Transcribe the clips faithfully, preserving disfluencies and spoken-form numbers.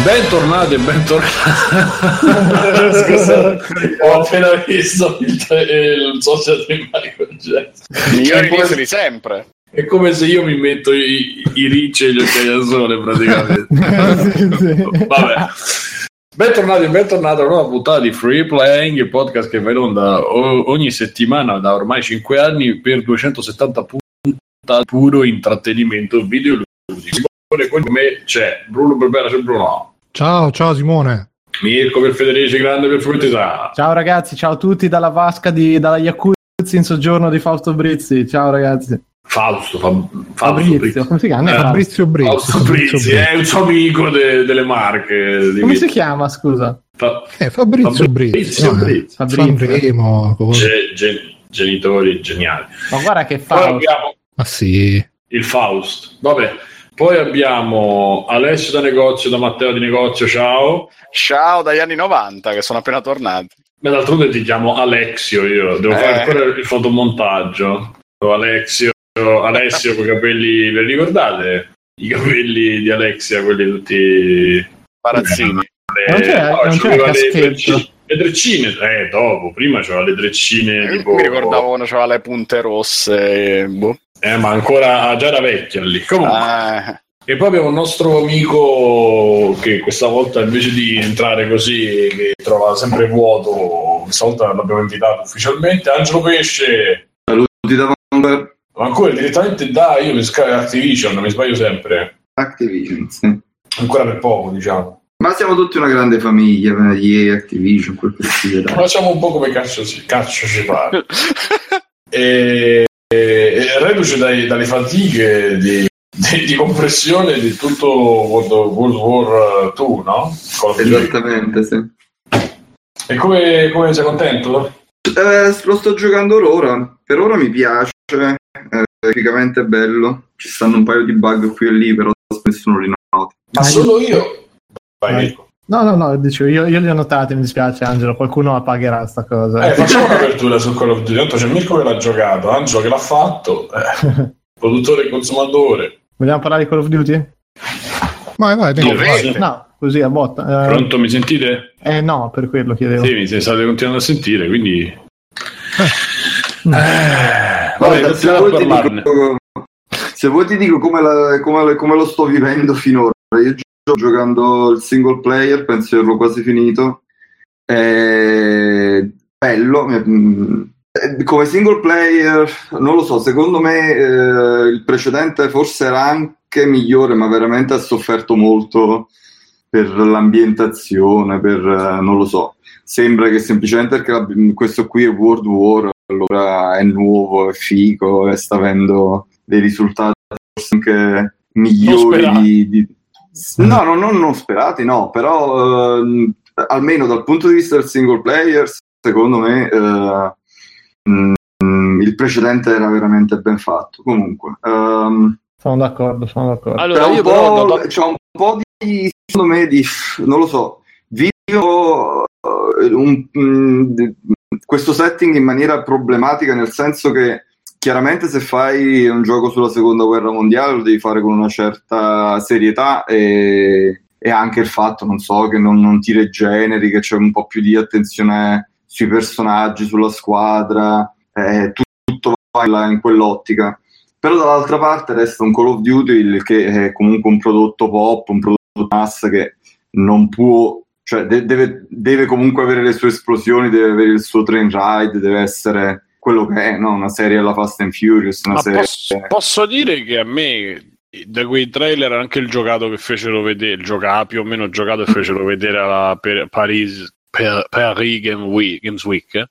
Bentornati e bentornati. Scusa, ho appena visto il, il social di Michael Jackson. Migliori inizio di sempre. È come se io mi metto i, i ricci e gli occhiali da sole, praticamente. Vabbè. Bentornati e bentornati a una nuova puntata di Free Playing, il podcast che va in onda ogni settimana da ormai cinque anni per duecentosettanta puntate puro intrattenimento videoludico. Con me c'è Bruno Berbera, c'è Bruno. Ciao, ciao Simone. Mirko per Federici, grande per Fortità. Ciao ragazzi, ciao a tutti dalla vasca di dalla Yakuza in soggiorno di Fausto Brizzi. Ciao ragazzi. Fausto, fa, Fausto Fabrizio, Brizzi. come si chiama? Eh, Fabrizio Brizzi. Fausto Brizzi, è un suo amico de, delle Marche. Come si chiama, scusa? Fa, eh, Fabrizio Brizzi. Fabrizio Brizzi. Fabrizio. Ge, gen, genitori geniali. Ma guarda che Poi Fausto. abbiamo Ah sì. il Faust. Vabbè. Poi abbiamo Alessio da negozio, da Matteo di negozio, ciao. Ciao dagli anni novanta che sono appena tornati. Ma d'altronde ti chiamo Alexio io, devo Eh. fare ancora il fotomontaggio. Alexio, Alessio con i capelli, ve li ricordate? I capelli di Alexia, quelli tutti Palazzini. Le, Non c'è- no, non c'è c'aveva il le caschetto. treccine, le treccine, eh dopo, prima c'aveva le treccine Eh, tipo... Mi ricordavo quando c'aveva le punte rosse. E boh. Eh, ma ancora già era vecchia lì. Comunque. Ah, E poi abbiamo un nostro amico che questa volta invece di entrare così, che trova sempre vuoto, questa volta l'abbiamo invitato ufficialmente, Angelo Pesce. Saluti da Vanguard. Ma ancora direttamente da io mi Sky Activision, mi sbaglio sempre. Activision, sì. Ancora per poco, diciamo. Ma siamo tutti una grande famiglia, E A, Activision, quel che sia. dai. Facciamo un po' come cazzo ci, cazzo ci pare. e, e, e reduce dai, dalle fatiche di, di, di compressione di tutto World, World War due, no? Call of Duty. Esattamente, sì. E come, come sei contento? Eh, lo sto giocando l'ora. Per ora mi piace, è graficamente bello. Ci stanno un paio di bug qui e lì, però nessuno li nota. Ma solo io? Vai, Vai. Mirko. No, no, no, dicevo, io, io li ho notati, mi dispiace Angelo, qualcuno la pagherà sta cosa. Eh, facciamo un'apertura su Call of Duty. Tanto c'è Mirko che l'ha giocato, Angelo che l'ha fatto, eh, produttore e consumatore. Vogliamo parlare di Call of Duty? Vai, vai, venga. Dovete. No, così a botta. Eh, Pronto, mi sentite? eh no, per quello chiedevo. Sì, mi state continuando a sentire, quindi... Eh, vabbè, Guarda, se, continuiamo a vuoi ti parlarne. dico, se vuoi ti dico come, la- come- come lo sto vivendo finora. Io sto giocando il single player, penso di averlo quasi finito. È bello. mi- eh, Come single player, non lo so, secondo me eh, il precedente forse era anche migliore, ma veramente ha sofferto molto per l'ambientazione, per eh, non lo so. Sembra che semplicemente perché la- questo qui è World War, allora è nuovo, è figo e sta avendo dei risultati forse anche migliori sperati. di, di- no, no, non, non sperati, no, però ehm, almeno dal punto di vista del single player, secondo me eh, mm, il precedente era veramente ben fatto. Comunque ehm, Sono d'accordo, sono d'accordo. Allora, c'è un, io però po', da- c'è un po' di, secondo me, di, non lo so, video eh, un- mm, di- questo setting in maniera problematica, nel senso che chiaramente se fai un gioco sulla seconda guerra mondiale lo devi fare con una certa serietà e, e anche il fatto, non so, che non, non ti regeneri, che c'è un po' più di attenzione sui personaggi, sulla squadra, eh, tutto va in, là- in quell'ottica. Però dall'altra parte resta un Call of Duty il che è comunque un prodotto pop, un prodotto massa che non può, cioè de- deve, deve comunque avere le sue esplosioni, deve avere il suo train ride, deve essere quello che è, no? Una serie alla Fast and Furious, una Ma serie... posso, posso dire che a me da quei trailer anche il giocato che fecero vedere, il giocato più o meno giocato e fecero vedere alla per- Paris, per- Paris Game Week, Games Week,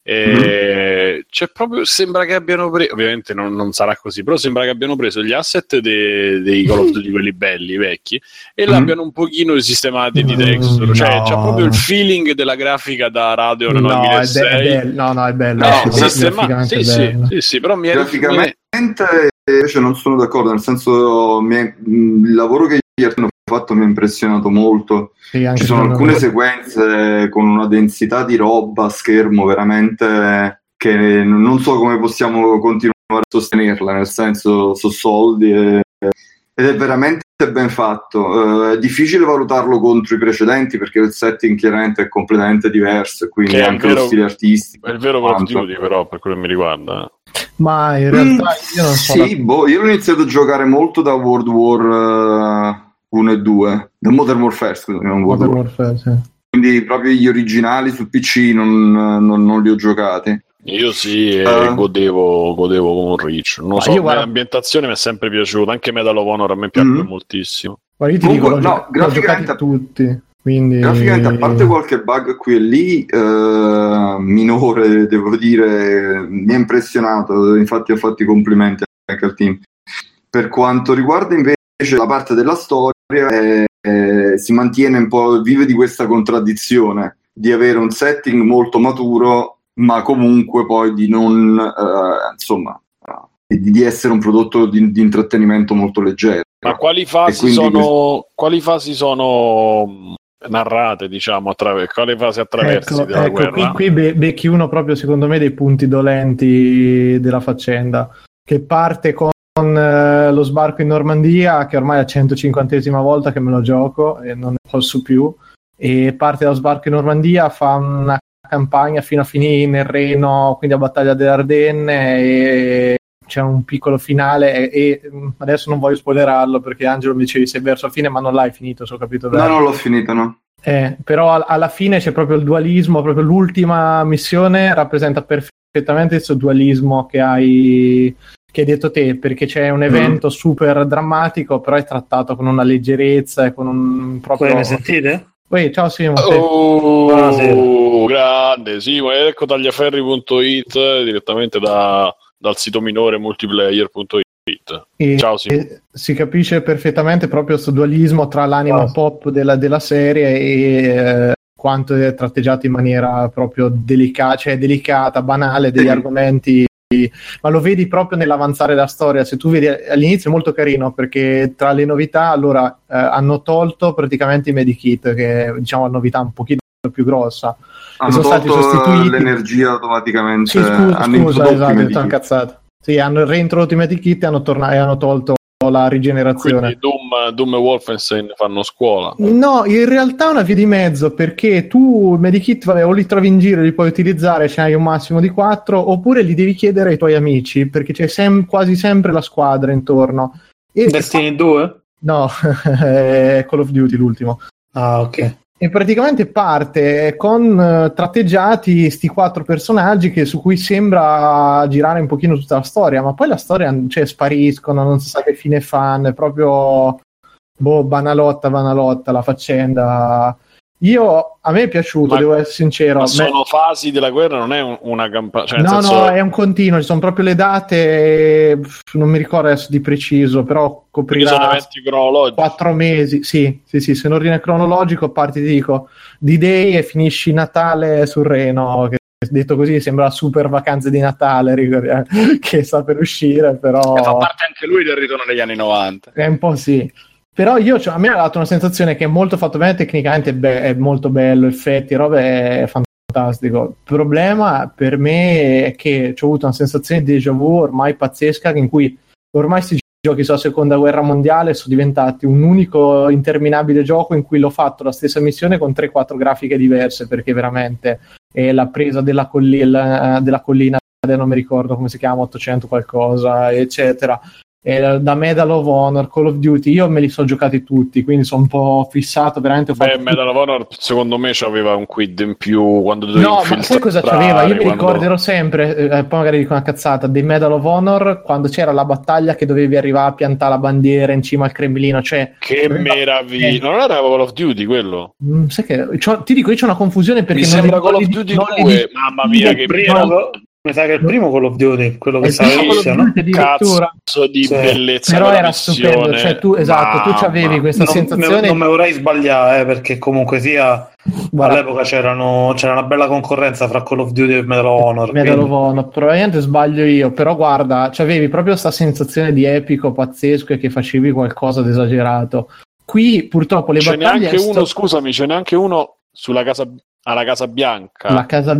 e c'è proprio, sembra che abbiano preso, ovviamente non, non sarà così, però sembra che abbiano preso gli asset de- dei Call of Duty, quelli belli, vecchi, e Mhm. l'abbiano un pochino sistemati di texture, cioè No. c'ha proprio il feeling della grafica da Radeon No, è, be- è novantasei. bello, no, no, è bello. No, è sistema- graficamente sì, sì, bello. sì, sì, però mi è Graficamente invece non sono d'accordo, nel senso mi è- mh, il lavoro che gli hanno fatto mi ha impressionato molto. Sì, anche Ci sono secondo alcune me. sequenze con una densità di roba a schermo veramente che non so come possiamo continuare a sostenerla, nel senso sono soldi e- ed è veramente ben fatto. Uh, è difficile valutarlo contro i precedenti perché il setting chiaramente è completamente diverso e quindi che anche vero, lo stile artistico. È il vero Call of Duty, però, per quello che mi riguarda. Ma in realtà mm, io non so. Sì, la... boh, io l'ho iniziato a giocare molto da World War uh, uno e due, da Modern Warfare, scusa, non World Modern War. Warfare, sì. Quindi proprio gli originali su P C non, non, non li ho giocati. Io sì, e uh, godevo, godevo con un Reach. Non so, io, guarda... l'ambientazione mi è sempre piaciuta, anche Medal of Honor a me piace mm-hmm. moltissimo. Ma io ti Comunque, dico, no, graficamente tutti. Quindi... Graficamente, a parte qualche bug qui e lì, eh, minore, devo dire, mi ha impressionato. Infatti, ho fatto i complimenti anche al team. Per quanto riguarda invece la parte della storia, eh, eh, si mantiene un po', vive di questa contraddizione di avere un setting molto maturo, ma comunque poi di non, eh, insomma, di, di essere un prodotto di, di intrattenimento molto leggero. Ma quali fasi sono, questo... quali fasi sono narrate, diciamo, attraverso quale fase attraversi ecco, della ecco, guerra? Qui, qui be- becchi uno proprio, secondo me, dei punti dolenti della faccenda, che parte con eh, lo sbarco in Normandia, che ormai è la centocinquantesima volta che me lo gioco e non ne posso più, e parte dallo sbarco in Normandia, fa una campagna fino a finire nel Reno, quindi a Battaglia delle Ardenne, e c'è un piccolo finale e, e adesso non voglio spoilerarlo perché Angelo mi dicevi sei verso la fine, ma non l'hai finito, se ho capito bene. No, non l'ho finito, no. Eh, però al- alla fine c'è proprio il dualismo, proprio l'ultima missione rappresenta perfettamente questo dualismo che hai, che hai detto te, perché c'è un evento mm. super drammatico, però è trattato con una leggerezza e con un proprio... Poi mi sentite? Poi, ciao Simo. Oh, buonasera. Grande, Simo, ecco tagliaferri punto it direttamente da... dal sito minore multiplayer punto it. E, Ciao Simo. Si capisce perfettamente proprio questo dualismo tra l'anima oh. pop della, della serie e eh, quanto è tratteggiato in maniera proprio delicata, cioè delicata, banale degli mm. argomenti, ma lo vedi proprio nell'avanzare della storia. Se tu vedi all'inizio è molto carino perché tra le novità allora eh, hanno tolto praticamente i medikit, che è, diciamo, la novità un pochino più grossa. Hanno sono stati sostituiti l'energia automaticamente. Sì, scusa, hanno scusa esatto, sono incazzato. Sì, hanno reintrodotto i medikit e hanno, tornato, e hanno tolto la rigenerazione. Quindi Doom, Doom e Wolfenstein fanno scuola? No, in realtà è una via di mezzo, perché tu i medikit, vabbè, o li trovi in giro, li puoi utilizzare, ce n'hai un massimo di quattro, oppure li devi chiedere ai tuoi amici, perché c'è sem- quasi sempre la squadra intorno. E Destiny due? No, è Call of Duty l'ultimo. Ah, ok. E praticamente parte con uh, tratteggiati sti quattro personaggi che, su cui sembra girare un pochino tutta la storia, ma poi la storia, cioè, spariscono, non si sa che fine fanno, è proprio boh, banalotta, banalotta la faccenda. Io, a me è piaciuto, ma, devo essere sincero. Ma me... sono fasi della guerra, non è un, una campagna. Cioè, no, senso... no, è un continuo, ci sono proprio le date, non mi ricordo adesso di preciso, però coprirà sono eventi cronologici. Quattro mesi, sì, sì, sì, se in ordine cronologico parti, ti dico, D-Day e finisci Natale sul Reno, che detto così sembra super vacanze di Natale, ricordi, che sta per uscire, però... E fa parte anche lui del ritorno negli anni novanta. È un po' sì. Però io, cioè, a me ha dato una sensazione che è molto fatto bene, tecnicamente è, be- è molto bello, effetti, robe, è fantastico. Il problema per me è che ho avuto una sensazione di déjà vu ormai pazzesca, in cui ormai questi giochi sulla seconda guerra mondiale sono diventati un unico interminabile gioco in cui l'ho fatto la stessa missione con tre quattro grafiche diverse, perché veramente è la presa della collina, della collina, non mi ricordo come si chiama, ottocento qualcosa, eccetera. E da Medal of Honor, Call of Duty, io me li sono giocati tutti, quindi sono un po' fissato, veramente ho fatto. Beh, Medal of Honor secondo me c'aveva un quid in più quando dovevi no, ma sai cosa c'aveva? Io mi quando... ricorderò sempre, eh, poi magari dico una cazzata, dei Medal of Honor quando c'era la battaglia che dovevi arrivare a piantare la bandiera in cima al Cremlino, cioè che meraviglia, non era Call of Duty quello? Mm, sai che ti dico, io c'ho una confusione perché mi non sembra Call of Duty due, mamma mia che prima. Mi sa che è il primo Call of Duty, quello che stava all'inizio, no? Cazzo di sì. bellezza, però era stupendo, cioè tu, esatto, ma, tu c'avevi questa non, sensazione. Non mi vorrei sbagliare, eh, perché comunque sia guarda, all'epoca c'erano, c'era una bella concorrenza fra Call of Duty e Medal of Honor. Medal of Honor, probabilmente sbaglio io, però guarda, c'avevi proprio questa sensazione di epico pazzesco e che facevi qualcosa di esagerato. Qui purtroppo le ce battaglie n'è anche sto... uno, scusami, ce n'è anche uno sulla casa alla Casa Bianca. La Casa Bianca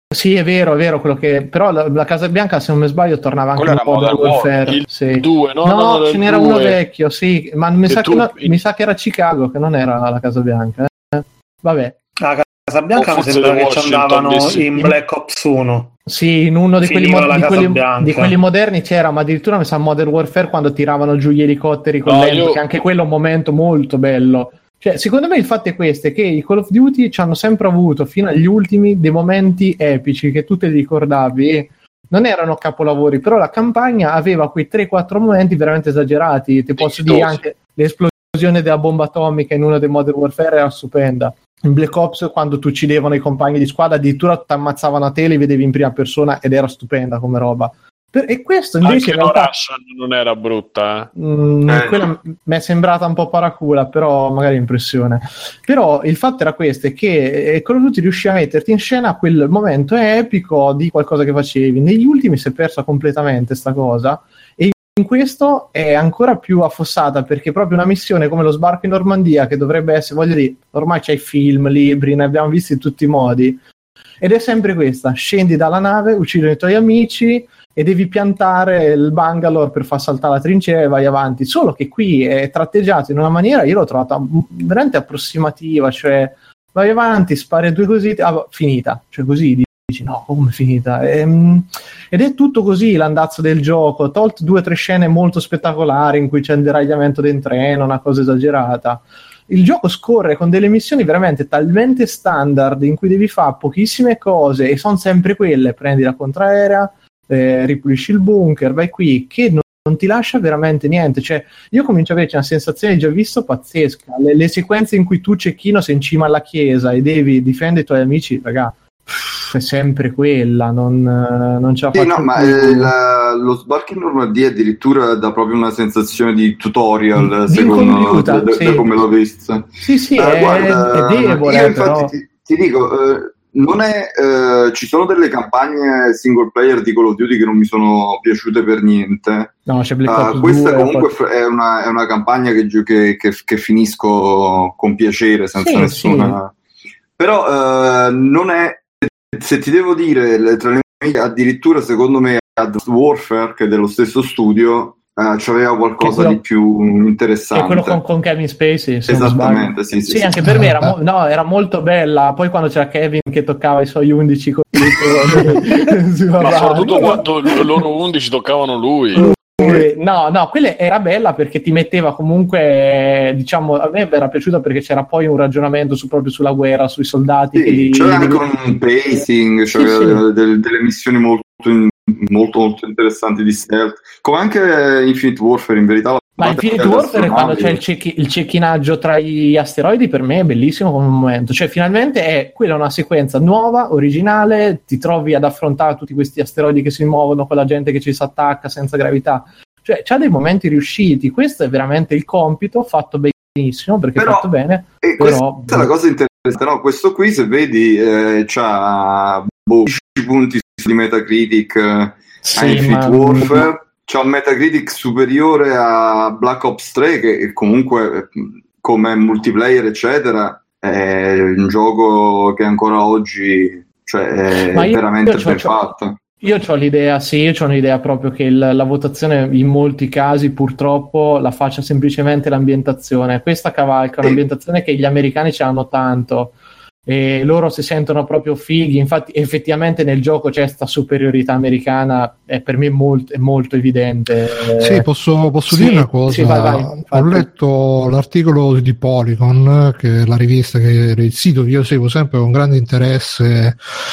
Sì, è vero, è vero quello che. Però la, la Casa Bianca, se non mi sbaglio, tornava anche Quello un po' era Modern Warfare. il Sì. due, no? No, no, no ce n'era due. uno vecchio, sì, ma mi Che sa, tu- che no- mi sa che era Chicago, che non era la Casa Bianca. Eh? Vabbè. La Casa Bianca O mi forse sembra The che ci Washington andavano D C. in Black Ops uno. Sì, in uno di quelli, Finiva mo- la di, Casa quelli, Bianca. di quelli moderni c'era, ma addirittura mi sa Modern Warfare quando tiravano giù gli elicotteri con No, lento, io- che anche quello è un momento molto bello. Cioè, secondo me il fatto è questo, è che i Call of Duty ci hanno sempre avuto, fino agli ultimi, dei momenti epici che tu te li ricordavi e non erano capolavori, però la campagna aveva quei tre quattro momenti veramente esagerati. Ti posso dire anche l'esplosione della bomba atomica in uno dei Modern Warfare era stupenda. In Black Ops, quando tu uccidevano i compagni di squadra, addirittura ti ammazzavano a te, li vedevi in prima persona ed era stupenda come roba. Per, e questo invece Anche in no, realtà Russian non era brutta, eh. mh, Eh. quella mi è sembrata un po' paracula, però magari impressione. Però il fatto era questo, è che eh, Call of Duty riuscì a metterti in scena quel momento epico di qualcosa che facevi. Negli ultimi si è persa completamente sta cosa, e in questo è ancora più affossata, perché proprio una missione come lo sbarco in Normandia, che dovrebbe essere, voglio dire, ormai c'hai film, libri, ne abbiamo visti in tutti i modi, ed è sempre questa: scendi dalla nave, uccidi i tuoi amici e devi piantare il Bangalore per far saltare la trincea e vai avanti. Solo che qui è tratteggiato in una maniera, io l'ho trovata veramente approssimativa, cioè vai avanti, spari due così, ah, finita, cioè così dici no, come finita? Ehm, ed è tutto così l'andazzo del gioco, tolto due o tre scene molto spettacolari in cui c'è il deragliamento del treno, una cosa esagerata. Il gioco scorre con delle missioni veramente talmente standard in cui devi fare pochissime cose e sono sempre quelle: prendi la contraerea, eh, ripulisci il bunker, vai qui, che non, non ti lascia veramente niente. Cioè, io comincio a averci una sensazione già visto pazzesca. Le, le sequenze in cui tu, cecchino, sei in cima alla chiesa e devi difendere i tuoi amici, raga, pff, è sempre quella, non, non ce la Sì, faccio no, ma più. eh, la- lo sbarco in Normandia addirittura dà proprio una sensazione di tutorial, Di secondo incompiuta, da, sì. da come l'ho visto. Sì, sì, Eh, è, guarda, è debole, io infatti però. ti, ti dico, eh, non è, eh, ci sono delle campagne single player di Call of Duty che non mi sono piaciute per niente. No, c'è Black Uh, Ops questa due, comunque poi- è una, è una campagna che, gio- che, che, che finisco con piacere, senza Sì, nessuna. Però eh, non è, se ti devo dire, le- tra le mie, addirittura secondo me Advanced Warfare, che è dello stesso studio, eh, c'aveva qualcosa quello- di più che interessante. è quello con, con Kevin Spacey, se non Esattamente, sbaglio. sì, sì, Sì, sì. anche per me era, mo- no, era molto bella. Poi quando c'era Kevin che toccava i suoi undici con Ma soprattutto quando l- loro undici toccavano lui. No, no, quella era bella perché ti metteva comunque, diciamo, a me era piaciuta perché c'era poi un ragionamento su, proprio sulla guerra, sui soldati che Sì, li, c'era li- anche un pacing, Sì, c'era sì. delle, delle- delle missioni molto, in- molto, molto interessanti di stealth, come anche Infinite Warfare, in verità. La Ma parte Infinite delle Warfare, quando c'è il, astronavi- cecchi- il cecchinaggio tra gli asteroidi, per me è bellissimo come momento. Cioè, finalmente è quella una sequenza nuova, originale, ti trovi ad affrontare tutti questi asteroidi che si muovono con la gente che ci si attacca senza gravità. Cioè, c'ha dei momenti riusciti. Questo è veramente il compito, fatto benissimo, perché Però- è fatto bene. E Però- questa è la cosa interessante, no? Questo qui, se vedi, eh, c'ha boh, dieci punti di Metacritic eh, a Sì, Infinite ma- Warfare, c'ha un Metacritic superiore a Black Ops tre, che comunque eh, come multiplayer eccetera è un gioco che ancora oggi, cioè, è Ma io- veramente io c'ho- ben c'ho- fatto. Io ho l'idea, sì, io ho un'idea proprio che il- la votazione in molti casi purtroppo la faccia semplicemente l'ambientazione. Questa cavalca un'ambientazione che gli americani ce l'hanno tanto e loro si sentono proprio fighi. Infatti effettivamente nel gioco c'è questa superiorità americana, è per me molto, è molto evidente. Sì, posso, posso sì, dire una cosa. sì, vai, vai, Ho infatti. letto l'articolo di Polygon, che è la rivista, che è il sito che io seguo sempre con grande interesse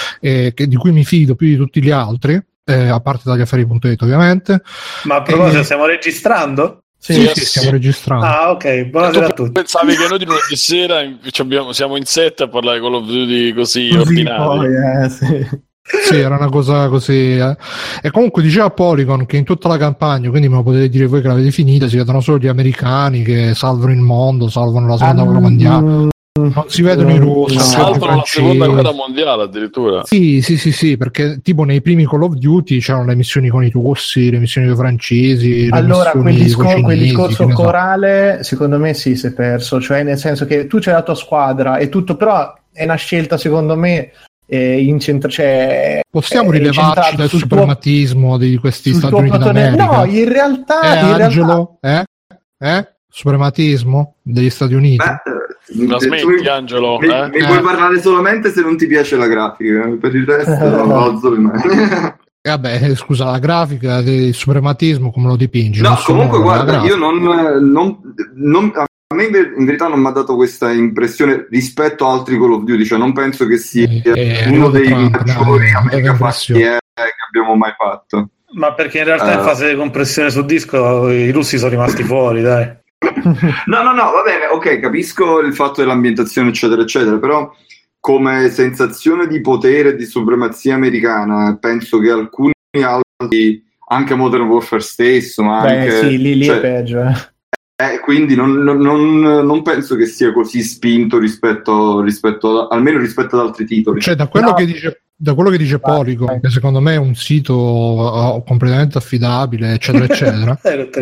e che, di cui mi fido più di tutti gli altri, eh, a parte dagli affari punto it ovviamente. Ma a proposito, Eh, stiamo registrando? Sì, Sì, sì, sì. stiamo registrando. Ah, ok, Tu buonasera a tutti. pensavi che noi di lunedì sera in- ci abbiamo- siamo in set a parlare con Call of Duty così, Così ordinari? poi, eh, sì. Sì, era una cosa così. eh. E comunque diceva Polygon che in tutta la campagna, quindi me lo potete dire voi che l'avete finita, si vedono solo gli americani che salvano il mondo, salvano la seconda guerra mondiale. Non si vedono i russi, No. non si vedono i Saltano la seconda francesi. guerra mondiale addirittura. Sì, sì, sì, sì, perché tipo nei primi Call of Duty c'erano le missioni con i russi, le missioni con i francesi, le Allora, missioni quel, discor- con i quel cinesi, discorso che ne so. corale, secondo me sì, si è perso, cioè nel senso che tu c'hai la tua squadra e tutto, però è una scelta, secondo me, eh, incentra- cioè, possiamo eh, rilevarci del suprematismo tuo, di questi Stati Uniti d'America? No, in realtà, eh, in Angelo, realtà... eh? Eh? Suprematismo degli Stati Uniti? Beh, la smetti, mi, Angelo? Mi, eh? mi puoi parlare solamente se non ti piace la grafica, per il resto non alzo le mani. E vabbè, scusa, la grafica del suprematismo come lo dipingi? No, comunque guarda, io non, non, non a me in verità non mi ha dato questa impressione rispetto a altri Call of Duty, cioè non penso che sia eh, uno dei Trump, maggiori fatti che abbiamo mai fatto. Ma perché in realtà uh, in fase di compressione su disco i russi sono rimasti fuori, dai. No, no, no, va bene, ok, capisco il fatto dell'ambientazione eccetera eccetera, però come sensazione di potere e di supremazia americana penso che alcuni altri, anche Modern Warfare stesso, ma Beh, anche sì, lì, lì cioè, è peggio eh. Eh, quindi non, non, non penso che sia così spinto rispetto, rispetto a, almeno rispetto ad altri titoli. Cioè, da quello no. che dice, da quello che dice Polygon, che secondo me è un sito uh, completamente affidabile, eccetera, eccetera,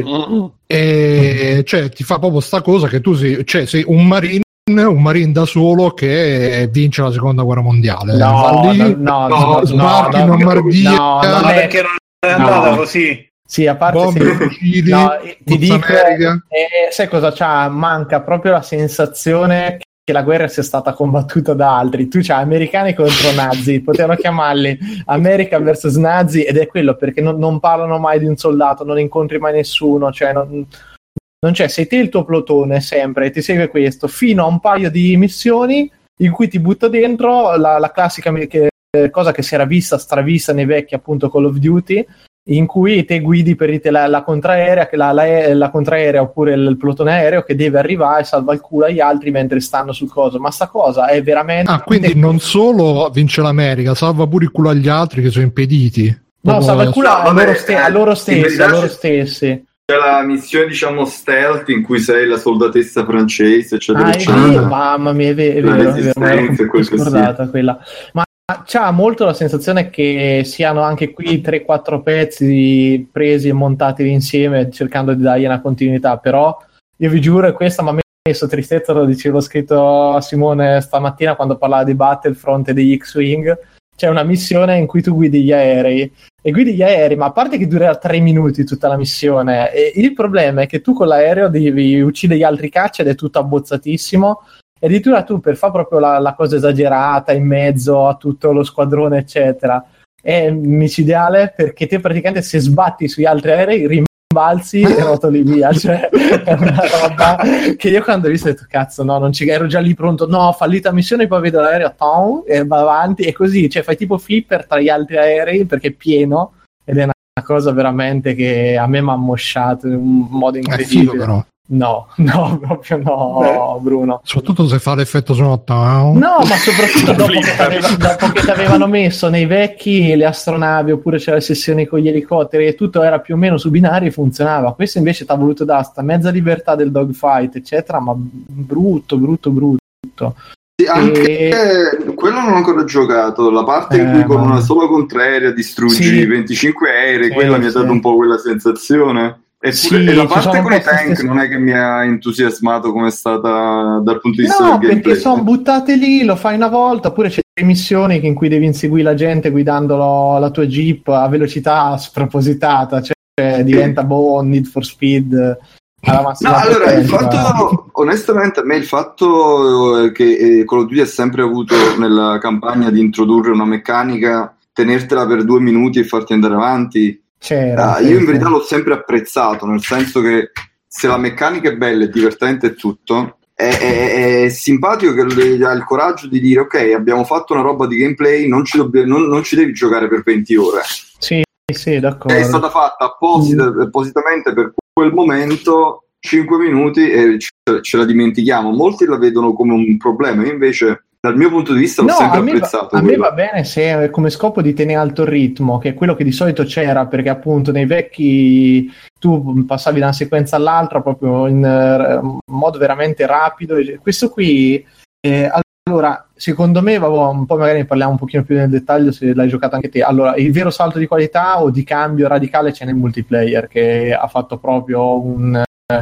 e cioè ti fa proprio sta cosa che tu sei, cioè, sei un marine, un marine da solo che vince la seconda guerra mondiale. No, va lì, no, no, no, sbarchi in Normandia, no, no, perché non è andata no. così. Sì, a parte Bombe, se... no, ti dico, eh, sai cosa c'ha? Manca proprio la sensazione che la guerra sia stata combattuta da altri. Tu c'hai americani contro nazi, potevano chiamarli America versus nazi, ed è quello, perché non, non parlano mai di un soldato, non incontri mai nessuno, cioè non, non c'è, sei te il tuo plotone sempre, ti segue questo, fino a un paio di missioni in cui ti butta dentro la, la classica che, cosa che si era vista, stravista nei vecchi appunto Call of Duty, in cui te guidi per te la, la contraerea, la, la, la contraerea oppure il, il plotone aereo che deve arrivare e salva il culo agli altri mentre stanno sul coso. Ma sta cosa è veramente... Ah, quindi non solo vince l'America, salva pure il culo agli altri che sono impediti. No, Proprio... salva il culo no, a, vabbè, loro ste- a loro stessi, a loro stessi. C'è la missione, diciamo, stealth in cui sei la soldatessa francese, eccetera, ah, eccetera. Vero, mamma mia, è vero, è vero, è vero, è vero, scordata quella. Ma c'ha molto la sensazione che siano anche qui tre quattro pezzi presi e montati insieme cercando di dargli una continuità, però io vi giuro, questa mi ha messo tristezza, lo dicevo scritto a Simone stamattina quando parlava di Battlefront e degli X-Wing. C'è una missione in cui tu guidi gli aerei e guidi gli aerei, ma a parte che durerà tre minuti tutta la missione, e il problema è che tu con l'aereo devi uccidere gli altri caccia ed è tutto abbozzatissimo. E addirittura tu, per fare proprio la, la cosa esagerata in mezzo a tutto lo squadrone eccetera, è micidiale, perché te praticamente se sbatti sugli altri aerei rimbalzi e rotoli via, cioè è una roba che io quando ho visto ho detto cazzo no, non ci ero già lì pronto, no, fallita missione, poi vedo l'aereo tom, e va avanti e così, cioè fai tipo flipper tra gli altri aerei perché è pieno, ed è una cosa veramente che a me mi ha ammosciato in un modo incredibile. È figo, però. No, no, proprio no, Beh, Bruno. Soprattutto se fa l'effetto sono town. No, ma soprattutto dopo che, t'aveva, dopo che ti avevano messo nei vecchi le astronavi, oppure c'era le sessioni con gli elicotteri e tutto era più o meno su binari e funzionava. Questo invece ti ha voluto dare sta mezza libertà del dogfight, eccetera, ma brutto, brutto, brutto. Sì, anche e... quello non ho ancora giocato, la parte eh, in cui ma... con una sola contraerea distruggi sì. venticinque aerei, sì, quella sì. mi ha dato un po' quella sensazione. E, sì, e la parte con i tank stesse... non è che mi ha entusiasmato come è stata dal punto di vista no, del gameplay. Perché sono buttate lì, lo fai una volta, oppure c'è delle missioni in cui devi inseguire la gente guidando la tua Jeep a velocità spropositata, cioè diventa sì. boh, Need for Speed alla massima. No, allora, il fatto, onestamente, a me il fatto che Call of Duty ha sempre avuto nella campagna di introdurre una meccanica, tenertela per due minuti e farti andare avanti. C'era, uh, io in verità l'ho sempre apprezzato, nel senso che se la meccanica è bella, è divertente e tutto, è, è, è simpatico che ha il coraggio di dire ok, abbiamo fatto una roba di gameplay, non ci, dobb- non, non ci devi giocare per venti ore. Sì, sì, d'accordo. È stata fatta apposita, mm. appositamente per quel momento, cinque minuti e ce, ce la dimentichiamo. Molti la vedono come un problema, io invece dal mio punto di vista l'ho no, sempre a me apprezzato. Va, a me va bene se come scopo di tenere alto il ritmo, che è quello che di solito c'era, perché appunto nei vecchi tu passavi da una sequenza all'altra proprio in uh, modo veramente rapido. Questo qui, eh, allora, secondo me, vabbè, un po' magari ne parliamo un pochino più nel dettaglio se l'hai giocato anche te. Allora, il vero salto di qualità o di cambio radicale c'è nel multiplayer, che ha fatto proprio un...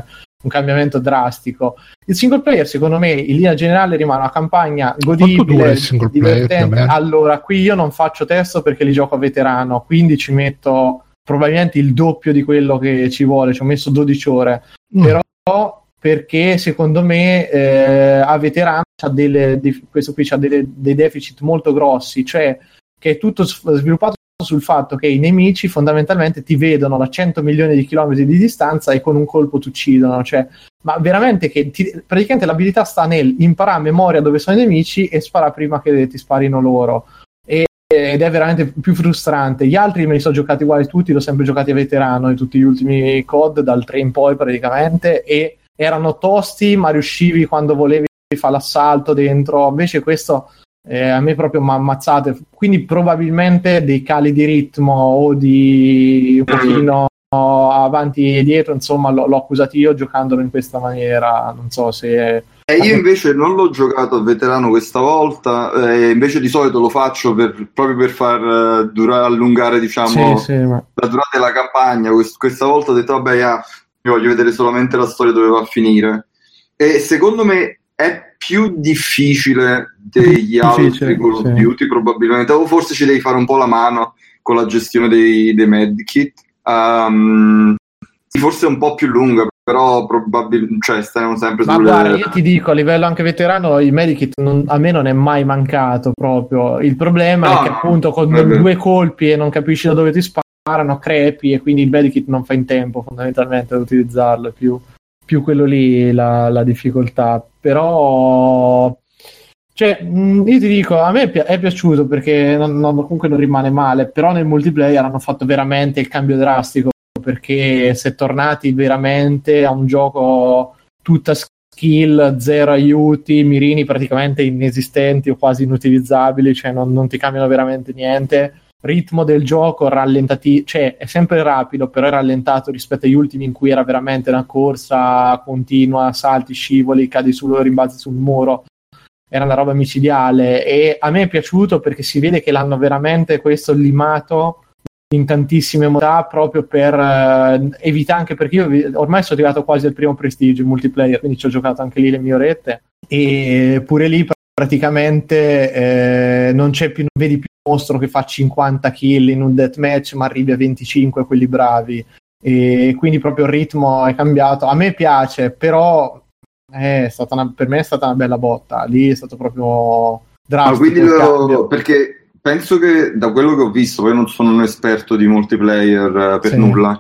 un cambiamento drastico. Il single player secondo me in linea generale rimane una campagna godibile, divertente. Allora qui io non faccio testo perché li gioco a veterano, quindi ci metto probabilmente il doppio di quello che ci vuole, ci ho messo dodici ore, mm. però perché secondo me eh, a veterano c'ha delle, questo qui c'ha delle, dei deficit molto grossi, cioè che è tutto sviluppato sul fatto che i nemici fondamentalmente ti vedono da cento milioni di chilometri di distanza e con un colpo ti uccidono, cioè, ma veramente che ti, praticamente l'abilità sta nel imparare a memoria dove sono i nemici e spara prima che ti sparino loro, e, ed è veramente più frustrante. Gli altri me li sono giocati uguali tutti, l'ho sempre giocati a veterano in tutti gli ultimi C O D dal tre in poi praticamente, e erano tosti ma riuscivi quando volevi fare l'assalto dentro, invece questo Eh, a me proprio mi ammazzate, quindi probabilmente dei cali di ritmo o di un pochino avanti e dietro, insomma l'ho, l'ho accusato io giocandolo in questa maniera, non so se eh, io invece non l'ho giocato a veterano questa volta, eh, invece di solito lo faccio per, proprio per far uh, durare, allungare diciamo sì, sì, ma... la durata della campagna. Quest- questa volta ho detto vabbè ah, io voglio vedere solamente la storia dove va a finire, e secondo me è più difficile degli difficile, altri Call of sì. Duty probabilmente, o forse ci devi fare un po' la mano con la gestione dei, dei medkit, um, forse è un po' più lunga, però probabilmente cioè stiamo sempre ma sulle... guarda, io ti dico a livello anche veterano il medikit non, a me non è mai mancato proprio, il problema no, è che appunto con vabbè. due colpi e non capisci da dove ti sparano crepi, e quindi il medikit non fa in tempo fondamentalmente ad utilizzarlo, è più più quello lì la, la difficoltà, però cioè mh, io ti dico a me è piaciuto perché non, non, comunque non rimane male, però nel multiplayer hanno fatto veramente il cambio drastico, perché si è tornati veramente a un gioco tutta skill, zero aiuti, mirini praticamente inesistenti o quasi inutilizzabili, cioè non, non ti cambiano veramente niente. Ritmo del gioco rallentati, cioè è sempre rapido, però è rallentato rispetto agli ultimi in cui era veramente una corsa continua, salti, scivoli, cadi sul rimbalzi sul muro, era una roba micidiale, e a me è piaciuto perché si vede che l'hanno veramente questo limato in tantissime modalità proprio per eh, evitare, anche perché io ormai sono arrivato quasi al primo prestigio in multiplayer, quindi ci ho giocato anche lì le mie orette, e pure lì praticamente eh, non c'è più, non vedi più un mostro che fa cinquanta kill in un deathmatch ma arrivi a venticinque quelli bravi, e quindi proprio il ritmo è cambiato. A me piace, però è stata una, per me è stata una bella botta, lì è stato proprio drastico. Ma quindi lo, perché penso che da quello che ho visto, poi non sono un esperto di multiplayer eh, per sì. nulla,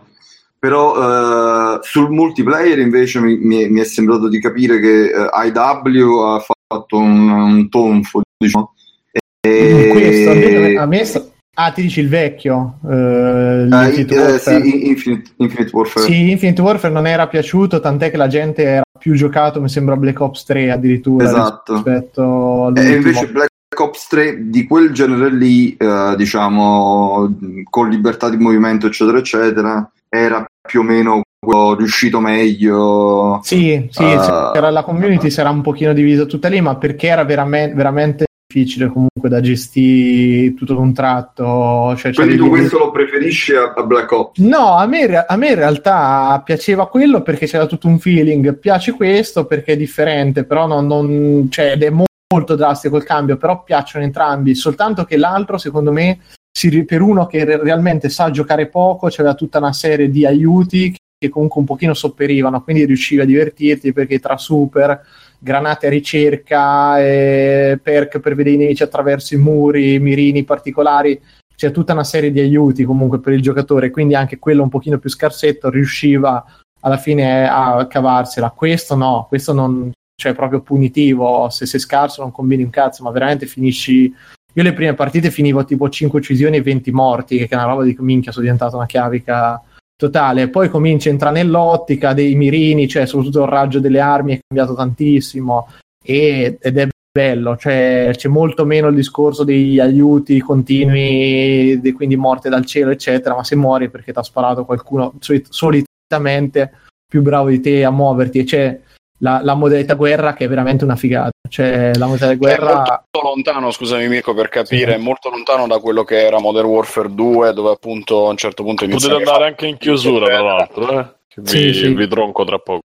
però eh, sul multiplayer invece mi, mi, mi è sembrato di capire che eh, I W ha fatto un, un tonfo, diciamo. E... questo a me, a me sta... ah ti dici il vecchio uh, uh, uh, sì, Infinite, Infinite Warfare. Sì, Infinite Warfare non era piaciuto, tant'è che la gente era più giocato, mi sembra Black Ops tre addirittura, esatto, rispetto all'ultimo. E invece Black Ops tre di quel genere lì uh, diciamo con libertà di movimento eccetera eccetera era più o meno riuscito meglio. Sì, sì, uh, era, la community si era un pochino divisa tutta lì, ma perché era veramente, veramente difficile comunque da gestire tutto d'un tratto. Cioè, quindi tu questo lo preferisci a, a Black Ops? No, a me, a me in realtà piaceva quello perché c'era tutto un feeling, piace questo perché è differente, però non, non cioè, ed è molto, molto drastico il cambio, però piacciono entrambi, soltanto che l'altro secondo me si, per uno che realmente sa giocare poco c'era tutta una serie di aiuti che comunque un pochino sopperivano, quindi riuscivi a divertirti perché tra super, granate a ricerca, e perk per vedere i nemici attraverso i muri, mirini particolari, c'è tutta una serie di aiuti comunque per il giocatore, quindi anche quello un pochino più scarsetto riusciva alla fine a cavarsela. Questo no, questo non, cioè proprio punitivo, se sei scarso non combini un cazzo, ma veramente finisci. Io le prime partite finivo tipo cinque uccisioni e venti morti, che è una roba di minchia, sono diventato una chiavica totale. Poi comincia a entrare nell'ottica dei mirini, cioè soprattutto il raggio delle armi è cambiato tantissimo, e, ed è bello, cioè c'è molto meno il discorso degli aiuti continui, de, quindi morte dal cielo eccetera, ma se muori perché ti ha sparato qualcuno solit- solitamente più bravo di te a muoverti, e c'è la, la modalità guerra che è veramente una figata, cioè la modalità guerra è molto lontano, scusami Mirko per capire, sì. È molto lontano da quello che era Modern Warfare due, dove appunto a un certo punto potete andare anche in chiusura tra l'altro, eh? Che sì, vi, sì. vi tronco tra poco.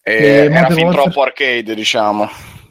E E era Modern fin Warfare- troppo arcade, diciamo.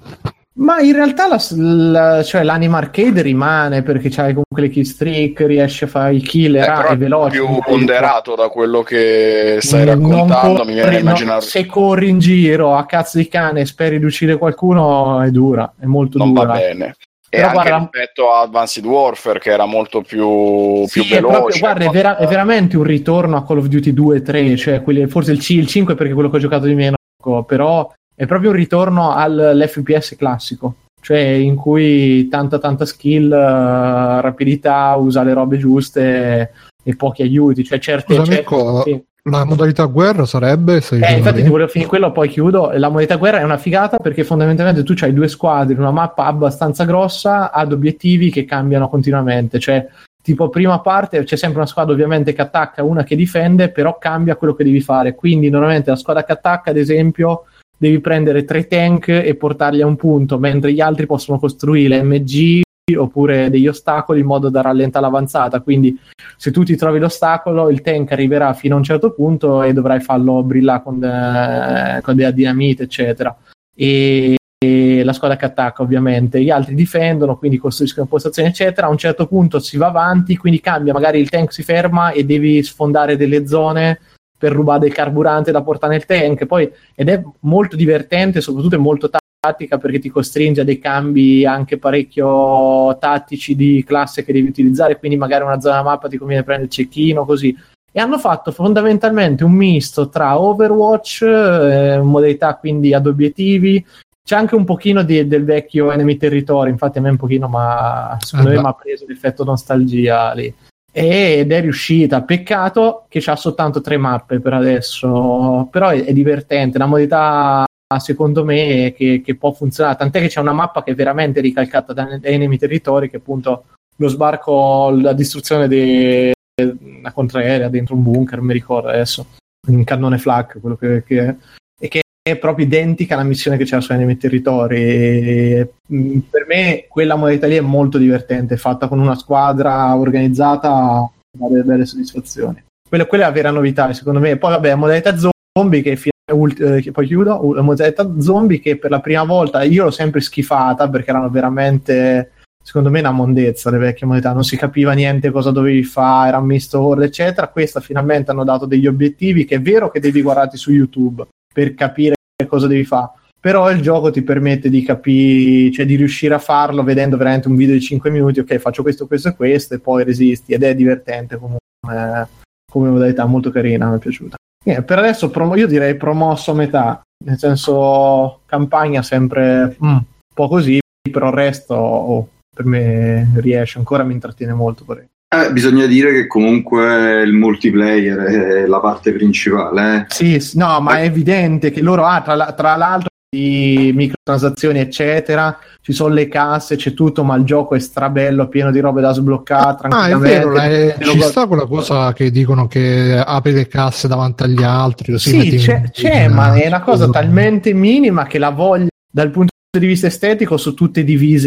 Ma in realtà la, la- cioè, l'anima arcade rimane perché c'hai comunque le kill streak, riesci a fare il killer Eh, però è è veloce. più quindi- ponderato da quello che stai Non raccontando. corri- Mi viene a no, immaginare. se corri in giro a cazzo di cane e speri di uccidere qualcuno è dura, è molto Non dura. va bene. E Però anche guarda- rispetto a Advanced Warfare, che era molto più, Sì, più è proprio- veloce. guarda, è, vera- è veramente un ritorno a Call of Duty due e tre, cioè quelli, forse il, C, il cinque perché è quello che ho giocato di meno, però è proprio un ritorno all'F P S classico, cioè in cui tanta tanta skill, uh, rapidità, usa le robe giuste e pochi aiuti, cioè certe... Scusa, certe- Mirko, sì. la modalità guerra sarebbe? Stai Eh, dicendo infatti lì? ti volevo finire quello, poi chiudo. La modalità guerra è una figata perché fondamentalmente tu hai due squadre in una mappa abbastanza grossa ad obiettivi che cambiano continuamente, cioè tipo prima parte c'è sempre una squadra ovviamente che attacca, una che difende, però cambia quello che devi fare, quindi normalmente la squadra che attacca, ad esempio, devi prendere tre tank e portarli a un punto, mentre gli altri possono costruire M G oppure degli ostacoli in modo da rallentare l'avanzata, quindi se tu ti trovi l'ostacolo il tank arriverà fino a un certo punto e dovrai farlo brillare con, de- con della dinamite eccetera, e, e la squadra che attacca ovviamente, gli altri difendono, quindi costruiscono postazioni eccetera, a un certo punto si va avanti, quindi cambia, magari il tank si ferma e devi sfondare delle zone per rubare del carburante da portare nel tank, poi, ed è molto divertente, soprattutto è molto tattica perché ti costringe a dei cambi anche parecchio tattici di classe che devi utilizzare, quindi magari una zona mappa ti conviene prendere il cecchino così, e hanno fatto fondamentalmente un misto tra Overwatch, eh, modalità quindi ad obiettivi, c'è anche un pochino di, del vecchio Enemy Territory, infatti a me un pochino ma secondo Ah, me beh. mi ha preso l'effetto nostalgia lì, ed è riuscita, peccato che c'ha soltanto tre mappe per adesso, però è, è divertente, la modalità secondo me che, che può funzionare, tant'è che c'è una mappa che è veramente ricalcata da Enemy Territory, che è appunto lo sbarco, la distruzione di una contraerea dentro un bunker, non mi ricordo adesso, un cannone flak, quello che, che è, e che è proprio identica alla missione che c'era su Enemy Territory, e, mh, per me quella modalità lì è molto divertente, fatta con una squadra organizzata, dà delle belle soddisfazioni, quella, quella è la vera novità secondo me. Poi vabbè, modalità zombie che, ult- eh, che poi chiudo, la modalità zombie che per la prima volta io l'ho sempre schifata perché erano veramente, secondo me, una mondezza le vecchie modalità, non si capiva niente cosa dovevi fare, era misto orde eccetera. Questa finalmente hanno dato degli obiettivi che è vero che devi guardarti su YouTube per capire cosa devi fare, però il gioco ti permette di capire, cioè di riuscire a farlo vedendo veramente un video di cinque minuti, ok, faccio questo, questo e questo, e poi resisti, ed è divertente come, come modalità, molto carina, mi è piaciuta. Eh, per adesso promo- io direi promosso a metà, nel senso campagna sempre mm, un po' così, però il resto oh, per me riesce, ancora mi intrattiene molto. Per Eh, bisogna dire che comunque il multiplayer è la parte principale. Eh. Sì, sì, no, ma è evidente che loro, ah, tra, la- tra l'altro, di microtransazioni eccetera, ci sono le casse, c'è tutto, ma il gioco è strabello, pieno di robe da sbloccare Ah, è tranquillamente. vero, la- è- Te lo ci guardi- sta quella cosa che dicono che apri le casse davanti agli altri, così Sì, metti c'è, in- c'è, in- ma è una cosa in- talmente minima che la voglia, dal punto di vista estetico, su tutte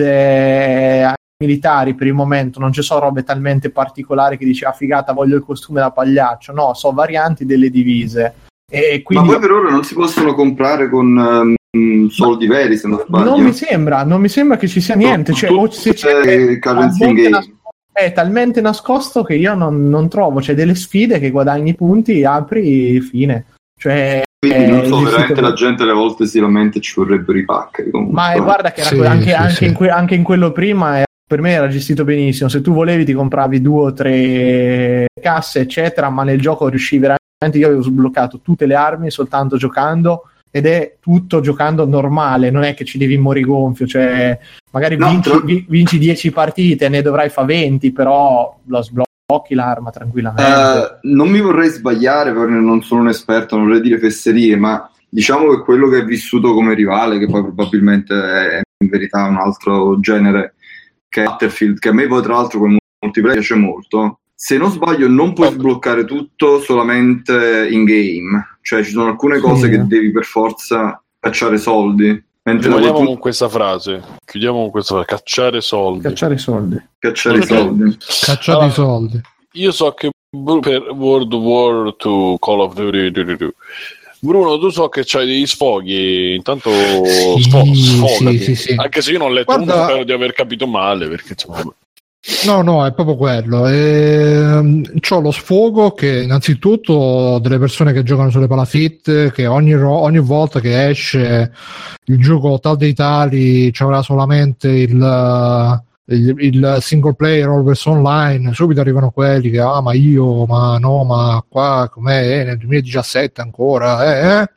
divise militari per il momento, non ci sono robe talmente particolari che dici ah figata voglio il costume da pagliaccio, no, sono varianti delle divise, e quindi Ma poi per ora non si possono comprare con um, soldi veri, se non sbaglio. non mi sembra non mi sembra che ci sia niente, cioè, o se c'è eh, currency in talmente game. nas- è talmente nascosto che io non, non trovo, c'è delle sfide che guadagni punti, apri, fine, cioè Quindi non è so, gestito veramente la bene. gente alle volte si lamenta e ci vorrebbero i pacchi. Comunque. Ma eh, guarda che era Sì, que- anche, sì, anche, sì. In que- anche in quello prima eh, per me era gestito benissimo, se tu volevi ti compravi due o tre casse eccetera, ma nel gioco riuscivi veramente, io avevo sbloccato tutte le armi soltanto giocando, ed è tutto giocando normale, non è che ci devi morigonfio, cioè magari No, vinci, tra- vi- vinci dieci partite, ne dovrai fa venti, però lo sblocchi l'arma tranquillamente. Eh, non mi vorrei sbagliare, perché non sono un esperto, non vorrei dire fesserie, ma diciamo che quello che è vissuto come rivale, che poi probabilmente è in verità un altro genere, che è Battlefield, che a me poi tra l'altro come multiplayer piace molto, se non sbaglio non puoi sbloccare tutto solamente in game, cioè ci sono alcune cose Sì. che devi per forza cacciare soldi, mentre Rimaniamo tu- con questa frase. Chiudiamo con questa frase. Cacciare soldi. Cacciare soldi. cacciare i Ok. soldi. Cacciate Allora, i soldi. Io so che per World War due Call of Duty Bruno, tu so che c'hai degli sfoghi, intanto sì, sfo- sfogati, sì, sì, sì. Anche se io non ho letto, Guarda... uno, spero di aver capito male, perché insomma... No, no, è proprio quello. Ehm, c'ho lo sfogo che innanzitutto delle persone che giocano sulle palafit, che ogni, ro- ogni volta che esce il gioco tal dei tali ci avrà solamente il, il, il single player always online, subito arrivano quelli che ah ma io, ma no, ma qua com'è, eh, nel duemiladiciassette ancora, eh, eh.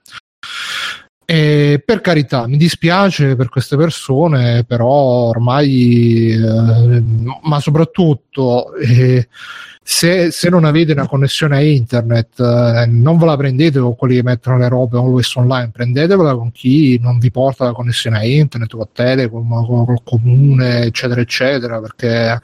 E per carità, mi dispiace per queste persone, però ormai, eh, ma soprattutto eh, se, se non avete una connessione a internet, eh, non ve la prendete con quelli che mettono le robe always online, prendetevela con chi non vi porta la connessione a internet, con Telecom, con, col comune, eccetera, eccetera, perché...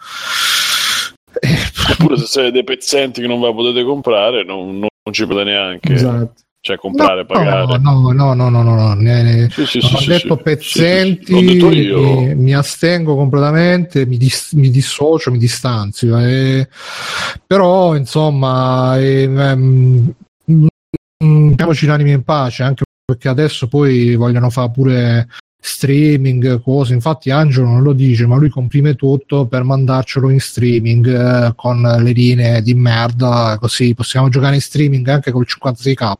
Oppure se siete dei pezzenti che non ve la potete comprare, non, non ci potete neanche... Esatto. Cioè comprare, no, pagare. No, no, no, no, no, no. Ne, sì, sì, ho sì, detto sì, pezzenti, sì, sì. L'ho detto io. Mi, mi astengo completamente, mi, dis, mi dissocio, mi distanzio. Eh, però, insomma, eh, ehm, mettiamoci l'anima in pace, anche perché adesso poi vogliono fare pure streaming, cose. Infatti Angelo non lo dice, ma lui comprime tutto per mandarcelo in streaming eh, con le linee di merda, così possiamo giocare in streaming anche col cinquantasei k.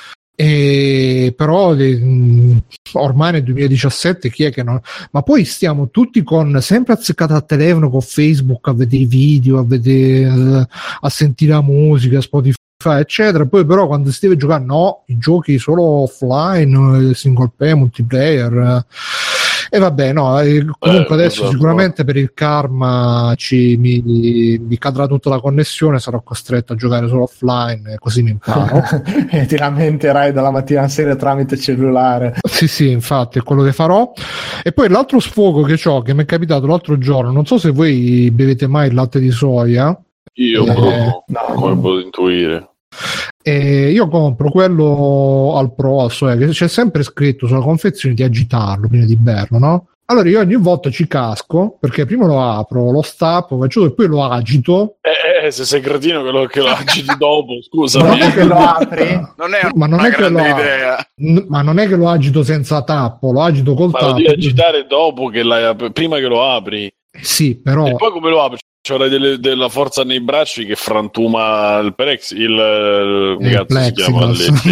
E però eh, ormai nel duemiladiciassette chi è che non... Ma poi stiamo tutti con sempre azzeccati al telefono con Facebook a vedere i video, a vedere, a sentire la musica, Spotify eccetera. Poi però quando si deve giocare no, i giochi solo offline, single player, multiplayer, e vabbè no, e comunque eh, adesso esatto. Sicuramente per il karma ci, mi, mi cadrà tutta la connessione, sarò costretto a giocare solo offline e così mi imparo. E ti lamenterai dalla mattina alla sera tramite cellulare. Sì sì, infatti è quello che farò. E poi l'altro sfogo che ho, che mi è capitato l'altro giorno, non so se voi bevete mai il latte di soia. Io eh, no, come posso intuire. E io compro quello al pro al soia, che c'è sempre scritto sulla confezione di agitarlo prima di berlo, no? Allora io ogni volta ci casco perché prima lo apro, lo stappo, faccio e poi lo agito. Eh, eh se sei cretino che lo, che lo agiti dopo, scusa. Non è che lo apri, non è una, ma non una è che lo idea. N- ma non è che lo agito senza tappo, lo agito col ma tappo. Ma lo devi agitare dopo che l'hai, prima che lo apri. Sì, però. E poi come lo apri? C'era delle, della forza nei bracci che frantuma il Perex, il, il, il cazzo si chiama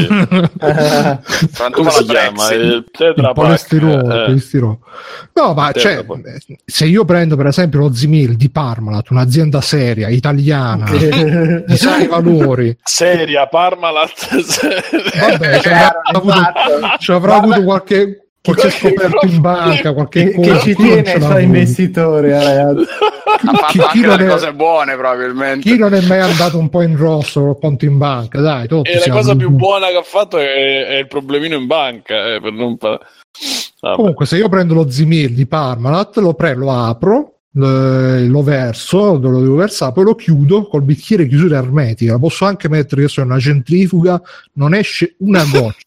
uh, frantuma si chiama il tetrapack, polistirolo, polistirolo. No, ma cioè, se io prendo per esempio lo Zimil di Parmalat, un'azienda seria, italiana, di sani valori, seria Parmalat, seria. Vabbè, ci avrà avuto, ci avrà avuto qualche qualche scoperto in banca, qualche che, che ci tiene ai suoi investitori, eh, ragazzi. Ha fatto chi, anche chi delle è, cose buone probabilmente. Chi non è mai andato un po' in rosso col conto in banca, dai, e la cosa più buona che ha fatto è, è il problemino in banca, eh, per non pa- comunque se io prendo lo Zimil di Parmalat, lo prendo, lo apro, lo, lo verso, lo devo versare, poi lo chiudo col bicchiere chiusura ermetica, la posso anche mettere, io sono una centrifuga, non esce una goccia.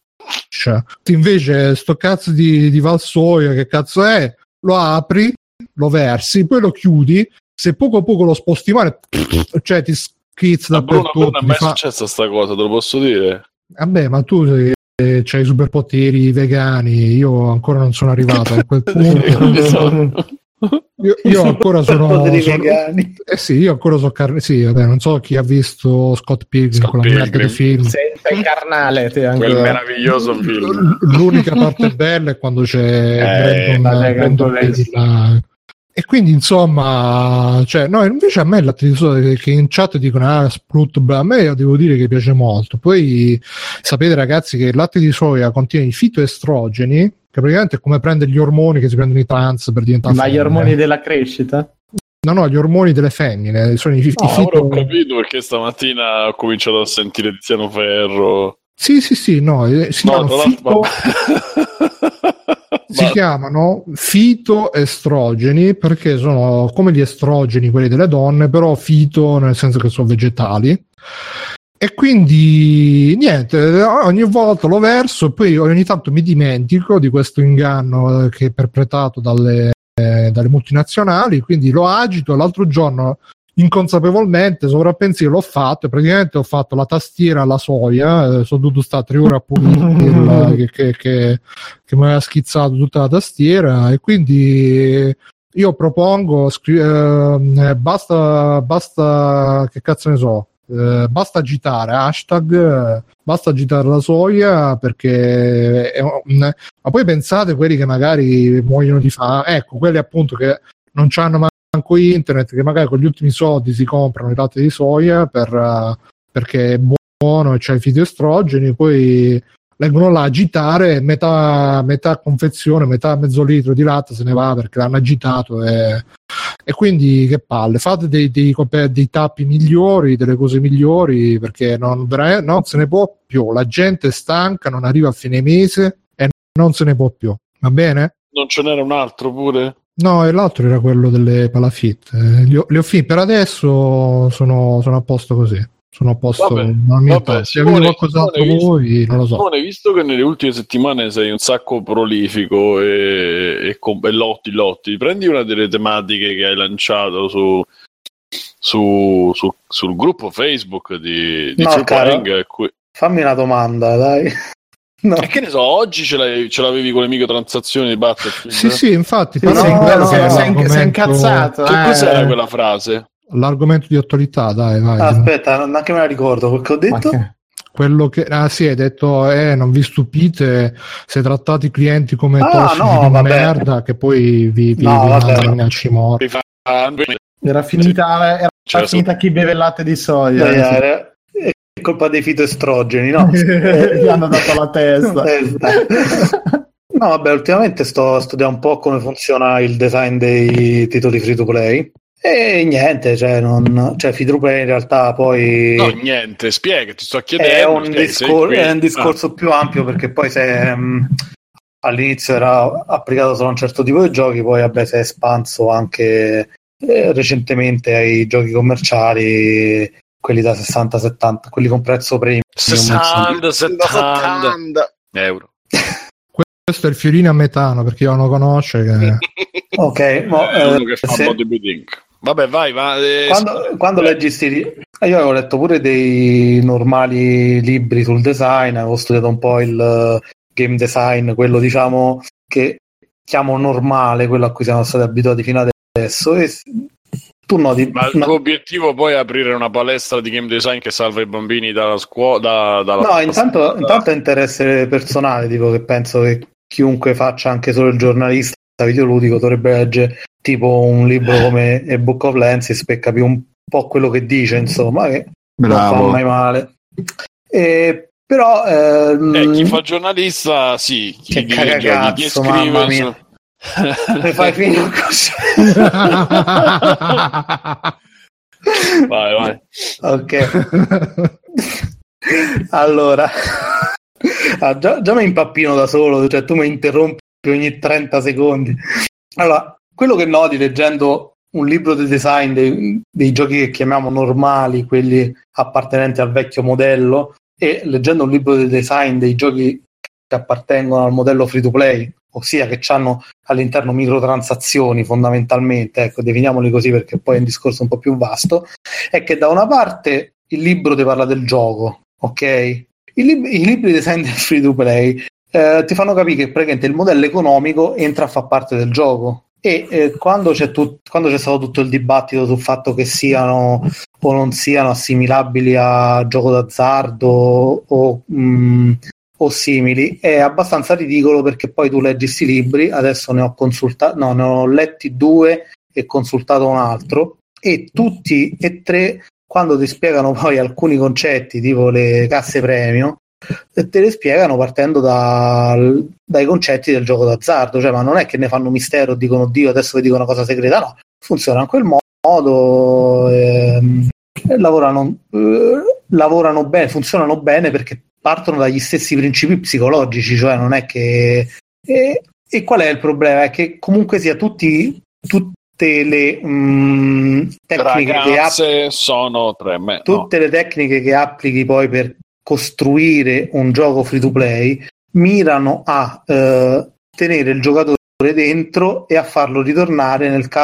Invece sto cazzo di, di Valsoia, che cazzo è? Lo apri, lo versi, poi lo chiudi, se poco a poco lo sposti male, cioè ti schizza dappertutto. Non è mai fa... successa sta cosa, te lo posso dire? Vabbè, ma tu sei, eh, c'hai i superpoteri vegani, io ancora non sono arrivato a quel punto. Io, io ancora sono, sono eh sì, io ancora so car- sì, vabbè, non so chi ha visto Scott Pilgrim, quella merda di film. Sei, sei carnale, te anche. Quel meraviglioso film. L'unica parte bella è quando c'è eh, Brandon, Brandon là. E quindi insomma, cioè, no, invece a me l'attenzione che in chat dicono ah, Sprut, blah, a me devo dire che piace molto. Poi sapete ragazzi che il latte di soia contiene i fitoestrogeni, che praticamente è come prendere gli ormoni che si prendono i trans per diventare ma femmine. Gli ormoni della crescita? No, no, gli ormoni delle femmine sono i, no, i fito... ora ho capito perché stamattina ho cominciato a sentire Tiziano Ferro. Sì, sì, sì, no, si no, chiamano fito... si chiamano fitoestrogeni perché sono come gli estrogeni quelli delle donne, però fito nel senso che sono vegetali. E quindi niente, ogni volta lo verso e poi ogni tanto mi dimentico di questo inganno che è perpetrato dalle, eh, dalle multinazionali, quindi lo agito. L'altro giorno inconsapevolmente, sovrappensiero, l'ho fatto e praticamente ho fatto la tastiera alla soia, eh, sono dovuto stare tre ore a pulirla che, che, che, che mi aveva schizzato tutta la tastiera, e quindi io propongo scri- eh, basta basta che cazzo ne so, eh, basta agitare hashtag eh, basta agitare la soia, perché è, ma poi pensate quelli che magari muoiono di fame, ecco, quelli appunto che non c'hanno manco internet, che magari con gli ultimi soldi si comprano i latte di soia per, uh, perché è buono e c'ha i fitoestrogeni, poi vengono là a agitare, metà, metà confezione, metà mezzo litro di latte se ne va perché l'hanno agitato, e, e quindi che palle, fate dei, dei, dei tappi migliori, delle cose migliori, perché non, non se ne può più, la gente è stanca, non arriva a fine mese e non se ne può più, va bene? Non ce n'era un altro pure? No, e l'altro era quello delle palafitte. Eh, li ho, li ho finiti per adesso, sono, sono a posto così. Sono a posto. Vabbè, non mi vabbè, se avete qualcos'altro visto, voi, non lo so. Simone, visto che nelle ultime settimane sei un sacco prolifico e, e, e lotti lotti, prendi una delle tematiche che hai lanciato su, su, su sul gruppo Facebook di, di no, Free caro, Playing. Que- fammi una domanda, dai. No. E che ne so, oggi ce, l'hai, ce l'avevi con le microtransazioni di Battlefield? Sì, sì, infatti. Sì, no, sei, no, sei, sei incazzato. Che eh. cos'era quella frase? L'argomento di attualità, dai, vai. Aspetta, neanche me la ricordo quel che ho detto. Okay. Quello che ah sì, hai detto, eh, non vi stupite se trattate i clienti come ah, tossici no, di vabbè. merda, che poi vi, vi, no, vi vabbè. mandano in alcimore. Era finita, era Cioè, finita chi beve il latte di soia. Dai, sì. era- è colpa dei fitoestrogeni, no? Gli hanno dato la testa. No, vabbè, ultimamente sto studiando un po' come funziona il design dei titoli free to play. E niente, cioè, non, cioè free to play in realtà poi No, niente, spiega, ti sto è chiedendo. un, sei- discor- sei qui. è un discorso Ah. più ampio, perché poi se mh, all'inizio era applicato solo a un certo tipo di giochi, poi vabbè si è espanso anche eh, recentemente ai giochi commerciali, quelli da sessanta settanta, quelli con prezzo premium. sessanta settanta euro. Questo è il fiorino a metano, per chi non lo conosce. Che... Ok, mo, È eh, uno che fa se- bodybuilding. Vabbè, vai, va. eh, quando, quando leggi sti li- eh, io avevo letto pure dei normali libri sul design, avevo studiato un po' il eh, game design, quello diciamo che chiamo normale, quello a cui siamo stati abituati fino adesso, e s- tu noti Ma il una- tuo obiettivo poi è aprire una palestra di game design che salva i bambini dalla scuola? Da, dalla... no, intanto, intanto è interesse personale, tipo che penso che chiunque faccia anche solo il giornalista videoludico dovrebbe leggere tipo un libro come A Book of Lenses per capire un po' quello che dice, insomma, che Bravo. non fa mai male. E, però ehm, Eh, chi fa giornalista, sì. Chi, Che chi, cagacazzo, chi scrive mamma su- mia. mi fai finire così. Vai, vai. Ok, allora ah, già, già mi impappino da solo, cioè tu mi interrompi ogni trenta secondi. Allora, quello che noti leggendo un libro di design dei, dei giochi che chiamiamo normali, quelli appartenenti al vecchio modello, e leggendo un libro di design dei giochi che appartengono al modello free to play, ossia che hanno all'interno microtransazioni fondamentalmente, ecco, definiamoli così perché poi è un discorso un po' più vasto, è che da una parte il libro ti parla del gioco, ok? I, lib- i libri di design del free to play eh, ti fanno capire che praticamente il modello economico entra a far parte del gioco, e eh, quando, c'è tut- quando c'è stato tutto il dibattito sul fatto che siano o non siano assimilabili a gioco d'azzardo o, mh, o simili, è abbastanza ridicolo, perché poi tu leggi questi libri, adesso ne ho consultato, no, ne ho letti due e consultato un altro, e tutti e tre, quando ti spiegano poi alcuni concetti tipo le casse premio, te le spiegano partendo da, dai concetti del gioco d'azzardo, cioè, ma non è che ne fanno mistero, dicono Dio adesso vi dico una cosa segreta, no, funziona in quel modo, ehm, e lavorano, eh, lavorano bene, funzionano bene perché partono dagli stessi principi psicologici, cioè non è che e, e qual è il problema? È che comunque sia tutti tutte le mh, tecniche che Ragazze sono tre me. tutte le tecniche che applichi poi per costruire un gioco free to play mirano a eh, tenere il giocatore dentro e a farlo ritornare nel caso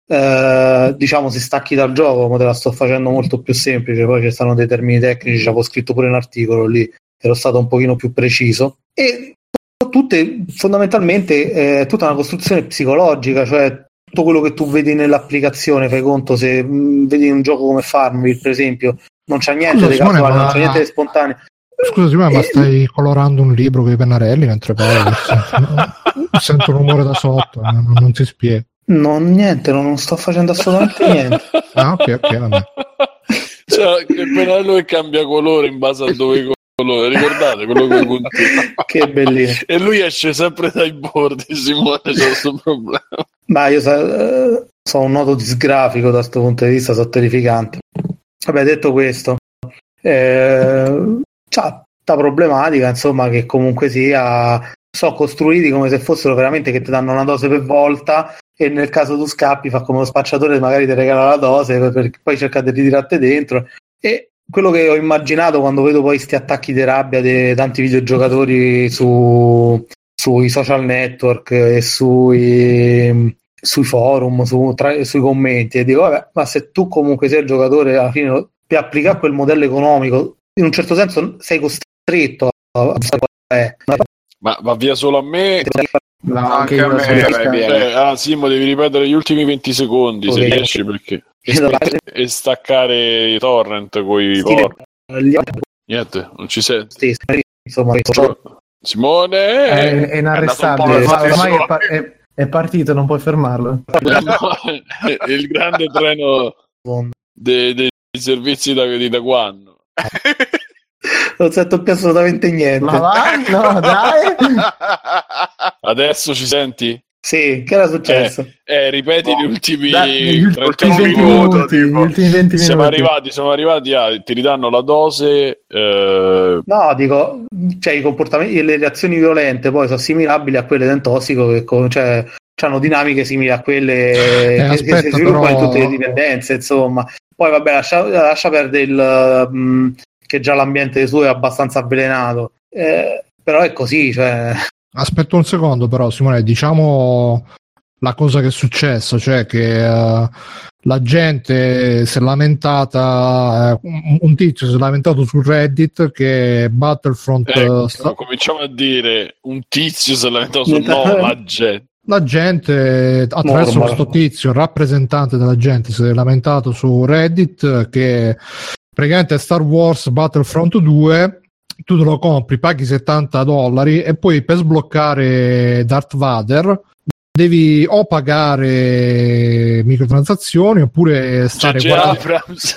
eh, diciamo si stacchi dal gioco, ma te la sto facendo molto più semplice, poi ci stanno dei termini tecnici, avevo scritto pure un articolo lì, ero stato un pochino più preciso, e tutte fondamentalmente eh, tutta una costruzione psicologica, cioè tutto quello che tu vedi nell'applicazione, fai conto se mh, vedi un gioco come Farmville per esempio, non c'è niente Scusa, di Simone, casuale, ma... non c'è niente di spontaneo. Scusa Simone, e... ma stai colorando un libro con i pennarelli mentre parli? Sento, sento un rumore da sotto, non, non si spiega. No, niente, non sto facendo assolutamente niente. Ah, ok, ok, vabbè. Cioè, il pennello che cambia colore in base a dove colore, ricordate quello che continua. Che bellino. E lui esce sempre dai bordi, Simone, c'è questo problema. Ma io so, so un noto disgrafico da questo punto di vista, so terrificante. Vabbè, detto questo, eh, c'ha sta problematica, insomma, che comunque sia, so costruiti come se fossero veramente che ti danno una dose per volta, e nel caso tu scappi fa come lo spacciatore, magari ti regala la dose per poi cerca di ritirarti dentro. E quello che ho immaginato quando vedo poi sti attacchi di rabbia di tanti videogiocatori su sui social network e sui sui forum, su, tra, sui commenti, e dico vabbè, ma se tu comunque sei il giocatore, alla fine per applicare quel modello economico in un certo senso sei costretto a fare. Ma va via solo a me? No, anche a me, Eh, ah Simo, devi ripetere gli ultimi venti secondi Ok. se riesci, perché e, e staccare i torrent con i por- niente, non ci senti. Insomma, Simone È, è inarrestabile, È andato un po' ormai è, solo. pa- è- è partito, non puoi fermarlo. il grande treno dei, dei servizi da, di da quando. non sento più assolutamente niente. Ma va? No, dai! Adesso ci senti? Sì, che era successo? Eh, ripeti gli ultimi Dai, gli ultimi trenta venti minuti. minuti, gli ultimi venti Siamo minuti. arrivati, siamo arrivati a ti ridanno la dose. Eh, No, dico, cioè i comportamenti e le reazioni violente poi sono assimilabili a quelle del tossico, che co- cioè hanno dinamiche simili a quelle che, aspetta, che si sviluppano però- in tutte le dipendenze, insomma. Poi vabbè, lascia, lascia perdere il mh, che già l'ambiente suo è abbastanza avvelenato, eh, però è così, cioè. Aspetta un secondo però Simone, diciamo la cosa che è successa, cioè che uh, la gente si è lamentata, uh, un, un tizio si è lamentato su Reddit che Battlefront ecco, uh, sta- cominciamo a dire un tizio se lamentato su no, la gente. la gente attraverso Normal. questo tizio, il rappresentante della gente, si è lamentato su Reddit che praticamente Star Wars Battlefront due tu te lo compri, paghi settanta dollari e poi per sbloccare Darth Vader devi o pagare microtransazioni oppure stare J J quaranta Abrams.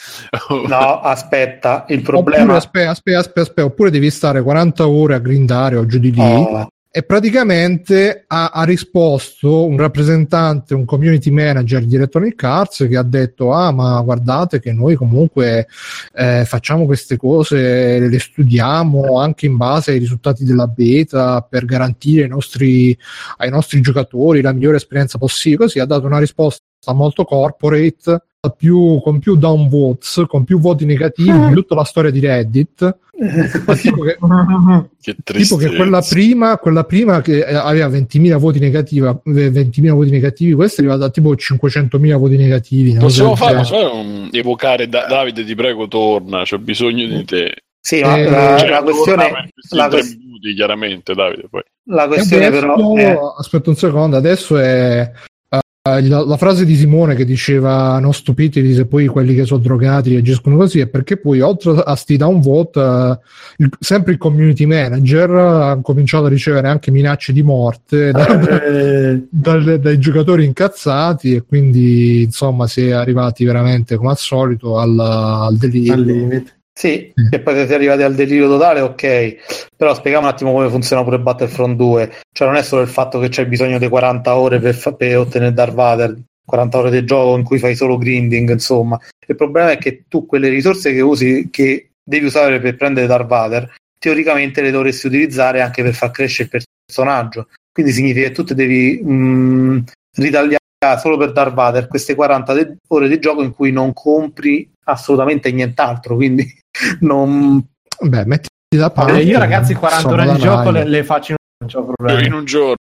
No, aspetta, il oppure, problema aspetta, aspetta, aspetta, aspetta, oppure devi stare quaranta ore a grindare o giù di lì. Oh, E praticamente ha, ha risposto un rappresentante, un community manager di Electronic Arts, che ha detto ah ma guardate che noi comunque eh, facciamo queste cose, le studiamo anche in base ai risultati della beta per garantire ai nostri, ai nostri giocatori la migliore esperienza possibile. Così ha dato una risposta molto corporate, più, con più downvotes, con più voti negativi di tutta la storia di Reddit. tipo che, Che tipo che quella prima, quella prima che aveva ventimila voti negativi, ventimila voti negativi, questa è arrivata a tipo cinquecentomila voti negativi. No? Possiamo Cioè, fare, possiamo un, evocare da, Davide, ti prego, torna, c'ho bisogno di te. sì, ma Eh, la, Cioè, la torna questione per questi la tre quest- minuti, chiaramente, Davide, poi. la questione adesso, però è aspetta un secondo, adesso è uh, la, la frase di Simone che diceva non stupitevi se poi quelli che sono drogati reagiscono così, è perché poi oltre a sti downvote uh, il, sempre il community manager ha cominciato a ricevere anche minacce di morte da, eh, dal, dai giocatori incazzati, e quindi insomma si è arrivati veramente come al solito al, al delirio. Al limite. sì, che poi siete arrivati al delirio totale, ok, però spieghiamo un attimo come funziona pure Battlefront due, cioè non è solo il fatto che c'hai bisogno di quaranta ore per, fa- per ottenere Darth Vader, quaranta ore di gioco in cui fai solo grinding, insomma. Il problema è che tu quelle risorse che usi, che devi usare per prendere Darth Vader, teoricamente le dovresti utilizzare anche per far crescere il personaggio, quindi significa che tu ti devi mh, ritagliare solo per Darth Vader queste quaranta de- ore di gioco in cui non compri assolutamente nient'altro, quindi non. Beh, metti da parte, Eh, io ragazzi quaranta insomma, ore di la gioco le, Rai. le faccio in non c'ho Io problemi. in un giorno.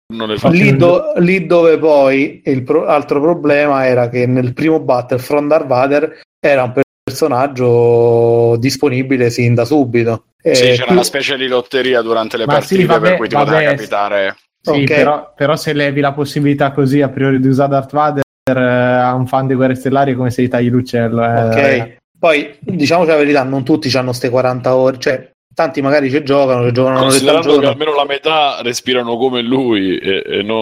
non le fa. Lì, do, lì dove poi il pro, altro problema era che nel primo Battlefront Darth Vader era un personaggio disponibile sin da subito. Sì, eh, c'era qui... una specie di lotteria durante le Ma partite sì, vabbè, per cui ti vabbè, poteva capitare. Sì, Okay. però, però se levi la possibilità così a priori di usare Darth Vader eh, a un fan di Guerre Stellari è come se gli tagli l'uccello. Eh, Ok, ragazzi. poi diciamoci la verità, non tutti hanno ste quaranta ore, cioè tanti magari ci giocano, ci giocano un'oretta al Considerando che giorno. almeno la metà respirano come lui e, e no.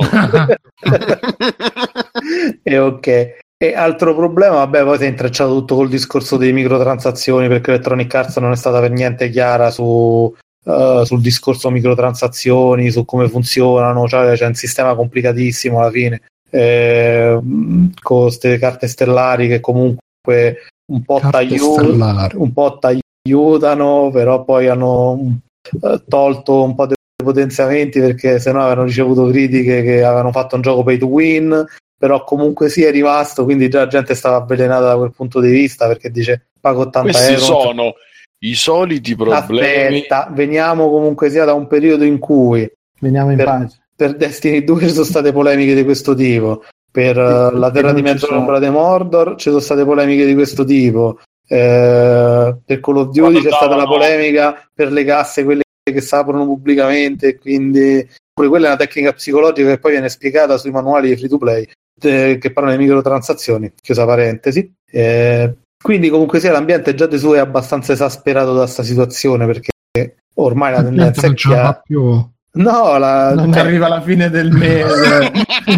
E ok. E altro problema, vabbè, poi si è intrecciato tutto col discorso delle microtransazioni, perché Electronic Arts non è stata per niente chiara su, uh, sul discorso microtransazioni, su come funzionano, cioè c'è un sistema complicatissimo alla fine, eh, con queste carte stellari che comunque un po' t'aiutano, un po' t'aiutano, però poi hanno uh, tolto un po' dei potenziamenti perché sennò avevano ricevuto critiche che avevano fatto un gioco pay to win, però comunque sì è rimasto, quindi già la gente stava avvelenata da quel punto di vista perché dice pago ottanta Questi euro. sono i soliti problemi. Aspetta, veniamo comunque sia da un periodo in cui Veniamo in per, pace. per Destiny due ci sono state polemiche di questo tipo, per uh, la Terra di Mezzo l'Ombra di Mordor ci sono state polemiche di questo tipo, eh, per Call of Duty c'è stata la polemica per le casse, quelle che si aprono pubblicamente, quindi pure quella è una tecnica psicologica che poi viene spiegata sui manuali di free to play eh, che parlano di microtransazioni, chiusa parentesi. Eh, quindi comunque sia l'ambiente già di suo è abbastanza esasperato da sta situazione perché ormai la tendenza è chiara. No, la, non cioè, arriva alla fine del mese.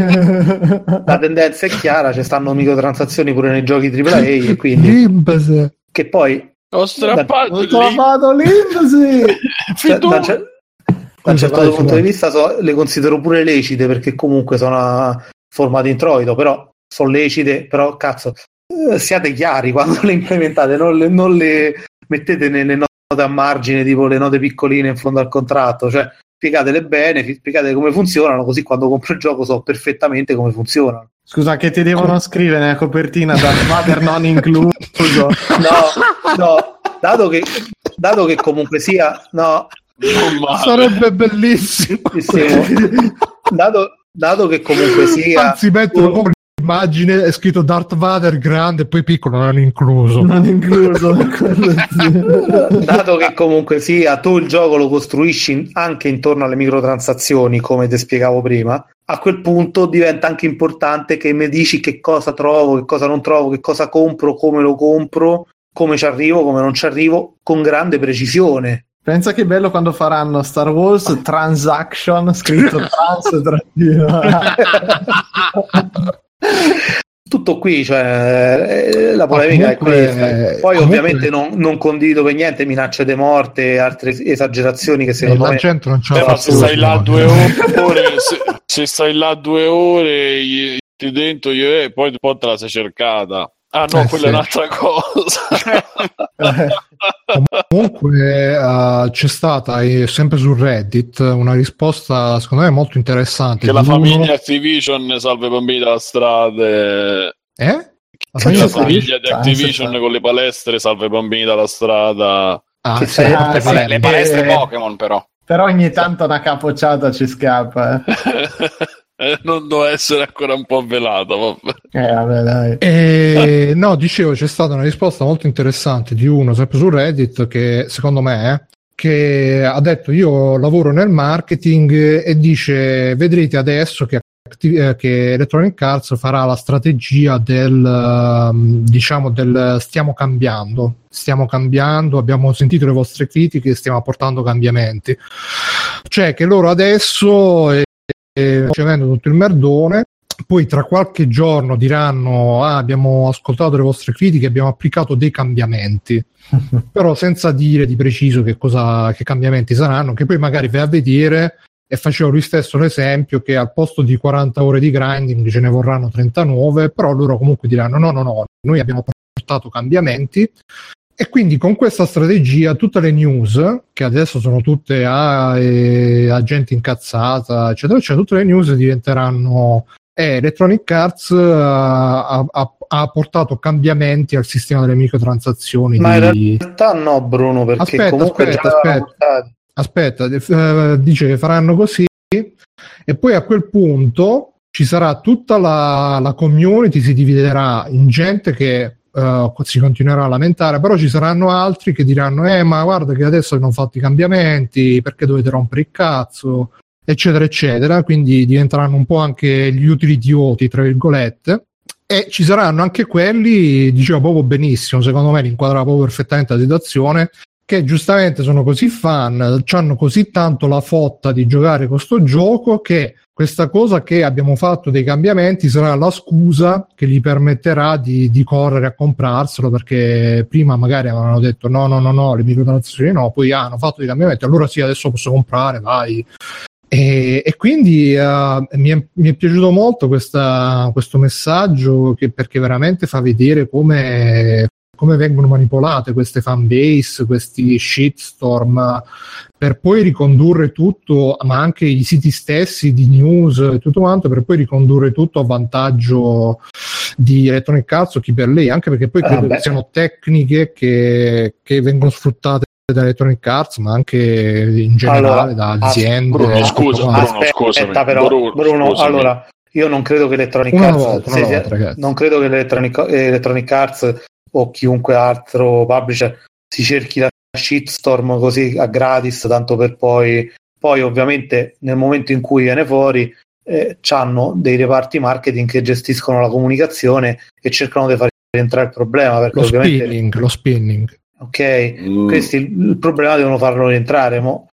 La tendenza è chiara, ci stanno microtransazioni pure nei giochi tripla A e quindi Limbas. che poi Ho strappato Ho lì. trovato l'Imbasi. da, da, da un certo vai, punto vai. di vista so, le considero pure lecite perché comunque sono a forma di introito, però sono lecite, però cazzo eh, siate chiari quando le implementate, non le, non le mettete nelle note a margine tipo le note piccoline in fondo al contratto, cioè spiegatele bene, spiegate come funzionano, così quando compro il gioco so perfettamente come funzionano. Scusa, che ti devono scrivere nella copertina Darth Vader non incluso? No, no, dato che dato che comunque sia, no, sarebbe bellissimo. Dato, dato che comunque sia, anzi mettono come immagine è scritto Darth Vader grande e poi piccolo non incluso. Non incluso. Dato che comunque sia tu il gioco lo costruisci anche intorno alle microtransazioni, come ti spiegavo prima, a quel punto diventa anche importante che mi dici che cosa trovo, che cosa non trovo, che cosa compro, come lo compro, come ci arrivo, come non ci arrivo, con grande precisione. Pensa che bello quando faranno Star Wars Transaction scritto trans tutto qui, cioè la polemica è questa. Poi comunque, ovviamente non, non condivido per niente minacce di morte e altre esagerazioni che secondo eh, me gente non c'è. Però se stai là due ore, se, se stai là due ore gli, ti dentro gli, eh, poi, poi te la sei cercata. Ah no, eh, quella sì. È un'altra cosa. Comunque uh, c'è stata eh, sempre su Reddit una risposta secondo me molto interessante. Che la famiglia uno... Activision salva i bambini dalla strada. Eh? La famiglia, la famiglia di Activision ah, con le palestre salva i bambini dalla strada. Ah, che sì, ah, le, sì, le palestre eh, Pokémon però. Però ogni tanto una capocciata ci scappa. Eh. Non deve essere ancora un po' velato, vabbè. Eh, vabbè, dai. E, no, dicevo, c'è stata una risposta molto interessante di uno sempre su Reddit che secondo me eh, che ha detto io lavoro nel marketing e dice vedrete adesso che, che Electronic Arts farà la strategia del diciamo del stiamo cambiando stiamo cambiando, abbiamo sentito le vostre critiche, stiamo apportando cambiamenti, cioè che loro adesso ricevendo tutto il merdone poi tra qualche giorno diranno ah, abbiamo ascoltato le vostre critiche, abbiamo applicato dei cambiamenti però senza dire di preciso che cosa che cambiamenti saranno, che poi magari vai a vedere e facevo lui stesso l'esempio che al posto di quaranta ore di grinding ce ne vorranno trentanove, però loro comunque diranno no no no noi abbiamo portato cambiamenti. E quindi con questa strategia tutte le news, che adesso sono tutte a eh, a gente incazzata, eccetera, eccetera, tutte le news diventeranno eh, Electronic Arts uh, ha, ha, ha portato cambiamenti al sistema delle microtransazioni. Ma di... in realtà no, Bruno, perché aspetta, comunque aspetta, aspetta, aspetta uh, dice che faranno così e poi a quel punto ci sarà tutta la, la community, si dividerà in gente che uh, si continuerà a lamentare, però ci saranno altri che diranno eh ma guarda che adesso hanno fatto i cambiamenti, perché dovete rompere il cazzo, eccetera eccetera, quindi diventeranno un po' anche gli utili idioti tra virgolette. E ci saranno anche quelli, diceva proprio benissimo, secondo me inquadrava proprio perfettamente la situazione, che giustamente sono così fan, hanno così tanto la fotta di giocare questo gioco, che questa cosa che abbiamo fatto dei cambiamenti sarà la scusa che gli permetterà di, di correre a comprarselo, perché prima magari avevano detto no no no no le microtransazioni no, poi ah, hanno fatto dei cambiamenti, allora sì adesso posso comprare, vai. E, e quindi uh, mi, è, mi è piaciuto molto questa, questo messaggio, che, perché veramente fa vedere come, come vengono manipolate queste fan base, questi shitstorm, per poi ricondurre tutto, ma anche i siti stessi di news e tutto quanto, per poi ricondurre tutto a vantaggio di Electronic Arts o chi per lei, anche perché poi credo ah, che siano tecniche che, che vengono sfruttate da Electronic Arts, ma anche in generale allora, da aziende. Bruno, scusa, Bruno, aspetta, scusami. Però, Bruno, Bruno scusami. Allora, io non credo che Electronic una Arts volta, sia, una volta, non credo che Electronic, Electronic Arts o chiunque altro publisher si cerchi la shitstorm così a gratis, tanto per poi poi ovviamente nel momento in cui viene fuori eh, c'hanno dei reparti marketing che gestiscono la comunicazione e cercano di far rientrare il problema, perché lo ovviamente spinning, lo spinning. Ok, mm. questi il problema devono farlo rientrare, mo.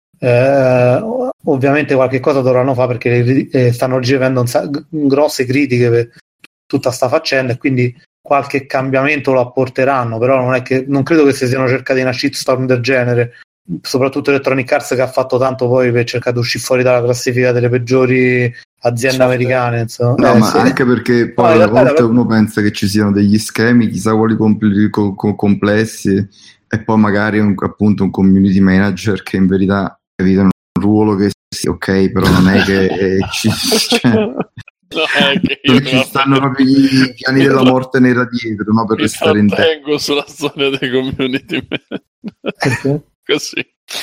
Eh, ovviamente qualche cosa dovranno fare, perché eh, stanno ricevendo un sa- grosse critiche per tutta sta faccenda, e quindi qualche cambiamento lo apporteranno, però non è che non credo che si siano cercati una shitstorm del genere, soprattutto Electronic Arts, che ha fatto tanto poi per cercare di uscire fuori dalla classifica delle peggiori aziende americane, insomma. No, eh, ma sì. anche perché poi no, a volte vabbè, uno pensa che ci siano degli schemi chissà quali compl- co- co- complessi, e poi magari un, appunto un community manager che in verità evita un ruolo che sì, ok, però non è che eh, ci, cioè, no, è che io ci stanno proprio i piani della morte nera dietro, no? Per mi restare in tempo. tengo sulla storia dei community manager. Così.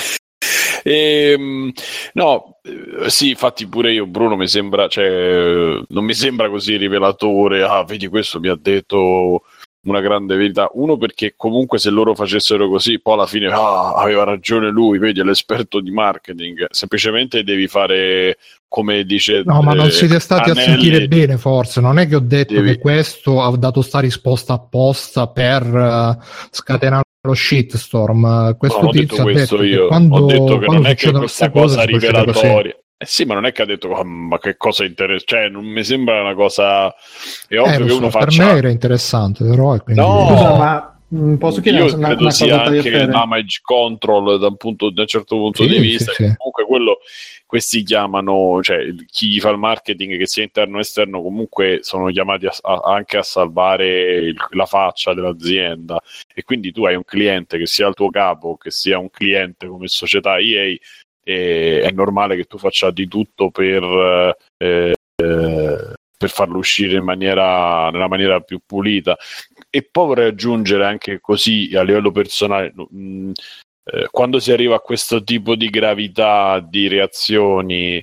Ehm, no, sì, infatti pure io, Bruno, mi sembra, cioè, non mi sembra così rivelatore. Ah, vedi, questo mi ha detto una grande verità. Uno, perché comunque se loro facessero così, poi alla fine ah, aveva ragione lui, vedi, è l'esperto di marketing. Semplicemente devi fare come dice. No, ma non siete stati Anelli, a sentire bene, forse. Non è che ho detto devi... che questo ha dato sta risposta apposta per uh, scatenare lo shitstorm. Questo no, non ho tizio detto questo ha detto io. che quando, ho detto che non è che questa cosa cose, rivelatoria. Eh sì, ma non è che ha detto oh, ma che cosa interessante, cioè non mi sembra una cosa, è ovvio eh, che so, uno per faccia. Per me era interessante, però quindi... No, scusa, ma mh, posso chiedere io una, credo una sia cosa anche damage control da un, punto, da un certo punto sì, di vista, sì, che sì. comunque quello questi chiamano, cioè chi fa il marketing, che sia interno o esterno, comunque sono chiamati a, a, anche a salvare il, la faccia dell'azienda, e quindi tu hai un cliente, che sia il tuo capo, che sia un cliente come società E A, e è normale che tu faccia di tutto per eh, eh, per farlo uscire in maniera nella maniera più pulita. E poi vorrei aggiungere anche così a livello personale, mh, eh, quando si arriva a questo tipo di gravità di reazioni,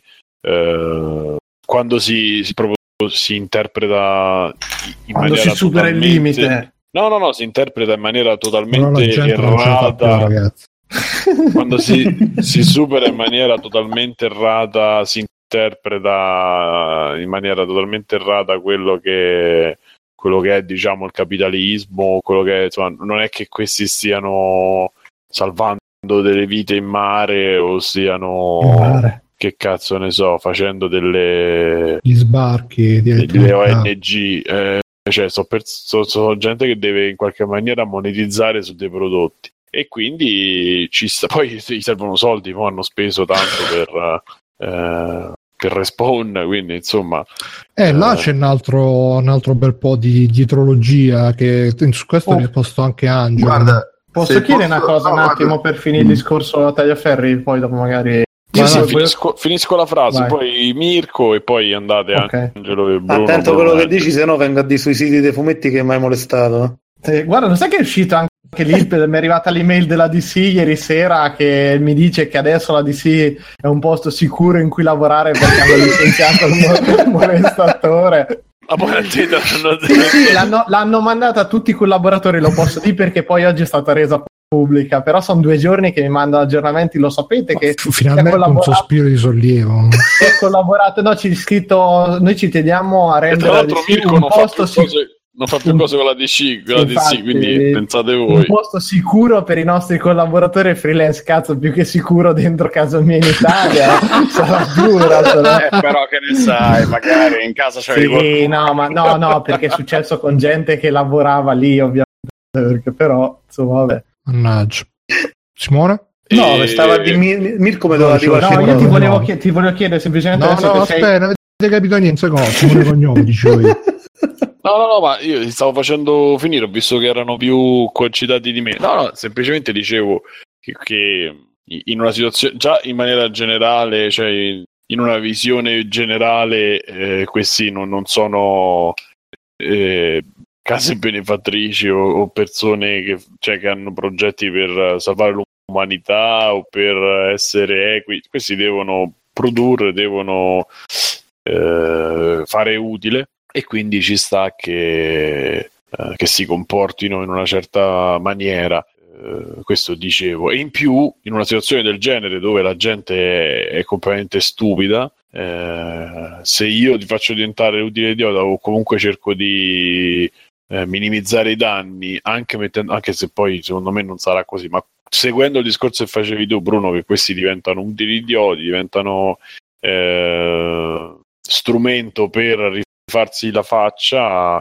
eh, quando si, si proprio si interpreta in quando maniera si supera totalmente... il limite, no no no si interpreta in maniera totalmente no, la gente non ce la fa più, errata, ragazzi. quando si, si supera in maniera totalmente errata, si interpreta in maniera totalmente errata quello che quello che è, diciamo, il capitalismo, quello che è, insomma, non è che questi stiano salvando delle vite in mare o stiano mare. che cazzo ne so, facendo delle gli sbarchi di delle O N G, eh, cioè sono so, so gente che deve in qualche maniera monetizzare su dei prodotti, e quindi ci sta, poi gli servono soldi, poi hanno speso tanto per eh, per Respawn, quindi insomma eh, eh, là c'è un altro, un altro bel po' di dietrologia, che su questo oh. ha risposto anche Angelo. Guarda, posso se chiedere posso... una cosa no, un attimo guarda. per finire il discorso a Tagliaferri, poi dopo magari sì, sì, Vai, finisco, finisco la frase, Vai. poi Mirko e poi andate Okay. Angelo e Bruno. attento a Bruno quello che Angelo. dici, se no venga di sui siti dei fumetti che mi hai molestato. Eh, guarda, non sai che è uscito anche che lì mi è arrivata l'email della D C ieri sera che mi dice che adesso la D C è un posto sicuro in cui lavorare perché hanno licenziato il molestatore. Ma poi la teta hanno... sì, sì, l'hanno, l'hanno mandata a tutti i collaboratori, lo posso dire perché poi oggi è stata resa pubblica, però sono due giorni che mi mandano aggiornamenti, lo sapete che finalmente un sospiro di sollievo. È collaborato, no, c'è scritto noi ci teniamo a rendere e tra l'altro Mirko un non posto fa più cose, non fa più cose con la D C, con la infatti, D C, quindi pensate voi. Un posto sicuro per i nostri collaboratori freelance, cazzo, più che sicuro dentro casa mia in Italia. Sarà dura, sarà... Eh, però che ne sai, magari in casa c'è sì, qualcuno. no, ma no, no, perché è successo con gente che lavorava lì, ovviamente, perché però, insomma, vabbè. Mannaggia. Simone? No, e... stava di Mir- Mirko me doveva dire no, io ti volevo, chied- ti volevo chiedere semplicemente no, no, aspetta, sei... non avete capito niente, secondo, Simone Cognome, dicevo io. No, no, no, ma io ti stavo facendo finire, ho visto che erano più concitati di me. No, no, semplicemente dicevo che, che in una situazione, già in maniera generale, cioè in una visione generale, eh, questi non, non sono eh, case benefattrici o, o persone che, cioè, che hanno progetti per salvare l'umanità o per essere equi. Questi devono produrre, devono eh, fare utile. E quindi ci sta che, eh, che si comportino in una certa maniera, eh, questo dicevo. E in più, in una situazione del genere dove la gente è, è completamente stupida, eh, se io ti faccio diventare utile idiota o comunque cerco di eh, minimizzare i danni, anche, mettendo, anche se poi secondo me non sarà così, ma seguendo il discorso che facevi tu, Bruno, che questi diventano utili idioti, diventano eh, strumento per farsi la faccia,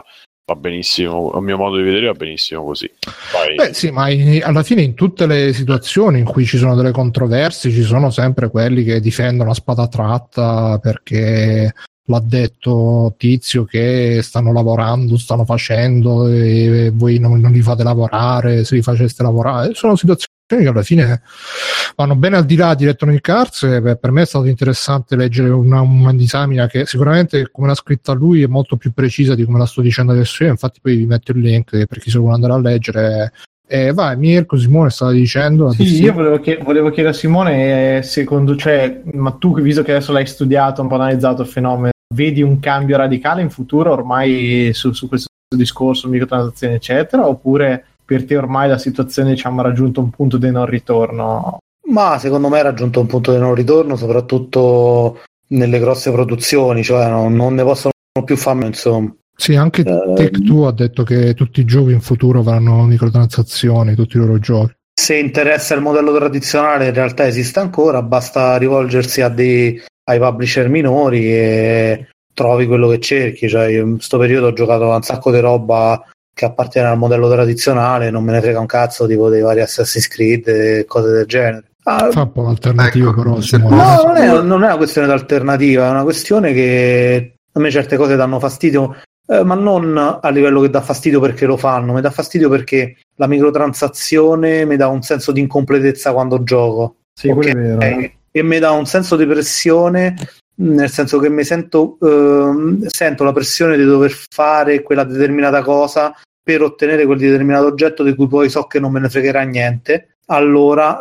va benissimo, a mio modo di vedere va benissimo così. Vai. Beh sì, ma in, alla fine in tutte le situazioni in cui ci sono delle controversie ci sono sempre quelli che difendono a spada tratta perché l'ha detto Tizio che stanno lavorando, stanno facendo e voi non, non li fate lavorare, se li faceste lavorare. Sono situazioni che alla fine vanno bene al di là di Electronic Arts. Per, per me è stato interessante leggere una, una disamina che sicuramente, come l'ha scritta lui, è molto più precisa di come la sto dicendo adesso io. Infatti poi vi metto il link per chi se vuole andare a leggere. E vai Mirko, Simone stava dicendo. Sì, io volevo, chied- volevo chiedere a Simone, eh, secondo cioè, ma tu, visto che adesso l'hai studiato, un po' analizzato il fenomeno, vedi un cambio radicale in futuro ormai su, su questo discorso microtransazioni eccetera, oppure per te ormai la situazione, diciamo, ha raggiunto un punto di non ritorno? Ma secondo me ha raggiunto un punto di non ritorno, soprattutto nelle grosse produzioni, cioè non, non ne possono più fare, insomma. Sì, anche eh, Take-Two ha detto che tutti i giochi in futuro avranno microtransazioni, tutti i loro giochi. Se interessa il modello tradizionale, in realtà esiste ancora, basta rivolgersi a dei, ai publisher minori e trovi quello che cerchi. Cioè, io in questo periodo ho giocato un sacco di roba che appartiene al modello tradizionale, non me ne frega un cazzo, tipo dei vari Assassin's Creed e cose del genere. Ah, fa un po' l'alternativa, ecco, però no, non è, non è una questione di alternativa, è una questione che a me certe cose danno fastidio, eh, ma non a livello che dà fastidio perché lo fanno, mi dà fastidio perché la microtransazione mi dà un senso di incompletezza quando gioco. Sì, okay? Quello è vero. Eh? E mi dà un senso di pressione, nel senso che mi sento eh, sento la pressione di dover fare quella determinata cosa per ottenere quel determinato oggetto di cui poi so che non me ne fregherà niente. Allora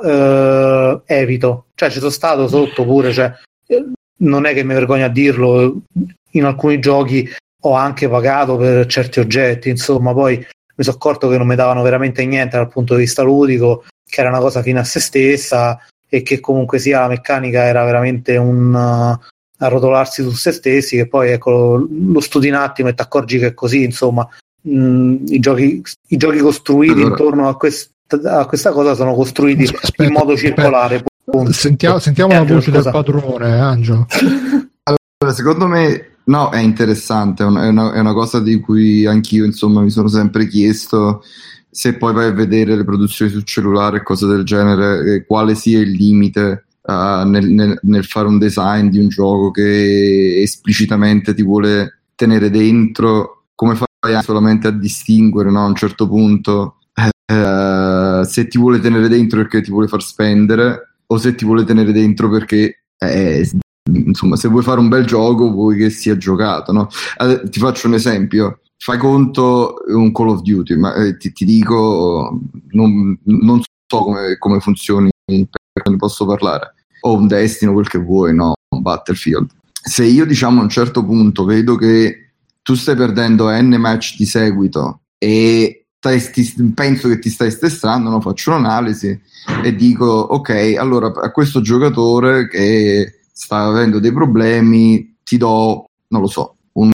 eh, evito, cioè ci sono stato sotto pure, cioè eh, non è che mi vergogno a dirlo, in alcuni giochi ho anche pagato per certi oggetti, insomma, poi mi sono accorto che non mi davano veramente niente dal punto di vista ludico, che era una cosa fine a se stessa e che comunque sia la meccanica era veramente un uh, arrotolarsi su se stessi, che poi ecco lo studi un attimo e ti accorgi che è così, insomma, mh, i giochi i giochi costruiti allora. intorno a questo a questa cosa sono costruiti aspetta, in modo circolare. Sentiamo, sentiamo la voce del padrone, Angelo. Allora, secondo me, no, è interessante, è una, è, una, è una cosa di cui anch'io, insomma, mi sono sempre chiesto, se poi vai a vedere le produzioni sul cellulare e cose del genere, eh, quale sia il limite uh, nel, nel, nel fare un design di un gioco che esplicitamente ti vuole tenere dentro, come fai solamente a distinguere, no, a un certo punto, Uh, se ti vuole tenere dentro perché ti vuole far spendere o se ti vuole tenere dentro perché eh, insomma, se vuoi fare un bel gioco vuoi che sia giocato, no? Allora, ti faccio un esempio, fai conto un Call of Duty, ma eh, ti, ti dico, non, non so come, come funzioni, perché ne posso parlare, o un Destiny, quel che vuoi, no, un Battlefield. Se io, diciamo, a un certo punto vedo che tu stai perdendo N match di seguito e stai, ti, penso che ti stai stressando, no? Faccio un'analisi e dico, ok, allora a questo giocatore che sta avendo dei problemi ti do, non lo so, un,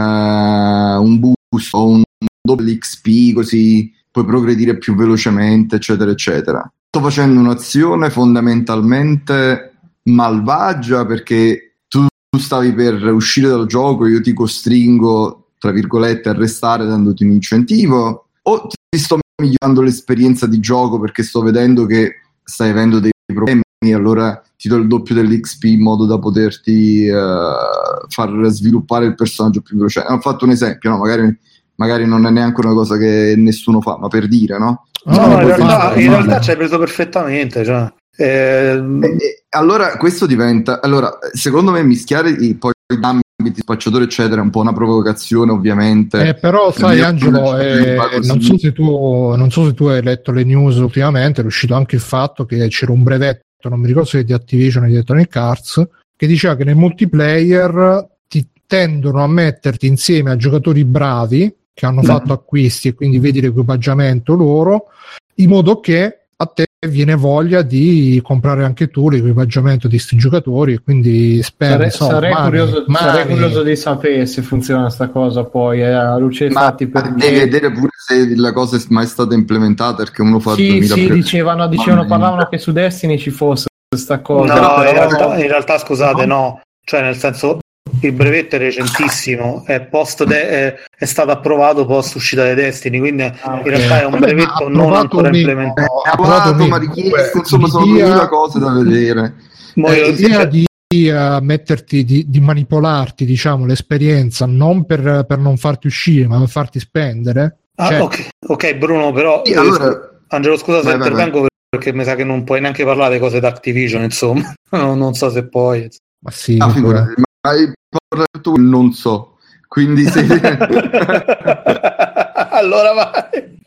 uh, un boost o un double X P, così puoi progredire più velocemente, eccetera, eccetera. Sto facendo un'azione fondamentalmente malvagia perché tu stavi per uscire dal gioco, io ti costringo, tra virgolette, a restare dandoti un incentivo, o ti sto migliorando l'esperienza di gioco perché sto vedendo che stai avendo dei problemi, allora ti do il doppio dell'X P in modo da poterti uh, far sviluppare il personaggio più veloce. Ho fatto un esempio, no? Magari, magari non è neanche una cosa che nessuno fa, ma per dire, no? No, no, in realtà, in realtà ci hai preso perfettamente, cioè. Eh... E, e, allora questo diventa, allora secondo me mischiare i, poi i ambiti spacciatore eccetera è un po' una provocazione, ovviamente. Eh, però per sai Angelo, eh, non, so se tu, non so se tu hai letto le news ultimamente, è uscito anche il fatto che c'era un brevetto, non mi ricordo se è di Activision o di Electronic Arts, che diceva che nel multiplayer ti tendono a metterti insieme a giocatori bravi che hanno no. fatto acquisti e quindi vedi l'equipaggiamento loro, in modo che a te viene voglia di comprare anche tu l'equipaggiamento di sti giocatori e quindi spendi, Sare, so, sarei, mani, curioso, mani. sarei curioso di sapere se funziona sta cosa poi eh, alla luce dei ma fatti, per devi vedere pure se la cosa è mai stata implementata, perché uno fa sì, duemila sì, pre- dicevano, dicevano parlavano che su Destiny ci fosse questa cosa, no, però... in, realtà, in realtà scusate no. no cioè nel senso il brevetto è recentissimo, è, post de- è, è stato approvato post uscita dei Destiny, quindi ah, okay. in realtà è un Vabbè, brevetto non ancora meno, implementato. È approvato, ma richiesto, insomma sono duemila cose da vedere. Eh, l'idea di uh, metterti, di, di manipolarti, diciamo, l'esperienza non per, per non farti uscire, ma per farti spendere. Ah, cioè... ok, ok, Bruno, però sì, allora... Angelo, scusa se vai, vai, intervengo vai. Perché mi sa che non puoi neanche parlare di cose da Activision, insomma. non, non so se puoi. Ma sì, ah, figura, ma hai parlato tu, non so. Quindi se... allora vai.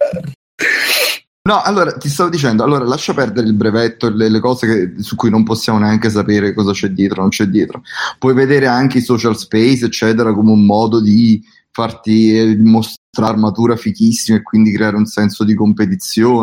No, allora ti stavo dicendo, allora lascia perdere il brevetto e le, le cose che, su cui non possiamo neanche sapere cosa c'è dietro, non c'è dietro. Puoi vedere anche i social space, eccetera, come un modo di farti eh, mostrare armatura fichissima e quindi creare un senso di competizione.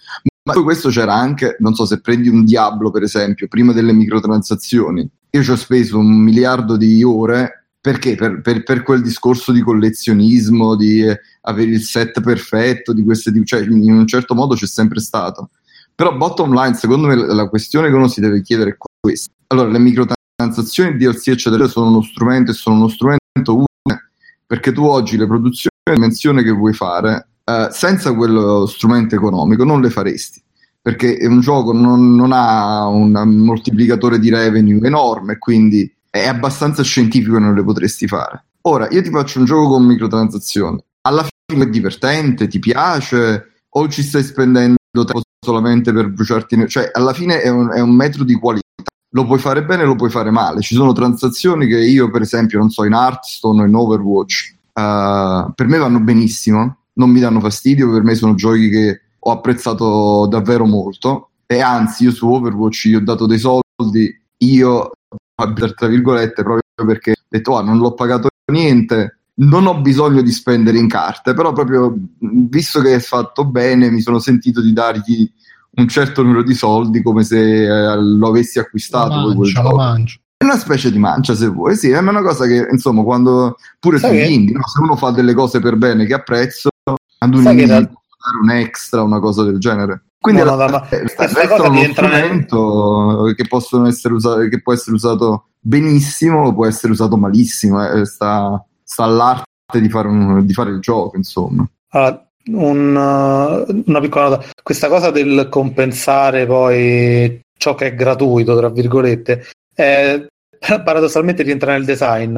Ma poi questo c'era anche, non so, se prendi un Diablo per esempio, prima delle microtransazioni, io ci ho speso un miliardo di ore, perché? Per, per, per quel discorso di collezionismo, di eh, avere il set perfetto, di queste, cioè in un certo modo c'è sempre stato. Però bottom line, secondo me la questione che uno si deve chiedere è questa. Allora, le microtransazioni, D L C eccetera sono uno strumento e sono uno strumento utile, perché tu oggi le produzioni di dimensione che vuoi fare Uh, senza quello strumento economico non le faresti, perché un gioco non, non ha un moltiplicatore di revenue enorme, quindi è abbastanza scientifico e non le potresti fare. Ora, io ti faccio un gioco con microtransazioni, alla fine è divertente, ti piace, o ci stai spendendo tempo solamente per bruciarti, cioè alla fine è un, è un metro di qualità, lo puoi fare bene, lo puoi fare male. Ci sono transazioni che io per esempio, non so, in Hearthstone o in Overwatch uh, per me vanno benissimo, non mi danno fastidio, per me sono giochi che ho apprezzato davvero molto, e anzi io su Overwatch gli ho dato dei soldi, io tra virgolette, proprio perché ho detto ah, non l'ho pagato niente, non ho bisogno di spendere in carte, però proprio visto che è fatto bene mi sono sentito di dargli un certo numero di soldi come se eh, lo avessi acquistato. La mancia, la mancia. È una specie di mancia, se vuoi, sì, è una cosa che insomma quando pure sugli indie, no? Se uno fa delle cose per bene che apprezzo, ad un indie dare un extra, una cosa del genere. Quindi no, la, no, eh, questa cosa è uno strumento nel... che possono essere usato, che può essere usato benissimo, può essere usato malissimo, eh. sta, sta all'arte di fare, un, di fare il gioco, insomma. Allora, un, una piccola nota, questa cosa del compensare poi ciò che è gratuito, tra virgolette, è, paradossalmente rientra nel design.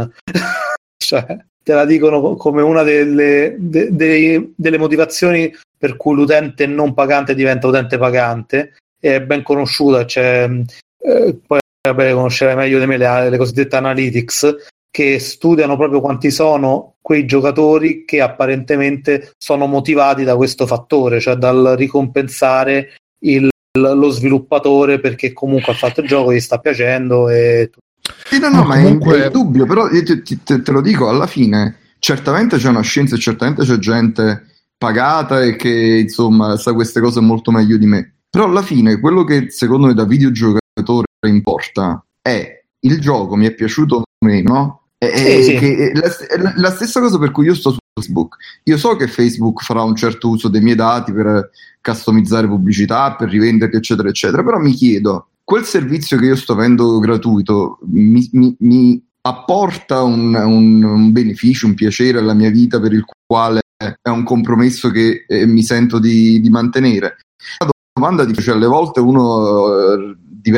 Cioè, te la dicono come una delle, de, de, delle motivazioni per cui l'utente non pagante diventa utente pagante, è ben conosciuta, cioè, eh, poi vabbè, conoscerai meglio di me le, le cosiddette analytics, che studiano proprio quanti sono quei giocatori che apparentemente sono motivati da questo fattore, cioè dal ricompensare il, lo sviluppatore perché comunque ha fatto il gioco, gli sta piacendo e... Sì, no, no, no, ma comunque... è indubbio, però io te, te, te lo dico, alla fine certamente c'è una scienza e certamente c'è gente pagata e che insomma sa queste cose molto meglio di me, però alla fine quello che secondo me da videogiocatore importa è il gioco mi è piaciuto o meno. È, sì, che sì. È, la, è la, la stessa cosa per cui io sto su Facebook. Io so che Facebook farà un certo uso dei miei dati per customizzare pubblicità, per rivenderli, eccetera, eccetera. Però mi chiedo, quel servizio che io sto avendo gratuito mi, mi, mi apporta un, un, un beneficio, un piacere alla mia vita per il quale è un compromesso che eh, mi sento di, di mantenere? La domanda di cioè, alle volte uno eh,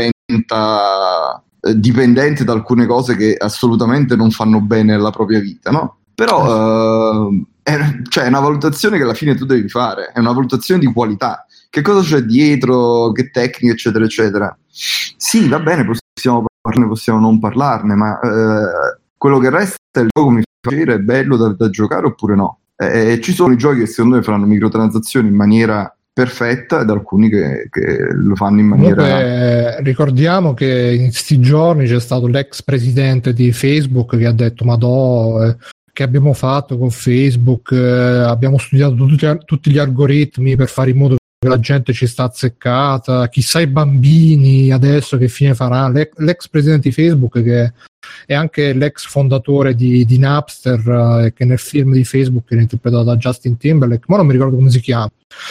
diventa dipendente da alcune cose che assolutamente non fanno bene alla propria vita, no? Però uh, è, cioè, è una valutazione che alla fine tu devi fare, è una valutazione di qualità. Che cosa c'è dietro, che tecniche, eccetera, eccetera. Sì, va bene, possiamo parlarne, possiamo non parlarne, ma uh, quello che resta è il gioco mi fa piacere, è bello da, da giocare oppure no? E, e ci sono i giochi che secondo me faranno microtransazioni in maniera perfetta ed alcuni che, che lo fanno in maniera... Comunque, ricordiamo che in questi giorni c'è stato l'ex presidente di Facebook che ha detto Madò, eh, che abbiamo fatto con Facebook, eh, abbiamo studiato tutti, tutti gli algoritmi per fare in modo che la gente ci sta azzeccata, chissà i bambini adesso che fine farà. L'ex, l'ex presidente di Facebook che è anche l'ex fondatore di, di Napster, eh, che nel film di Facebook era interpretato da Justin Timberlake, ma non mi ricordo come si chiama.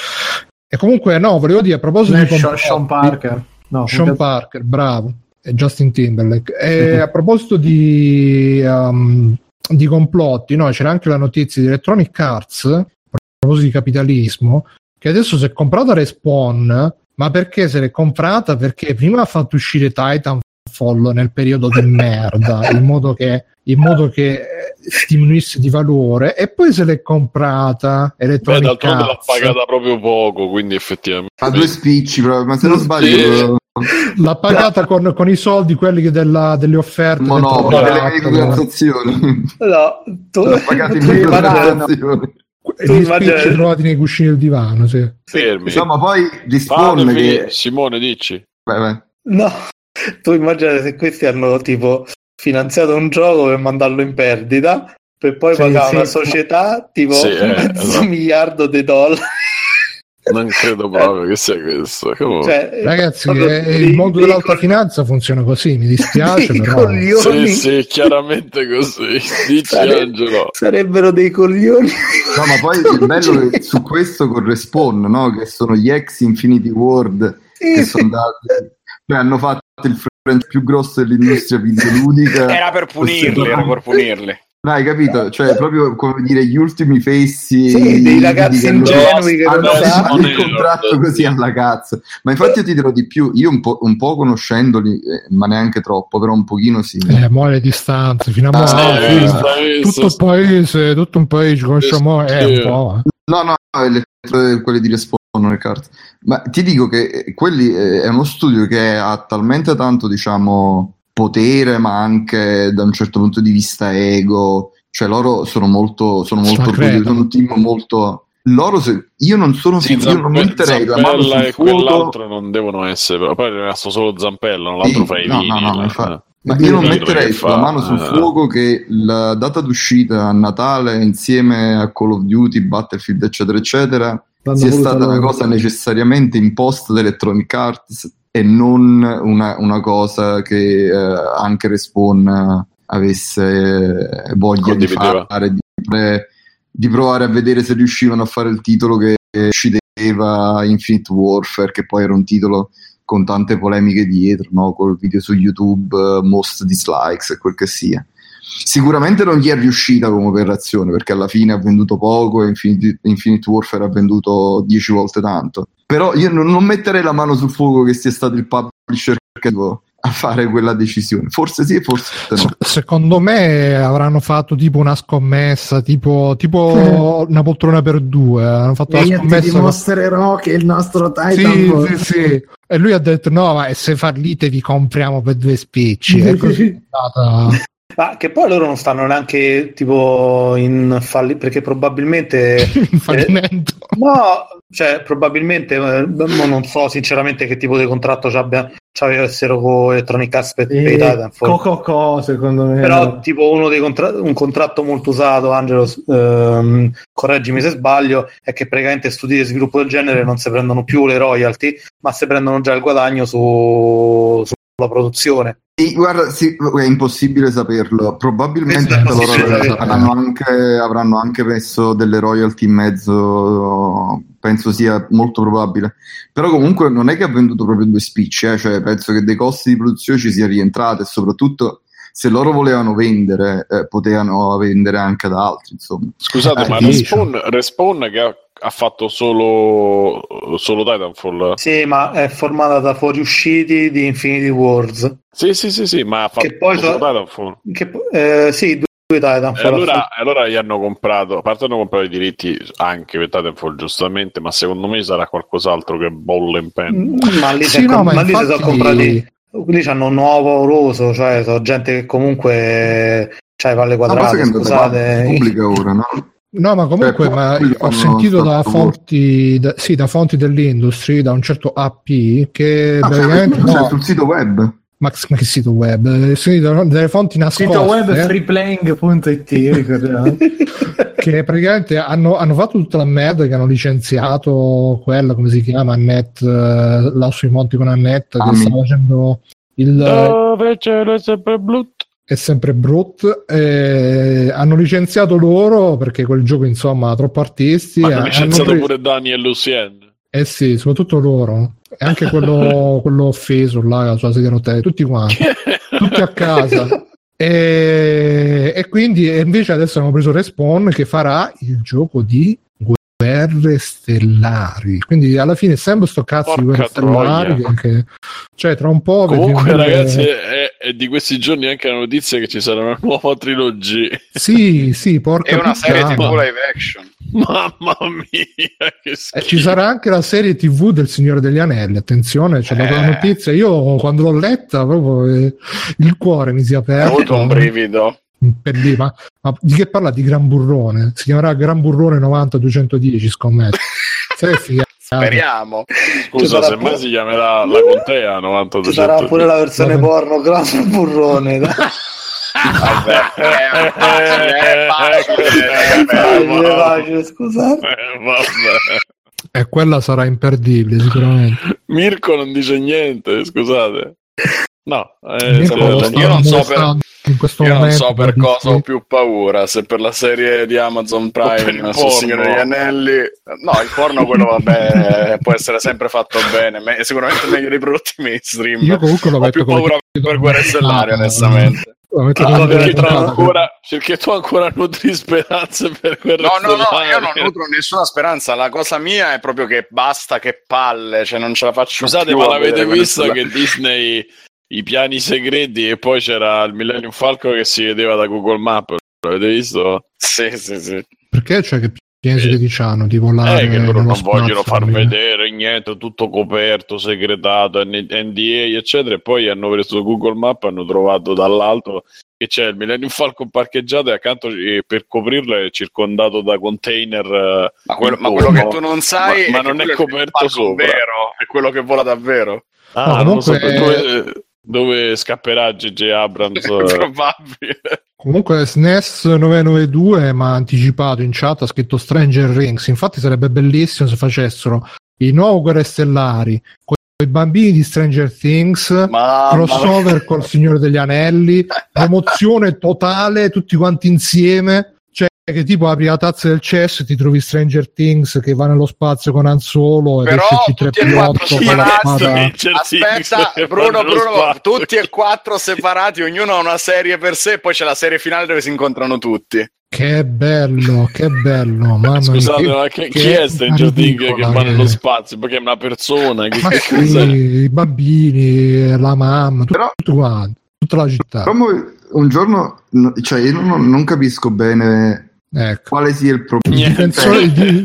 E comunque no, volevo dire a proposito di Sean, Sean Parker no, Sean comunque... Parker, bravo, e Justin Timberlake. E a proposito di, um, di complotti, no, c'era anche la notizia di Electronic Arts, a proposito di capitalismo, che adesso si è comprata Respawn, ma perché se l'è comprata? Perché prima ha fatto uscire Titanfall nel periodo di merda, in modo che in modo che diminuisse di valore, e poi se l'è comprata Electronic Arts. Beh, d'altronde l'ha pagata proprio poco, quindi effettivamente a due spicci proprio, ma se non sbaglio sì. L'ha pagata con, con i soldi quelli che della, delle offerte Monopoli, delle microtransazioni. No, tu l'ha pagata in microtransazioni. Gli spicci trovati nei cuscini del divano, sì. Fermi. No, ma poi Respawn che... Simone, dici. Vai, vai. No, tu immagina se questi hanno tipo finanziato un gioco per mandarlo in perdita, per poi sì, pagare sì. una società tipo sì, un eh, mezzo no. miliardo di dollari. Non credo proprio che sia questo. Cioè, ragazzi, eh, il mondo dell'alta col... finanza funziona così, mi dispiace, dei però. Coglioni. Sì, sì, chiaramente così. Dici Sare... Angelo. Sarebbero dei coglioni. No, ma poi il bello è su questo con Respawn, no? Che sono gli ex Infinity Ward sì, che sono andati, cioè hanno fatto il franchise più grosso dell'industria videoludica. Era per punirli, era per punirli. No, hai capito? Cioè, proprio come dire, gli ultimi fessi sì, dei ragazzi ingenui che hanno hanno il contratto così alla cazzo. Ma infatti io ti dirò di più, io un po', un po' conoscendoli, eh, ma neanche troppo, però un pochino sì. Eh, mo' le distanze, fino a mo', ah, eh, eh, eh, tutto il paese, tutto un paese, conosciamo, eh, un po'. Eh. No, no, le, quelli di Respawn, le carte. Ma ti dico che quelli eh, è uno studio che ha talmente tanto, diciamo... potere, ma anche da un certo punto di vista ego, cioè loro sono molto sono molto orgogliosi, sono un team molto loro se... io non sono sì, io non metterei la mano sul e fuoco, quell'altro non devono essere, però poi è rimasto solo Zampella, l'altro sì, fa i no, vini, no, no, la... fa... ma io non metterei fa... la mano sul fuoco che la data d'uscita a Natale insieme a Call of Duty, Battlefield eccetera eccetera L'hanno sia stata loro. Una cosa necessariamente imposta da Electronic Arts e non una, una cosa che eh, anche Respawn avesse eh, voglia di fare, di, di provare a vedere se riuscivano a fare il titolo che uccideva Infinite Warfare, che poi era un titolo con tante polemiche dietro, no? Col video su YouTube, uh, most dislikes e quel che sia. Sicuramente non gli è riuscita come operazione, perché alla fine ha venduto poco e Infinite, Infinite Warfare ha venduto dieci volte tanto. Però io non, non metterei la mano sul fuoco che sia stato il publisher a fare quella decisione. Forse sì, forse no. Secondo me avranno fatto tipo una scommessa, tipo, tipo una poltrona per due. Hanno fatto e una io scommessa. Ti dimostrerò con... che il nostro Titan. Sì, sì, sì. E lui ha detto: no, ma se fallite vi compriamo per due spicci. E così è stata. Ma che poi loro non stanno neanche tipo in falli, perché probabilmente in fallimento. Eh, no, cioè probabilmente eh, non so sinceramente che tipo di contratto c'avessero con Electronic Arts per e i Titanfall. Co-co-co, secondo me. Però tipo uno dei contra- un contratto molto usato, Angelo, ehm, correggimi se sbaglio, è che praticamente studi di sviluppo del genere non si prendono più le royalty, ma si prendono già il guadagno su, sulla produzione. Sì, guarda, sì, è impossibile saperlo. Probabilmente Sì, loro sì, avranno anche, avranno anche messo delle royalty in mezzo, penso sia molto probabile. Però comunque non è che ha venduto proprio due spicci, eh? Cioè, penso che dei costi di produzione ci sia rientrato e soprattutto se loro volevano vendere, eh, potevano vendere anche ad altri, insomma. Scusate, Eh, ma Respawn, Respawn che ha, ha fatto solo, solo Titanfall? Sì, ma è formata da fuoriusciti di Infinity Wars. Sì, sì, sì, sì, ma ha fatto che poi solo so, Titanfall. Che, eh, sì, due, due Titanfall. E allora, allora gli hanno comprato, a parte hanno comprato i diritti anche per Titanfall, giustamente, ma secondo me sarà qualcos'altro che bolle in penna. Ma lì Sì, si no, com- ma ma lì infatti... si sono comprati. Lì c'hanno un nuovo roso, cioè sono gente che comunque c'ha i palle quadrate, no, scusate. Pubblica ora, no? No, ma comunque Cioè, ma ho sentito da fonti, da, sì, da fonti dell'industry, da un certo A P, che ah, praticamente cioè, no, sul sito web. Ma, ma che sito web? Ho sentito delle fonti nascoste. Sito web eh? freeplaying punto it, ricordiamo. Che praticamente hanno, hanno fatto tutta la merda, che hanno licenziato quella, come si chiama, Annette, là sui monti con Annette, che stava facendo il... Dove cielo è sempre brutto. È sempre brutto. Eh, hanno licenziato loro perché quel gioco, insomma, troppo artisti. Ma hanno licenziato preso... pure Dani e Lucien. Eh sì, soprattutto loro. E anche quello, quello offeso là sulla sedia a rotelle, tutti quanti. Tutti a casa. E, e quindi e invece adesso hanno preso Respawn che farà il gioco di Guerre Stellari, quindi alla fine sempre sto cazzo Porca di Guerre Stellari che, che, cioè tra un po' comunque vediamo... ragazzi è, è di questi giorni anche la notizia che ci sarà una nuova trilogia. Sì, sì, porca è una serie puttana. tivù live action. Mamma mia, che e ci sarà anche la serie tivù del Signore degli Anelli, attenzione, c'è eh. la notizia, io quando l'ho letta proprio eh, il cuore mi si è aperto. Ho avuto un brivido. Per lì, ma, ma di che parla? Di Gran Burrone? Si chiamerà Gran Burrone novanta duecentodieci, scommetto. Speriamo. Scusa, se mai si chiamerà la contea novanta duecentodieci. Ci sarà pure la versione porno Gran Burrone. Vabbè, è facile, scusate. E quella sarà imperdibile sicuramente. Mirko non dice niente, scusate. No, eh, io non so per, in questo io non so per cosa ho più paura, se per la serie di Amazon Prime su Signore degli Anelli. No, il porno quello vabbè può essere sempre fatto bene, è sicuramente meglio dei prodotti mainstream. Io comunque l'ho ho più paura per Guerre Stellari, onestamente. Ah, perché, tu ancora, perché tu ancora nutri speranze per Guerre no, Stellari? No, no, io non nutro nessuna speranza. La cosa mia è proprio che basta, che palle, cioè non ce la faccio Scusate, più. Scusate, ma l'avete visto che Disney i piani segreti e poi c'era il Millennium Falcon che si vedeva da Google Maps? L'avete visto? Sì, sì, sì. Perché c'è che piani segreti c'hanno di volare? Eh, che loro non spazio, vogliono far quindi. vedere niente, tutto coperto, segretato, N D A, eccetera. E poi hanno preso Google Maps, hanno trovato dall'alto che c'è il Millennium Falcon parcheggiato e accanto eh, per coprirlo è circondato da container. Ma quello, ma quello che tu non sai ma, è ma non è coperto sopra. Vero, è quello che vola davvero. Ah, no, non comunque... lo so per dove, dove scapperà J J Abrams. Probabile. Comunque S N E S novecentonovantadue mi ha anticipato in chat, ha scritto Stranger Rings, infatti sarebbe bellissimo se facessero i nuovi Guerre Stellari con i bambini di Stranger Things, Mamma crossover mia. col Signore degli Anelli, promozione totale, tutti quanti insieme. Cioè, che tipo apri la tazza del cesso e ti trovi Stranger Things che va nello spazio con Han Solo e però esce C tre P otto con la spada. Aspetta, Bruno, Bruno, tutti e quattro separati, ognuno ha una serie per sé, poi c'è la serie finale dove si incontrano tutti. Che bello, che bello, mamma Scusate, mia, ma che, che chi è Stranger Things che va che... nello spazio? Perché è una persona? Che, ma che sì, cos'è? i bambini, la mamma, tutto, però, tutto quanto, tutta la città. Però un giorno, cioè io non, non capisco bene ecco. quale sia il problema. Di...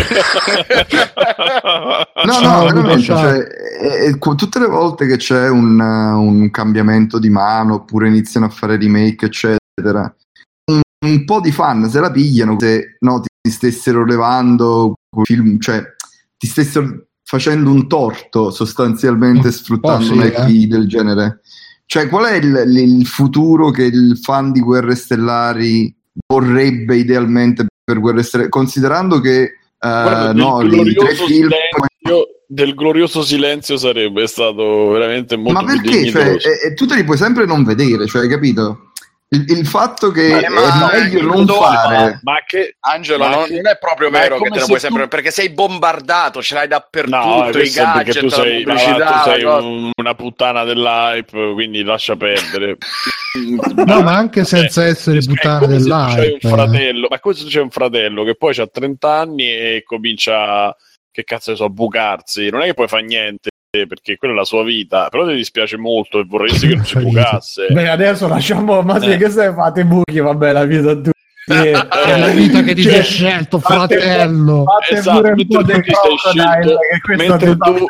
no, no, veramente, cioè, è, è, tutte le volte che c'è un, un cambiamento di mano oppure iniziano a fare remake, eccetera, eccetera, un, un po' di fan se la pigliano se no, ti stessero levando film, cioè ti stessero facendo un torto sostanzialmente, sfruttando oh, sì, una I P eh. del genere. Cioè, qual è il, il futuro che il fan di Guerre Stellari vorrebbe idealmente per Guerre Stellari, considerando che uh, no, i tre film silenzio, del glorioso silenzio sarebbe stato veramente molto ma perché? Cioè, e, e tu te li puoi sempre non vedere, cioè, capito? Il, il fatto che ma, è ma meglio non dopo, fare, ma che Angelo ma non, che, non è proprio vero che te lo puoi tu... sempre, perché sei bombardato, ce l'hai dappertutto, no, i gadget, tu sei, la pubblicità, tu sei la un, una puttana dell'hype, quindi lascia perdere. No, ma anche senza eh, essere puttana dell'hype, c'è un fratello, ma cosa c'è un fratello che poi ha trenta anni e comincia, che cazzo ne so, a bucarsi, non è che poi fa niente perché quella è la sua vita, però ti dispiace molto e vorresti che non si bucasse. Beh, adesso lasciamo, ma sì, eh. che se fate buchi, vabbè, la vita tu. È la vita che ti sei scelto, fratello. Fate esatto, pure un po' di scelto, mentre, tu,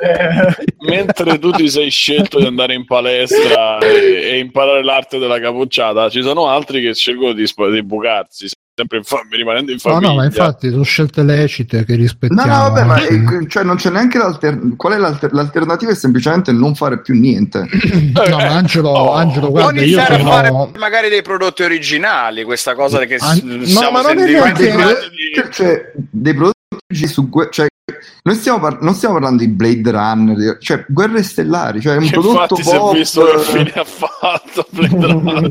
mentre tu ti sei scelto di andare in palestra e, e imparare l'arte della capocciata, ci sono altri che scelgono di, di bucarsi sempre in fam- rimanendo in famiglia. No, no, ma infatti sono scelte lecite che rispettiamo. No, no, vabbè, ma è, cioè non c'è neanche l'alter- qual è l'alter- l'alternativa? È semplicemente non fare più niente. No, ma Angelo, oh, Angelo guarda, io sono... a fare magari dei prodotti originali, questa cosa che An- no, ma non è neanche... dei prodotti, di... cioè, dei prodotti su cioè, noi stiamo par- non stiamo parlando di Blade Runner, cioè Guerre Stellari, cioè un che prodotto infatti pop... si è visto che fine ha fatto Blade Runner.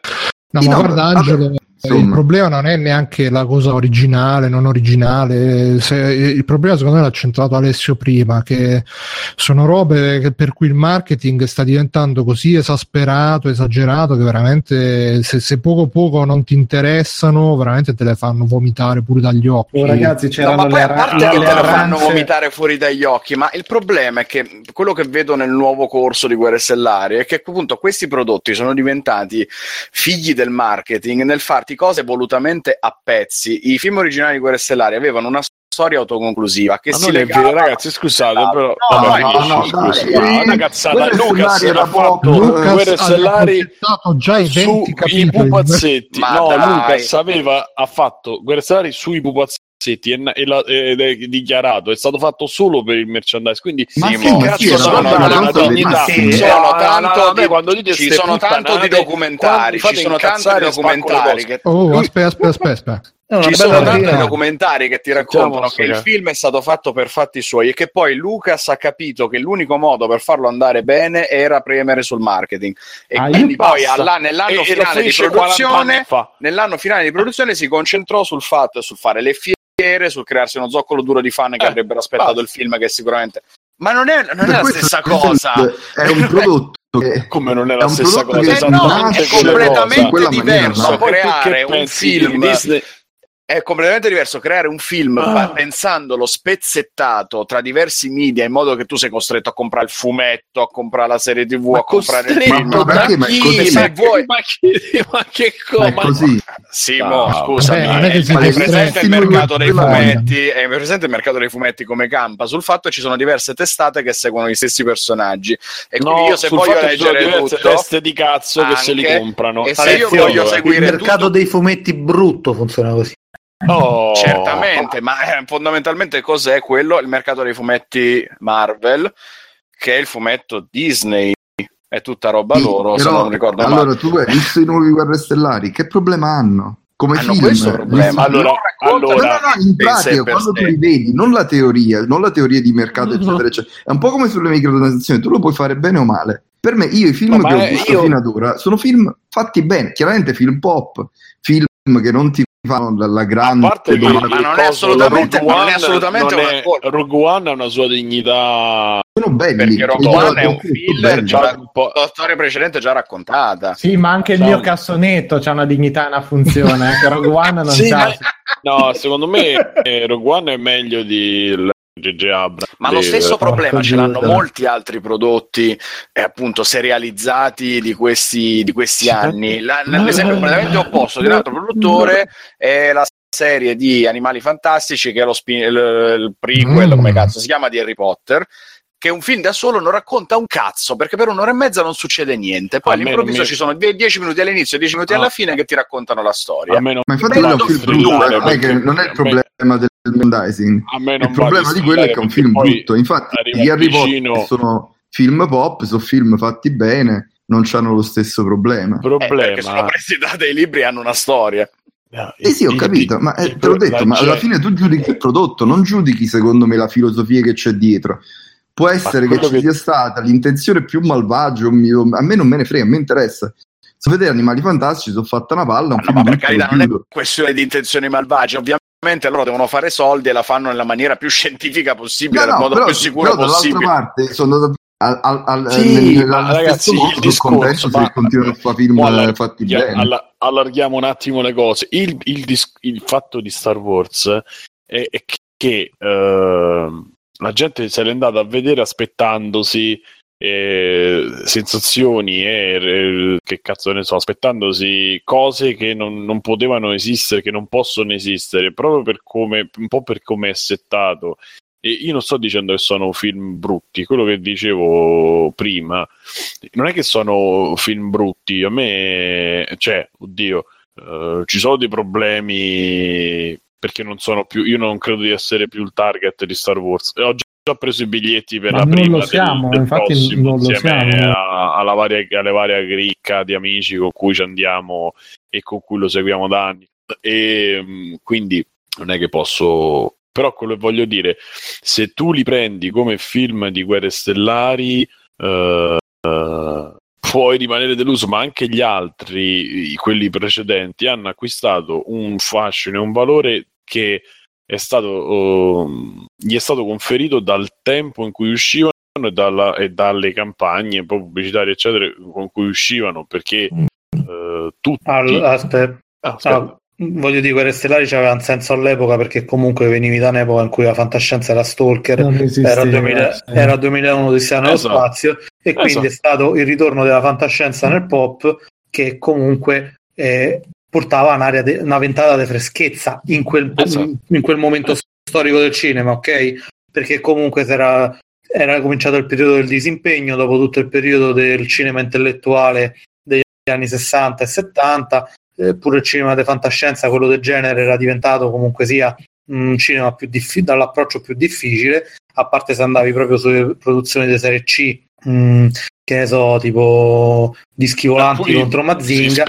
No, ma no, guarda Angelo, vabbè. Il problema non è neanche la cosa originale, non originale. Se, il problema secondo me l'ha centrato Alessio prima, che sono robe che, per cui il marketing sta diventando così esasperato, esagerato, che veramente se, se poco poco non ti interessano, veramente te le fanno vomitare pure dagli occhi. Oh, ragazzi, c'erano no, ma le a parte ar- che le te le arance... fanno vomitare fuori dagli occhi, ma il problema è che quello che vedo nel nuovo corso di Guerre Stellari è che appunto questi prodotti sono diventati figli del marketing nel farti cose volutamente a pezzi. I film originali di Guerre Stellari avevano una storia autoconclusiva che ma si non legava... è vero, ragazzi, scusate, però no, vabbè, no, no, no, no, una cazzata. Lucas era ha fatto Lucas Guerre Stellari già i venti sui pupazzetti. Ma no, dai. Lucas aveva ha fatto Guerre Stellari sui pupazzetti e, e, la, ed è dichiarato, è stato fatto solo per il merchandise, quindi ma sì, sì, cazzo, sì, sono no, una no, dignità, sì, sono no, tanto no, no, di, quando dite ci sono tanto di documentari, ci sono tanti documentari che oh, lui... aspetta, aspetta, aspetta. Ci sono tanti documentari che ti raccontano che il film è stato fatto per fatti suoi e che poi Lucas ha capito che l'unico modo per farlo andare bene era premere sul marketing e ah, quindi poi alla, nell'anno, e, finale e di produzione, nell'anno finale di produzione si concentrò sul fatto sul fare le fiere, sul crearsi uno zoccolo duro di fan che eh, avrebbero aspettato basta. Il film, che sicuramente ma non è, non è la stessa cosa, è un prodotto che... come non è la è stessa cosa, eh no, è completamente diverso creare un film Disney... È completamente diverso creare un film ah. pensandolo spezzettato tra diversi media in modo che tu sei costretto a comprare il fumetto, a comprare la serie tivù, ma a comprare il film. Ma, perché, ma, chi, ma, vuoi... ma, che, ma che cosa? Ma così. Simo, no, scusami, vabbè, è, è presente il mercato dei fumetti, è presente il mercato dei fumetti come campa sul fatto che ci sono diverse testate che seguono gli stessi personaggi e no, quindi io se voglio leggere tutto teste di cazzo anche, che se li comprano e se io voglio seguire il mercato tutto... dei fumetti brutto funziona così. Oh. Certamente, ma eh, fondamentalmente cos'è quello? Il mercato dei fumetti Marvel, che è il fumetto Disney, è tutta roba sì, loro, però, se non ricordo allora male. tu hai visto i nuovi Guerre Stellari, che problema hanno? Come hanno film, questo problema. Allora, allora, no, no, no, in pratica quando tu li vedi, non la teoria, non la teoria di mercato, eccetera, eccetera, è un po' come sulle microtransazioni, tu lo puoi fare bene o male. Per me, io i film no, che ho visto io... fino ad ora sono film fatti bene, chiaramente film pop, film che non ti fanno la, la grande, a parte che, ma, ma non è assolutamente, Rogue non è assolutamente non è, una Rogue One ha una sua dignità, sono belli, perché Rogue One è un film già un po', la storia precedente già raccontata. Sì, ma anche il ciao. Mio cassonetto c'ha una dignità e una funzione, anche Rogue One non sì, c'ha. Ma... no, secondo me Rogue One è meglio di J J Abrams. Ma lo stesso problema ce l'hanno molti altri prodotti eh, appunto serializzati di questi, di questi anni. La, l'esempio completamente opposto di un altro produttore è la serie di Animali Fantastici che è lo spin, il, il prequel, mm. come cazzo si chiama, di Harry Potter, che un film da solo non racconta un cazzo, perché per un'ora e mezza non succede niente, poi all'improvviso mi... ci sono dieci minuti all'inizio e dieci minuti ah. alla fine che ti raccontano la storia. Ma infatti quello è un film brutto, non è, che non è il problema me... del merchandising, il problema di quello è che è un film brutto, infatti gli Harry Potter sono film pop, sono film fatti bene, non hanno lo stesso problema. problema. Eh, perché sono presi da dei libri e hanno una storia. No, eh sì, ho capito, ma eh, te l'ho detto, ma alla fine tu giudichi il prodotto, non giudichi secondo me la filosofia che c'è dietro. Può essere che ci che... sia stata l'intenzione più malvagia, a me non me ne frega, a me interessa. Se vedere Animali Fantastici sono fatta una palla, un ma film no, ma per carità non è questione di intenzioni malvagie, ovviamente loro devono fare soldi e la fanno nella maniera più scientifica possibile, no, nel no, modo però, più sicuro però possibile. Dall'altra parte sono al, al, al, sì, nel, ma ragazzi, il discorso, ma, se continuano a fare film allarg- fatti yeah, bene. Alla, allarghiamo un attimo le cose. Il, il, dis- il fatto di Star Wars è, è che uh, la gente se l'è andata a vedere aspettandosi eh, sensazioni e eh, che cazzo ne so, aspettandosi cose che non, non potevano esistere, che non possono esistere, proprio per come, un po' per come è settato. E io non sto dicendo che sono film brutti, quello che dicevo prima non è che sono film brutti, a me, cioè, oddio, uh, ci sono dei problemi perché non sono più, io non credo di essere più il target di Star Wars. Ho già preso i biglietti per ma la non prima lo siamo, del, del infatti prossimo, non lo insieme siamo. a, alla varia, alle varie cricca di amici con cui ci andiamo e con cui lo seguiamo da anni, e quindi non è che posso. Però quello che voglio dire, se tu li prendi come film di guerre stellari, uh, uh, puoi rimanere deluso, ma anche gli altri, quelli precedenti, hanno acquistato un fascino e un valore che è stato, uh, gli è stato conferito dal tempo in cui uscivano e, dalla, e dalle campagne pubblicitarie, eccetera, con cui uscivano, perché uh, tutti... Allora, aspetta. Ah, aspetta. Ah. Voglio dire, Guerre Stellari c'aveva un senso all'epoca perché comunque venivi da un'epoca in cui la fantascienza era Stalker, era, duemila, sì. era duemilauno Odissea nello esatto. spazio e quindi esatto. è stato il ritorno della fantascienza nel pop che comunque eh, portava un'aria de, una ventata di freschezza in quel, esatto. in quel momento esatto. storico del cinema, ok? Perché comunque era, era cominciato il periodo del disimpegno dopo tutto il periodo del cinema intellettuale degli anni sessanta e settanta. Pure il cinema di fantascienza, quello del genere, era diventato comunque sia un cinema più diffi- dall'approccio più difficile, a parte se andavi proprio sulle produzioni di serie C, mh, che ne so, tipo Dischi Volanti contro Mazinga.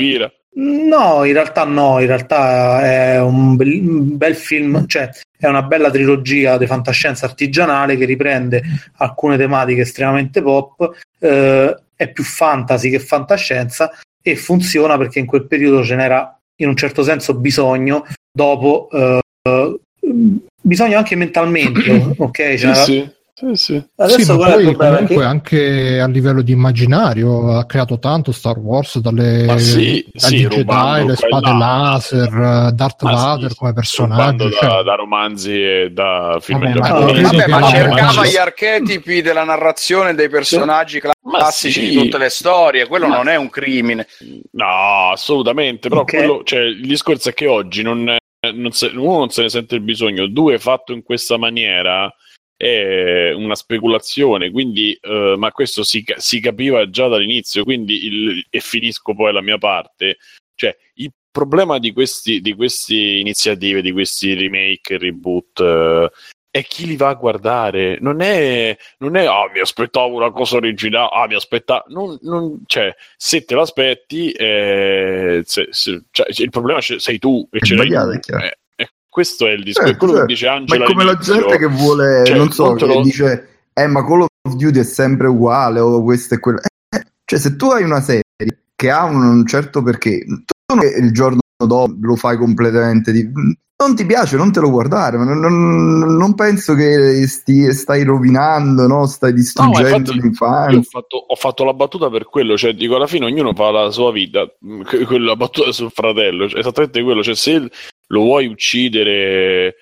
No, in realtà no, in realtà è un bel, un bel film, cioè è una bella trilogia di fantascienza artigianale che riprende alcune tematiche estremamente pop, eh, è più fantasy che fantascienza, e funziona perché in quel periodo ce n'era in un certo senso bisogno, dopo eh, bisogno anche mentalmente, ok? Sì, sì, sì, sì. Adesso sì, ma poi comunque che... anche a livello di immaginario ha creato tanto Star Wars, dalle sì, dagli sì, Jedi, le spade là. laser, Darth ma Vader sì, come personaggio, da, cioè... da romanzi e da film vabbè, ma, vabbè, ma cercava gli archetipi della narrazione dei personaggi classici sì. di tutte le storie, quello ma... non è un crimine, no, assolutamente, però okay. quello, cioè, il discorso è che oggi non, non se, uno non se ne sente il bisogno, due fatto in questa maniera è una speculazione, quindi uh, ma questo si, si capiva già dall'inizio, quindi il, e finisco poi la mia parte, cioè il problema di questi di queste iniziative, di questi remake, reboot, uh, è chi li va a guardare, non è non è ah mi aspettavo una cosa originale, ah mi aspettavo, non, non, cioè se te l'aspetti eh, se, se, cioè, il problema sei tu e ce l'hai tu, eh, questo è il discorso, eh, quello cioè, che dice Angela. Ma è come all'inizio. La gente che vuole, cioè, non so, che lo... dice, eh, ma Call of Duty è sempre uguale, o questo e quello. Eh, cioè, se tu hai una serie che ha un, un certo perché, tu non il giorno dopo lo fai completamente di... non ti piace, non te lo guardare, ma non, non, non penso che sti, stai rovinando, no? Stai distruggendo no, l'infanzia. Io ho fatto, ho fatto la battuta per quello, cioè dico alla fine ognuno fa la sua vita, quella battuta sul fratello, cioè, esattamente quello, cioè se lo vuoi uccidere,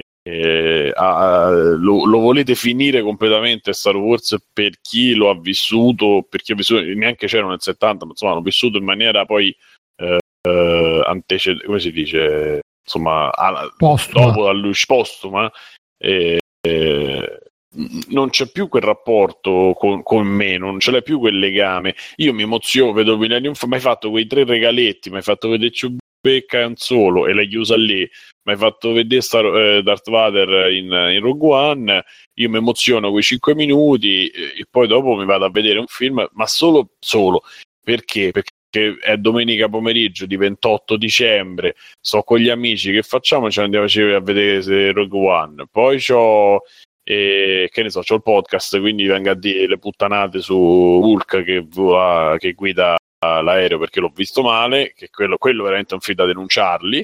eh, a, lo, lo volete finire completamente Star Wars per chi lo ha vissuto, per chi ha vissuto, neanche c'era nel settanta, ma insomma hanno vissuto in maniera poi eh, eh, antecedente, come si dice, insomma alla, postuma. dopo dall'uscita postuma, eh, eh, non c'è più quel rapporto con, con me, non ce l'è più quel legame. Io mi emoziono, vedo Millennium Falcon, mi hai fatto quei tre regaletti, mi hai fatto vedere Chewbacca e Han Solo e l'hai chiusa lì, mi hai fatto vedere Star, eh, Darth Vader in, in Rogue One, io mi emoziono quei cinque minuti e poi dopo mi vado a vedere un film, ma solo solo perché? Perché è domenica pomeriggio di ventotto dicembre, sto con gli amici, che facciamo? Ci andiamo a vedere Rogue One, poi c'ho e che ne so, c'ho il podcast, quindi venga a dire le puttanate su Hulk che, vola, che guida l'aereo perché l'ho visto male, che quello, quello veramente è un film da denunciarli,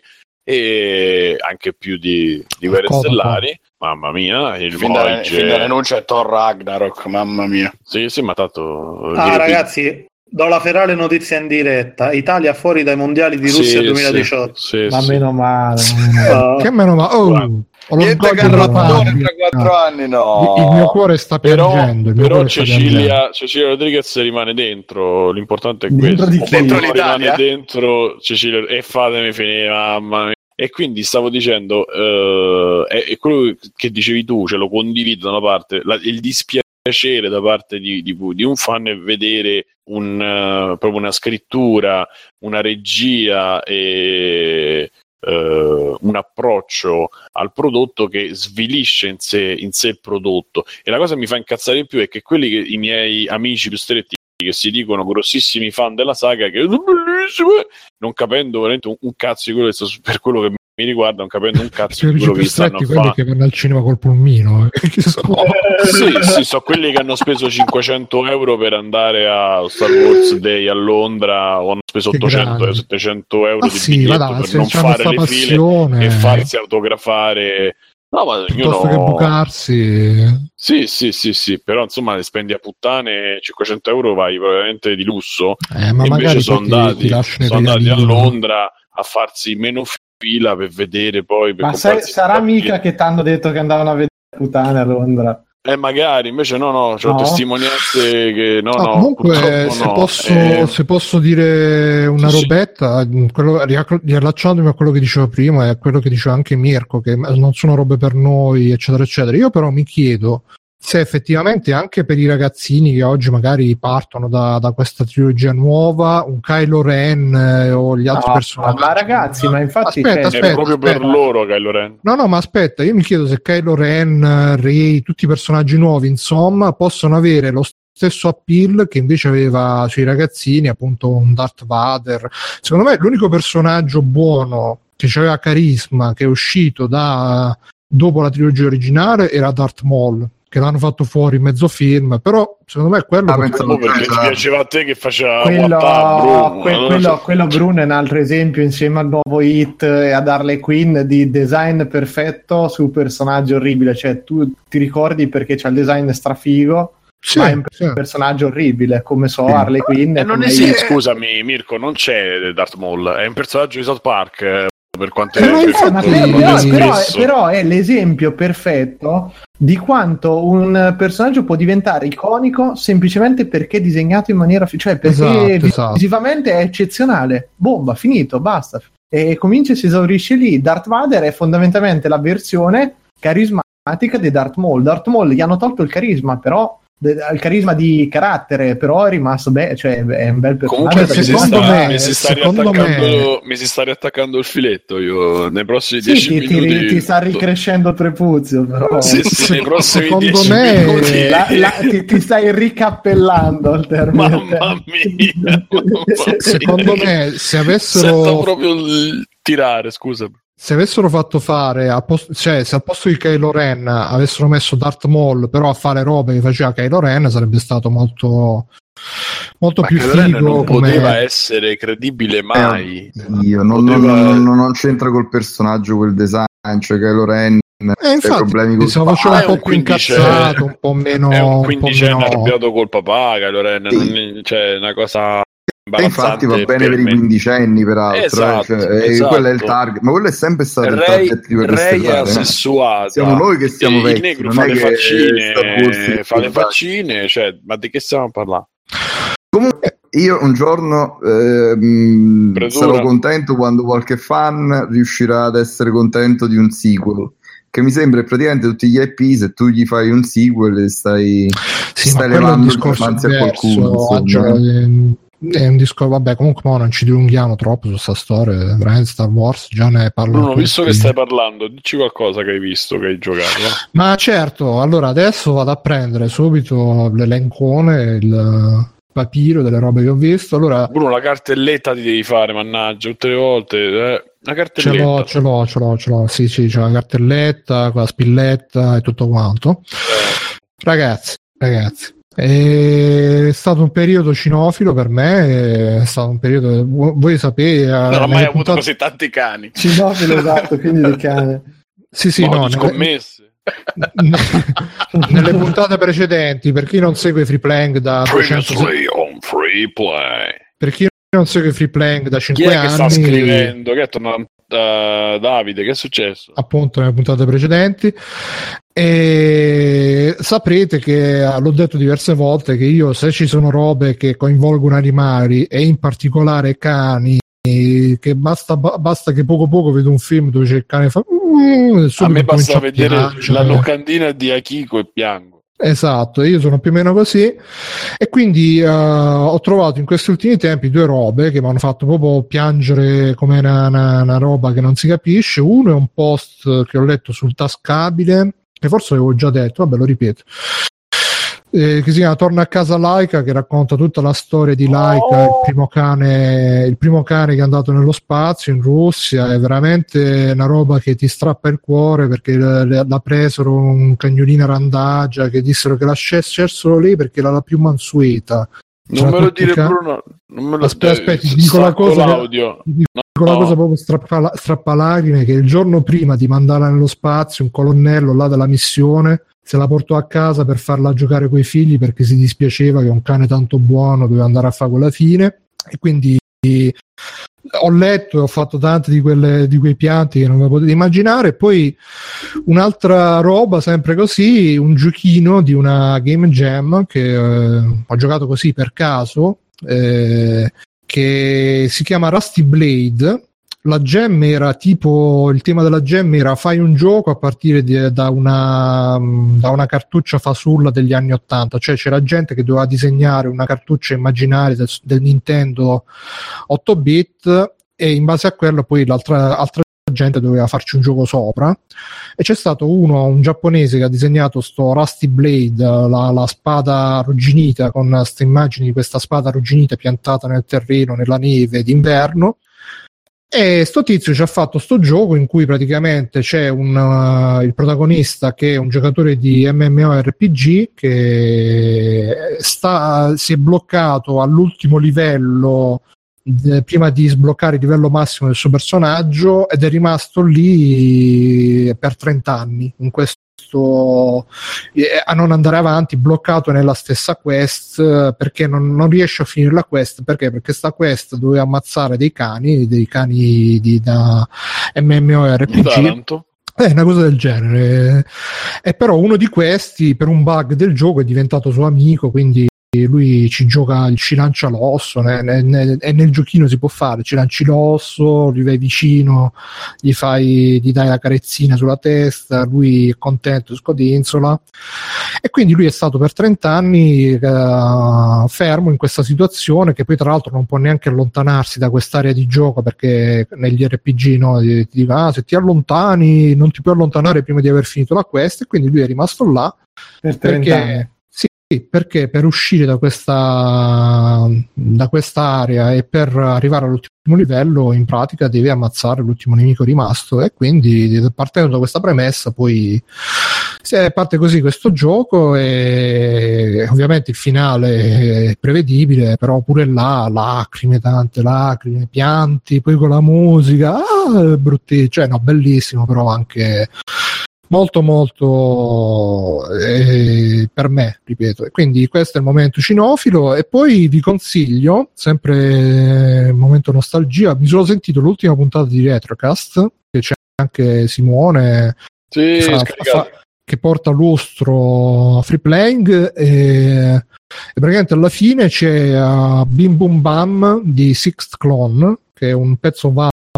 e anche più di, di Guerre Stellari, mamma mia, il fin da denuncia è Thor Ragnarok, mamma mia. Sì, sì, ma tanto ah ragazzi, do la ferale notizia in diretta: Italia fuori dai mondiali di Russia sì, duemiladiciotto. Sì, ma sì, meno male, uh, che meno male. Oh, niente carrozzone tra quattro anni, no. Il mio cuore sta piangendo. Però, però Cecilia, Cecilia Rodriguez rimane dentro. L'importante è dentro questo. Di dentro rimane dentro Cecilia, e fatemi finire, mamma mia. E quindi stavo dicendo, uh, è, è quello che dicevi tu, ce lo condivido da una parte, la, il dispiacere da parte di, di, di un fan è vedere un, uh, proprio una scrittura, una regia e uh, un approccio al prodotto che svilisce in sé, in sé il prodotto. E la cosa che mi fa incazzare di più è che quelli che i miei amici più stretti, che si dicono grossissimi fan della saga, che non capendo veramente un, un cazzo di quello che sto, per quello che mi riguarda, non capendo un cazzo di quello che stanno a fare, che vanno al cinema col pulmino, eh. sì, sì, so quelli che hanno speso cinquecento euro per andare a Star Wars Day a Londra, o hanno speso ottocento o settecento euro ah, di sì, biglietto là, per non fare le passione, file e farsi autografare. No, ma piuttosto no... che bucarsi. Sì, sì, sì, sì, però insomma le spendi a puttane, cinquecento euro vai veramente di lusso, eh, ma e invece sono ti, andati, ti sono andati a Londra a farsi meno fila per vedere poi per ma sai, sarà mica che ti hanno detto che andavano a vedere puttane a Londra? Eh, magari, invece no, no, c'ho no. testimonianze che no, no, no. Comunque, se, no. Posso, Eh... se posso dire una sì, robetta, quello, riallacciandomi a quello che dicevo prima e a quello che diceva anche Mirko, che non sono robe per noi, eccetera, eccetera. Io però mi chiedo se effettivamente anche per i ragazzini che oggi magari partono da, da questa trilogia nuova, un Kylo Ren eh, o gli altri no, personaggi. Ma ragazzi, ma infatti aspetta, aspetta, è proprio aspetta. per loro Kylo Ren. No, no, ma aspetta, io mi chiedo se Kylo Ren, Rey, tutti i personaggi nuovi, insomma, possono avere lo stesso appeal che invece aveva sui ragazzini, appunto un Darth Vader. Secondo me l'unico personaggio buono che aveva carisma, che è uscito da dopo la trilogia originale, era Darth Maul, che l'hanno fatto fuori in mezzo film, però secondo me quello ah, pensavo perché ti piaceva a te che faceva quello, Bruno, que- quello, so. quello Bruno è un altro esempio insieme al nuovo Hit e ad Harley Quinn di design perfetto su personaggio orribile, cioè tu ti ricordi perché c'ha il design strafigo, sì, ma è un sì. personaggio orribile, come so sì. Harley Quinn e non esiste, scusami Mirko, non c'è Darth Maul, è un personaggio di South Park per quanto eh, è però, però, però, è, però è l'esempio perfetto di quanto un personaggio può diventare iconico semplicemente perché è disegnato in maniera cioè perché esatto, esatto. visivamente è eccezionale, bomba, finito, basta, e comincia e si esaurisce lì. Darth Vader è fondamentalmente la versione carismatica di Darth Maul. Darth Maul gli hanno tolto il carisma, però il carisma di carattere, però è rimasto beh, cioè è un bel personaggio. Comunque mi si, sta, me, mi, si sta me... mi si sta riattaccando il filetto io nei prossimi sì, dieci ti, minuti ti, ti sta ricrescendo Trepuzio, però sì, sì, nei prossimi secondo me minuti la, la, ti, ti stai ricappellando al termine. Mamma mia, mamma mia. Secondo me se avessero sento proprio il tirare, scusa. Se avessero fatto fare, a posto, cioè se al posto di Kylo Ren avessero messo Darth Maul però a fare robe che faceva Kylo Ren, sarebbe stato molto molto ma più Kylo figo. Ren non come... poteva essere credibile mai. Eh, io, non, poteva... non, non, non c'entra col personaggio, quel design, cioè Kylo Ren. Eh, infatti, problemi con se faceva un po' più incazzato, un po' meno. È un quindicenne meno... arrabbiato col papà, Kylo Ren, sì. non è, cioè una cosa. E infatti va bene per, per i quindicenni, peraltro, esatto, eh, cioè, esatto. quello è il target, ma quello è sempre stato Ray, il target di Ray è assessuata. Siamo noi che siamo il vecchi. Il negro fa le faccine, fa le fa faccine, cioè, ma di che stiamo a parlare? Comunque, io un giorno eh, sarò contento quando qualche fan riuscirà ad essere contento di un sequel. che mi sembra praticamente tutti gli I P, se tu gli fai un sequel e stai, sì, stai ma levando il discorso davanti a qualcuno, insomma. È un discorso, vabbè, comunque no, non ci dilunghiamo troppo su sta storia, veramente Star Wars già ne parlo. Bruno, visto che stai parlando, dici qualcosa che hai visto, che hai giocato. Ma certo, allora adesso vado a prendere subito l'elencone, il papiro delle robe che ho visto. Allora, Bruno, la cartelletta ti devi fare, mannaggia, tutte le volte, eh. La cartelletta. Ce l'ho, ce l'ho, ce l'ho, ce l'ho. Sì, sì, c'è la cartelletta, con la spilletta e tutto quanto. Eh. Ragazzi, ragazzi, è stato un periodo cinofilo per me, è stato un periodo, voi sapete, non ho mai avuto così tanti cani. Cinofilo, esatto, quindi di cane. Sì, sì, no, no scommesse. Nelle puntate precedenti, per chi non segue Free Playing da Previously on Free Play. Per chi non segue Free Playing da cinque chi è anni, che sta scrivendo? Che è tornato uh, Davide, che è successo? Appunto nelle puntate precedenti. E saprete che l'ho detto diverse volte che io, se ci sono robe che coinvolgono animali e in particolare cani, che basta, basta che poco poco vedo un film dove c'è il cane e fa uh, a me basta vedere la locandina di Akiko e piango. Esatto, io sono più o meno così, e quindi uh, ho trovato in questi ultimi tempi due robe che mi hanno fatto proprio piangere come una, una, una roba che non si capisce. Uno è un post che ho letto sul Tascabile, che forse avevo già detto, vabbè, lo ripeto, eh, che si chiama Torna a casa Laika, che racconta tutta la storia di Laika, oh. il primo cane il primo cane che è andato nello spazio in Russia. È veramente una roba che ti strappa il cuore, perché l'ha presero un cagnolino randagia, che dissero che la scelsero lì perché era la più mansueta. Non me lo dire ca- Bruno, non me lo aspetta, aspetta, ti dico la cosa l'audio. Che, ti dico no, la cosa proprio strappa, strappalacrime, che il giorno prima di mandarla nello spazio un colonnello là della missione se la portò a casa per farla giocare coi figli, perché si dispiaceva che un cane tanto buono doveva andare a fare quella fine. E quindi ho letto e ho fatto tante di quelle di quei pianti che non vi potete immaginare. E poi un'altra roba sempre così, un giochino di una Game Jam che eh, ho giocato così per caso, eh, che si chiama Rusty Blade. La gem era tipo, il tema della gem era fai un gioco a partire di, da, una, da una cartuccia fasulla degli anni ottanta, cioè c'era gente che doveva disegnare una cartuccia immaginaria del, del Nintendo otto bit, e in base a quello poi l'altra altra gente doveva farci un gioco sopra. E c'è stato uno, un giapponese, che ha disegnato sto Rusty Blade, la, la spada arrugginita, con queste immagini di questa spada arrugginita piantata nel terreno, nella neve d'inverno. E sto tizio ci ha fatto sto gioco in cui praticamente c'è un, uh, il protagonista che è un giocatore di MMORPG che sta, si è bloccato all'ultimo livello eh, prima di sbloccare il livello massimo del suo personaggio, ed è rimasto lì per trenta anni in questo a non andare avanti, bloccato nella stessa quest, perché non, non riesce a finire la quest. Perché? Perché sta quest doveva ammazzare dei cani, dei cani di, da MMORPG, è una cosa del genere. E però uno di questi, per un bug del gioco, è diventato suo amico, quindi lui ci gioca, ci lancia l'osso, ne, ne, ne, e nel giochino si può fare, ci lanci l'osso, gli vai vicino, gli fai, gli dai la carezzina sulla testa, lui è contento, scodinzola. E quindi lui è stato per trenta anni uh, fermo in questa situazione, che poi tra l'altro non può neanche allontanarsi da quest'area di gioco, perché negli R P G no, ti, ti dicono ah, se ti allontani non ti puoi allontanare prima di aver finito la quest, e quindi lui è rimasto là per trenta anni. Perché per uscire da questa da quest'area e per arrivare all'ultimo livello, in pratica deve ammazzare l'ultimo nemico rimasto. E quindi, partendo da questa premessa, poi se parte così questo gioco, e ovviamente il finale è prevedibile, però pure là lacrime, tante lacrime, pianti, poi con la musica ah, brutti, cioè no, bellissimo, però anche molto molto eh, per me, ripeto. E quindi questo è il momento cinofilo. E poi vi consiglio, sempre eh, momento nostalgia, mi sono sentito l'ultima puntata di Retrocast, che c'è anche Simone, sì, che, fa, fa, che porta lustro a Free Playing, e, e praticamente alla fine c'è uh, Bim Bum Bam di Sixth Clone, che è un pezzo va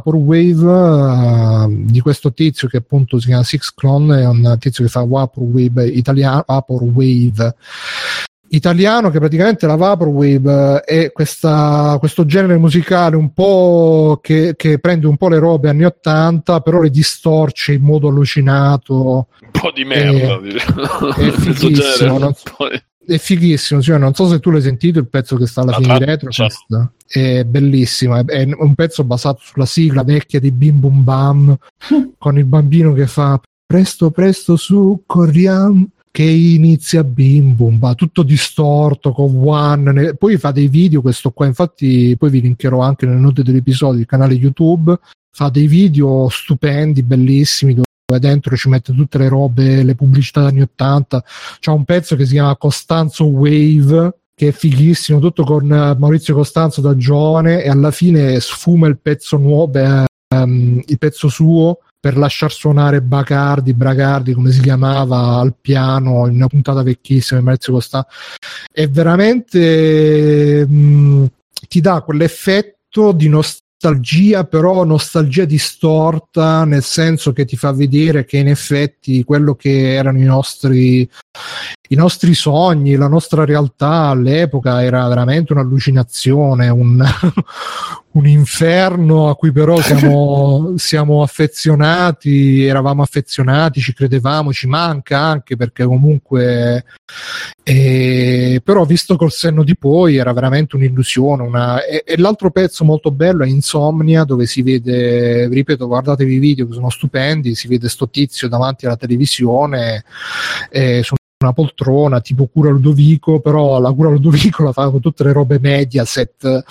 Vaporwave uh, di questo tizio che appunto si chiama Six Clone, è un tizio che fa Vaporwave italiano, Vaporwave italiano, che praticamente la Vaporwave è questa, questo genere musicale un po' che, che prende un po' le robe anni ottanta, però le distorce in modo allucinato, un po' di merda, diciamo. È fighissimo, non so, è fighissimo, cioè, non so se tu l'hai sentito il pezzo che sta alla fine di retro, è bellissimo, è, è un pezzo basato sulla sigla vecchia di Bim Bum Bam con il bambino che fa presto presto su corriamo che inizia Bim Bum, va tutto distorto con One, poi fa dei video questo qua, infatti poi vi linkerò anche nelle note dell'episodio il canale YouTube, fa dei video stupendi, bellissimi, dove dentro ci mette tutte le robe, le pubblicità degli anni ottanta. C'è un pezzo che si chiama Costanzo Wave, che è fighissimo, tutto con Maurizio Costanzo da giovane, e alla fine sfuma il pezzo nuovo, um, il pezzo suo, per lasciar suonare Bacardi, Bracardi, come si chiamava, al piano, in una puntata vecchissima di Maurizio Costanzo. È veramente mh, ti dà quell'effetto di nostalgia, però nostalgia distorta, nel senso che ti fa vedere che in effetti quello che erano i nostri i nostri sogni, la nostra realtà all'epoca era veramente un'allucinazione, un, un inferno a cui però siamo, siamo affezionati, eravamo affezionati, ci credevamo, ci manca anche perché comunque eh, però visto col senno di poi era veramente un'illusione, una, e, e l'altro pezzo molto bello è Insomnia, dove si vede, ripeto, guardatevi i video che sono stupendi, si vede sto tizio davanti alla televisione eh, su una poltrona tipo Cura Ludovico, però la Cura Ludovico la fa con tutte le robe Mediaset,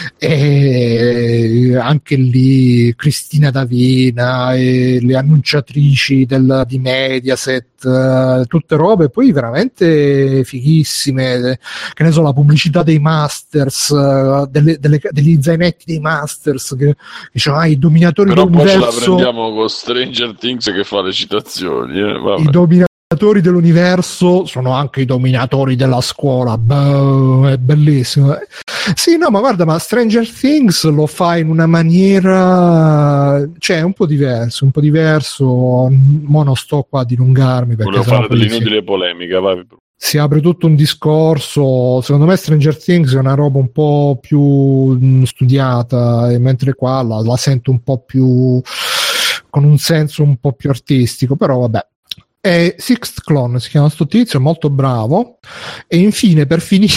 e anche lì Cristina D'Avena e le annunciatrici del, di Mediaset, tutte robe poi veramente fighissime, che ne so, la pubblicità dei Masters, delle, delle, degli zainetti dei Masters che dicevano ah, i dominatori però dell'universo, poi ce la prendiamo con Stranger Things che fa le citazioni, eh? Vabbè. I dominatori I dominatori dell'universo sono anche i dominatori della scuola. Boh, è bellissimo. Sì, no, ma guarda, ma Stranger Things lo fa in una maniera, cioè un po' diverso, un po' diverso. Mo non sto qua a dilungarmi perché volevo fare dell'inutile si... polemica, vai. Si apre tutto un discorso. Secondo me Stranger Things è una roba un po' più mh, studiata, e mentre qua la, la sento un po' più con un senso un po' più artistico, però vabbè. E Sixth Clone si chiama sto tizio, molto bravo. E infine, per finire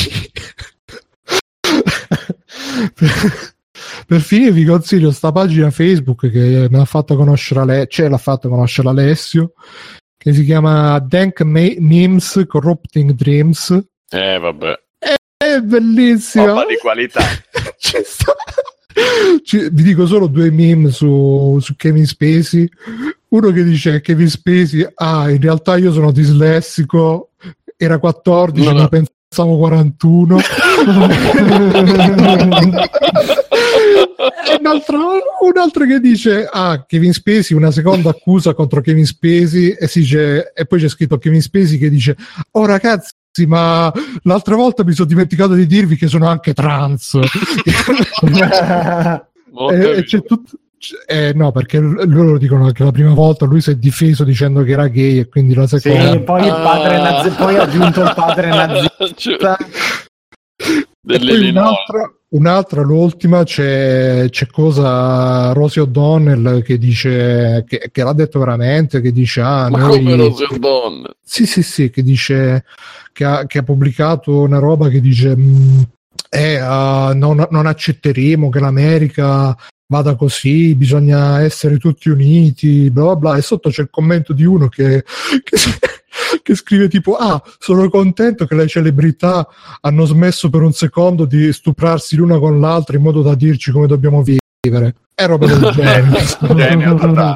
per, per finire vi consiglio sta pagina Facebook che me l'ha fatta conoscere Ale- cioè l'ha fatta conoscere Alessio, che si chiama Dank Memes Corrupting Dreams. Eh vabbè, è, è bellissimo, roba di qualità. Ci sta. Ci, vi dico solo due meme su, su Kevin Spacey. Uno che dice Kevin Spacey, ah, in realtà io sono dislessico, era quattordici, no, no. ma pensavo quarantuno. E un altro, un altro che dice, ah, Kevin Spacey, una seconda accusa contro Kevin Spacey, e, si dice, e poi c'è scritto Kevin Spacey che dice, oh ragazzi, ma l'altra volta mi sono dimenticato di dirvi che sono anche trans. e, e c'è tutto. Eh, no, perché loro dicono che la prima volta lui si è difeso dicendo che era gay, e quindi la seconda. Sì, poi il padre ah. nazi, poi ha aggiunto il padre nazista. E poi un'altra, un'altra, l'ultima, c'è, c'è cosa Rosie O'Donnell che dice che, che l'ha detto veramente, che dice ah, ma noi... come Rosie O'Donnell? Sì, sì, sì, che dice che ha, che ha pubblicato una roba che dice eh, uh, non, non accetteremo che l'America vada così, bisogna essere tutti uniti, bla bla bla, e sotto c'è il commento di uno che, che, che scrive tipo ah, sono contento che le celebrità hanno smesso per un secondo di stuprarsi l'una con l'altra in modo da dirci come dobbiamo vivere, è roba del genere. Genio,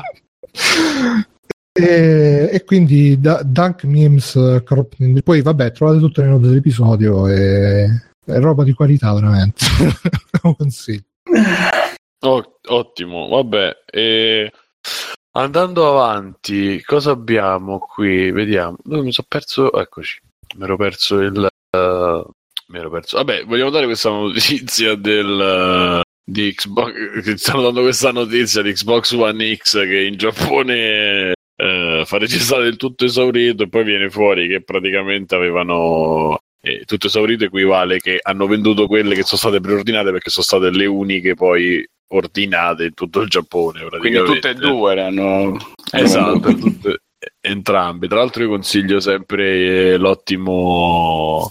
e, e quindi da, Dunk Memes Corrupting. Poi vabbè, trovate tutte le note dell'episodio e è roba di qualità veramente. Lo consiglio. Oh, ottimo, vabbè, e andando avanti, cosa abbiamo qui? Vediamo, dove mi sono perso? Eccoci, mi ero perso il uh, mi ero perso. Vabbè, vogliamo dare questa notizia del di Xbox, stanno dando questa notizia di Xbox One X che in Giappone eh, fa registrare il tutto esaurito e poi viene fuori che praticamente avevano eh, tutto esaurito equivale che hanno venduto quelle che sono state preordinate perché sono state le uniche poi ordinate in tutto il Giappone, quindi tutte e due erano esatto, tutte, entrambe. Tra l'altro io consiglio sempre l'ottimo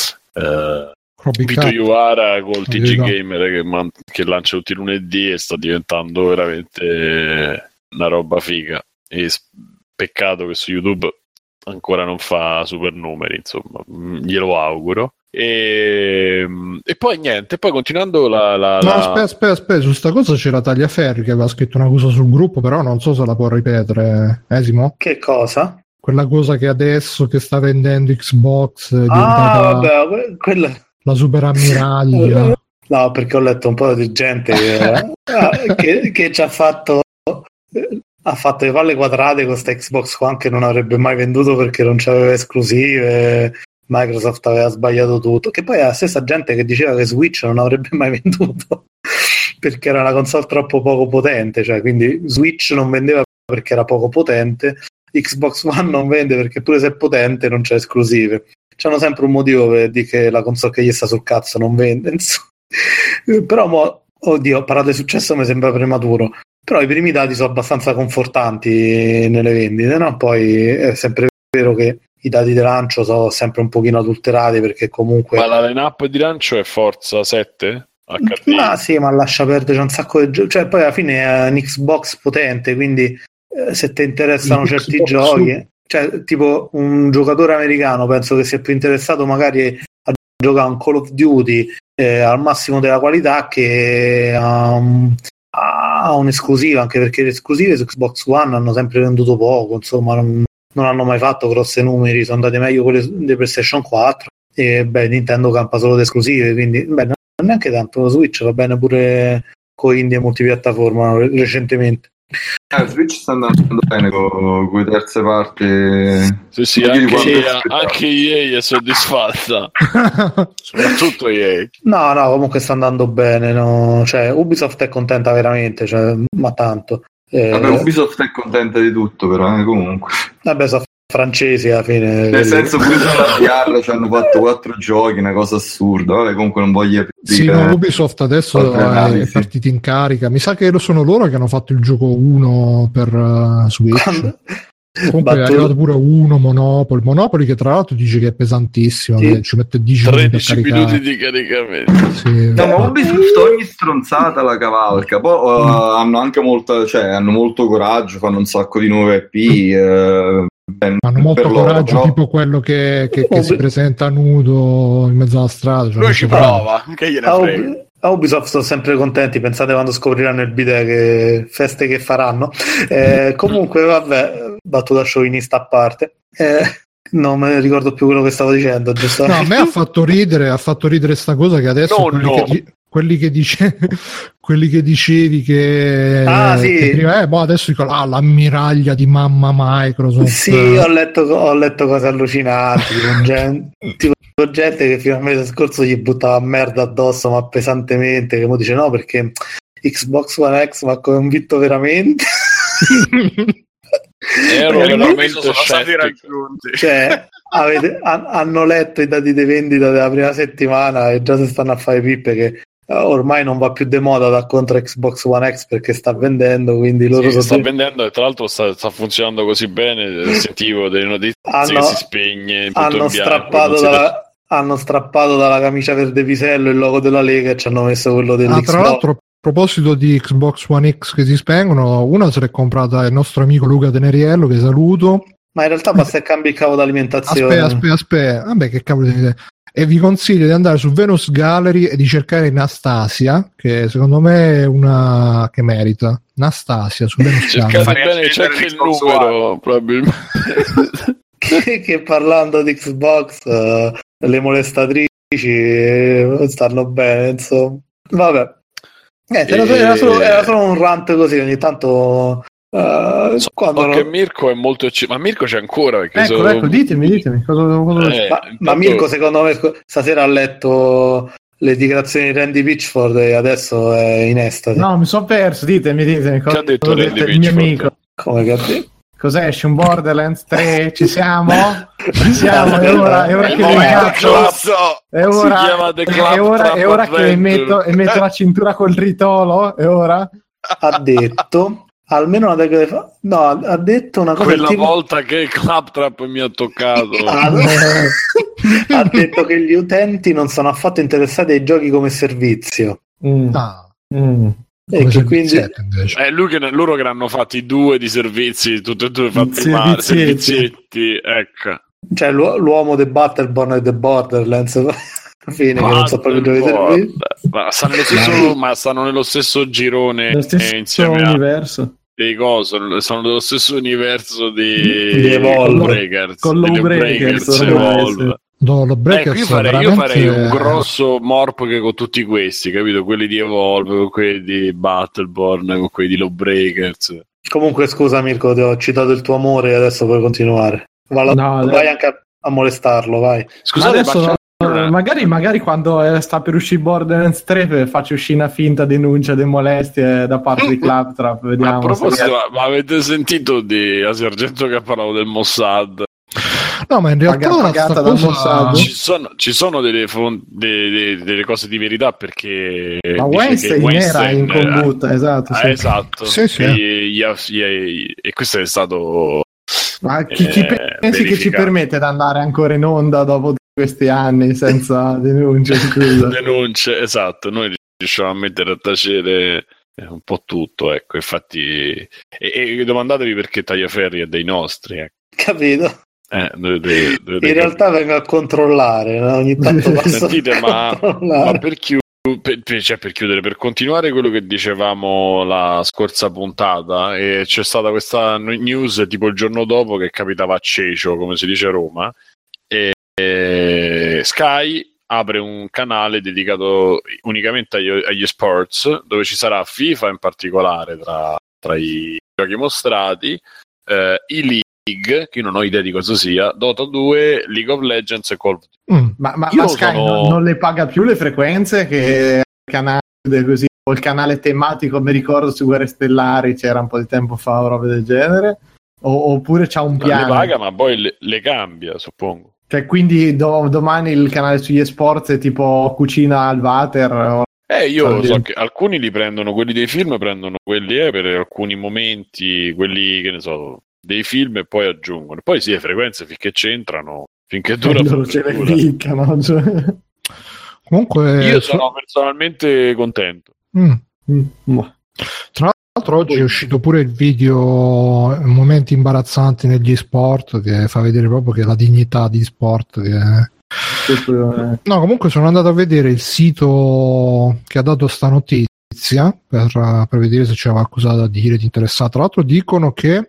eh, Vito Iwara col T G Gamer che, man- che lancia tutti i lunedì e sta diventando veramente una roba figa, e s- peccato che su YouTube ancora non fa super numeri, insomma, glielo auguro. E, e poi niente, poi continuando la, la, no la... aspetta aspetta aspetta su sta cosa c'era Tagliaferri che aveva scritto una cosa sul gruppo, però non so se la può ripetere. Esimo, che cosa? Quella cosa che adesso che sta vendendo Xbox è ah vabbè quella la super ammiraglia. No, perché ho letto un po' di gente che, che, che ci ha fatto ha fatto le palle quadrate con sta Xbox One che non avrebbe mai venduto perché non c'aveva esclusive, Microsoft aveva sbagliato tutto, che poi è la stessa gente che diceva che Switch non avrebbe mai venduto perché era una console troppo poco potente, cioè quindi Switch non vendeva perché era poco potente, Xbox One non vende perché pure se è potente non c'è esclusive. C'hanno sempre un motivo per dire che la console che gli sta sul cazzo non vende, insomma. Però mo, oddio, parlare di successo mi sembra prematuro, però i primi dati sono abbastanza confortanti nelle vendite, no? Poi è sempre vero che i dati di lancio sono sempre un pochino adulterati perché comunque... Ma la line-up di lancio è Forza sette? H D? Ma sì, ma lascia perdere, c'è un sacco di giochi, cioè poi alla fine è un Xbox potente, quindi eh, se ti interessano certi Xbox giochi... Su... Cioè, tipo un giocatore americano penso che sia più interessato magari a giocare un Call of Duty eh, al massimo della qualità che um, a un'esclusiva, anche perché le esclusive su Xbox One hanno sempre venduto poco, insomma non, non hanno mai fatto grossi numeri, sono andate meglio quelle di PlayStation quattro e beh, Nintendo campa solo di esclusive, quindi beh, non neanche tanto, Switch va bene pure con indie multipiattaforma recentemente. Eh, Switch sta andando bene con, con le terze parti. Sì, sì, anche, E A, anche E A è soddisfatta. Soprattutto E A. No, no, comunque sta andando bene. No? Cioè, Ubisoft è contenta veramente, cioè, ma tanto. Eh, vabbè, Ubisoft è contenta di tutto, però eh, comunque. Vabbè, sono francesi alla fine. Nel senso, pure sulla P R ci hanno fatto quattro giochi, una cosa assurda. Vabbè, comunque non voglio aprire. Sì, no, Ubisoft adesso è, è partita in carica. Mi sa che sono loro che hanno fatto il gioco uno per uh, Switch. Quando... Comunque è arrivato pure uno Monopoly. Monopoly che tra l'altro dice che è pesantissimo, sì. Che ci mette dieci tredici minuti di caricamento. Sì, no, ma Ubisoft ogni stronzata la cavalca. Poi uh, hanno anche molta, cioè hanno molto coraggio, fanno un sacco di nuove I P. Uh, Ben, hanno molto coraggio, loro, tipo quello che, che, che si presenta nudo in mezzo alla strada. Cioè lui ci prova, che gliene frega. A Ubisoft sono sempre contenti, pensate quando scopriranno il bidet che feste che faranno. Eh, comunque vabbè, battuta sciovinista a parte. Eh, non me ne ricordo più quello che stavo dicendo, giusto? No, a me ha fatto ridere, ha fatto ridere sta cosa che adesso no, quelli, no. Che, quelli, che dice, quelli che dicevi che, ah, sì. che prima, eh, boh, adesso dicono ah, l'ammiraglia di mamma Microsoft. Sì, ho letto, ho letto cose allucinanti, tipo gente, tipo gente che fino al mese scorso gli buttava merda addosso, ma pesantemente, che mo dice no perché Xbox One X ma convinto veramente. Ero veramente sono stati raggiunti. Cioè, avete, han, hanno letto i dati di vendita della prima settimana e già si stanno a fare pippe che uh, ormai non va più de moda da contro Xbox One X perché sta vendendo, quindi loro sì, sta de- vendendo e tra l'altro sta, sta funzionando così bene, sentivo delle notizie hanno, che si spegne in hanno bianco, strappato dalla hanno strappato dalla camicia verde pisello il logo della Lega e ci hanno messo quello dell'Xbox. Ah, tra l'altro, a proposito di Xbox One X che si spengono, una se l'è comprata il nostro amico Luca Teneriello, che saluto. Ma in realtà basta che cambi il cavo d'alimentazione. Aspetta, aspetta, aspetta. Vabbè, che cavolo di idea. E vi consiglio di andare su Venus Gallery e di cercare Nastasia, che secondo me è una che merita. Nastasia su Venus Gallery. Gallery. Bene, c'è anche il numero, probabilmente. che, che parlando di Xbox, uh, le molestatrici stanno bene, insomma. Vabbè. Niente, era, era, solo, era solo un rant così, ogni tanto uh, so quando che Mirko è molto ecc- ma Mirko c'è ancora perché ecco, sono... ecco, ditemi, ditemi cosa, cosa... Eh, ma, intanto... ma Mirko secondo me stasera ha letto le dichiarazioni di Randy Pitchford e adesso è in estasi. No, mi sono perso, ditemi, ditemi cosa ha detto Randy il mio amico. Come che ha detto? Cos'è? Esce un Borderlands tre? Ci siamo? Ci siamo, è ora, è ora che mi incazzo. È ora, è ora, è ora che metto, e metto la cintura col tritolo? È ora? Ha detto... almeno una decade fa, no, ha detto una cosa quella tipo... volta che Claptrap mi ha toccato. Ha detto che gli utenti non sono affatto interessati ai giochi come servizio. Mm. Ah. Mm. E che quindi è lui che loro che ne hanno fatti due di servizi, tutti e due fatti male, servizietti, ecco. Cioè l'u- l'uomo The Battleborn e The Borderlands alla fine, che non so proprio dove servizi. Ma stanno nello stesso, ma stanno nello stesso girone, lo stesso insieme universo. A dei cosi, sono dello stesso universo di, di Evolve Breakers, con lo Breakers, Evolve. No, lo Breakers ecco, io, farei, veramente... io farei un grosso morp che con tutti questi, capito? Quelli di Evolve, con quelli di Battleborn, con quelli di Lawbreakers. Comunque scusa Mirko, ti ho citato il tuo amore e adesso puoi continuare. Vai, no, vai anche a, a molestarlo, vai. Scusate, adesso no, magari, magari quando eh, sta per uscire Borderlands tre faccio uscire una finta denuncia di molestie da parte di Claptrap. Vediamo. A proposito, ma, ma avete sentito di a Sergento che ha parlato del Mossad? No, ma in realtà pagata dal Mossad. Ci sono, ci sono delle, font- de, de, delle cose di verità perché ma Weinstein, Weinstein era in combutta, eh, esatto, sì. Eh, esatto. Sì, sì. E, e, e questo è stato ma chi, chi eh, pensi che ci permette di andare ancora in onda dopo questi anni senza denunce? Scusa. Denunce, esatto, noi riusciamo a mettere a tacere un po' tutto, ecco, infatti e, e domandatevi perché Tagliaferri è dei nostri, ecco. Capito? Eh, dovete, dovete in realtà vengo a controllare, no? Ogni tanto passo sentite, ma, ma per, chi, per, cioè per chiudere, per continuare quello che dicevamo la scorsa puntata, e c'è stata questa news tipo il giorno dopo che capitava a Cecio, come si dice a Roma, e, e Sky apre un canale dedicato unicamente agli, agli sports, dove ci sarà FIFA in particolare tra, tra i giochi mostrati, eh, i league, che io non ho idea di cosa sia, Dota due, League of Legends e Call of Duty. Mm, ma ma, ma Sky sono... non, non le paga più le frequenze che il canale così, o il canale tematico, mi ricordo su Guerre Stellari c'era un po' di tempo fa o robe del genere, o, oppure c'ha un piano. Le paga ma poi le, le cambia, suppongo. Cioè quindi do, domani il canale sugli esports è tipo Cucina al Water o... Eh, io so che alcuni li prendono, quelli dei film prendono quelli eh, per alcuni momenti, quelli che ne so dei film, e poi aggiungono. Poi sì, le frequenze finché c'entrano, finché dura, eh, loro ce le ficcano, cioè. Comunque io sono personalmente contento. Mm. Mm. Tra l'altro oggi è uscito pure il video momenti imbarazzanti negli sport, che fa vedere proprio che la dignità di sport che... No, comunque sono andato a vedere il sito che ha dato sta notizia per, per vedere se c'era qualcosa da dire di interessato. Tra l'altro dicono che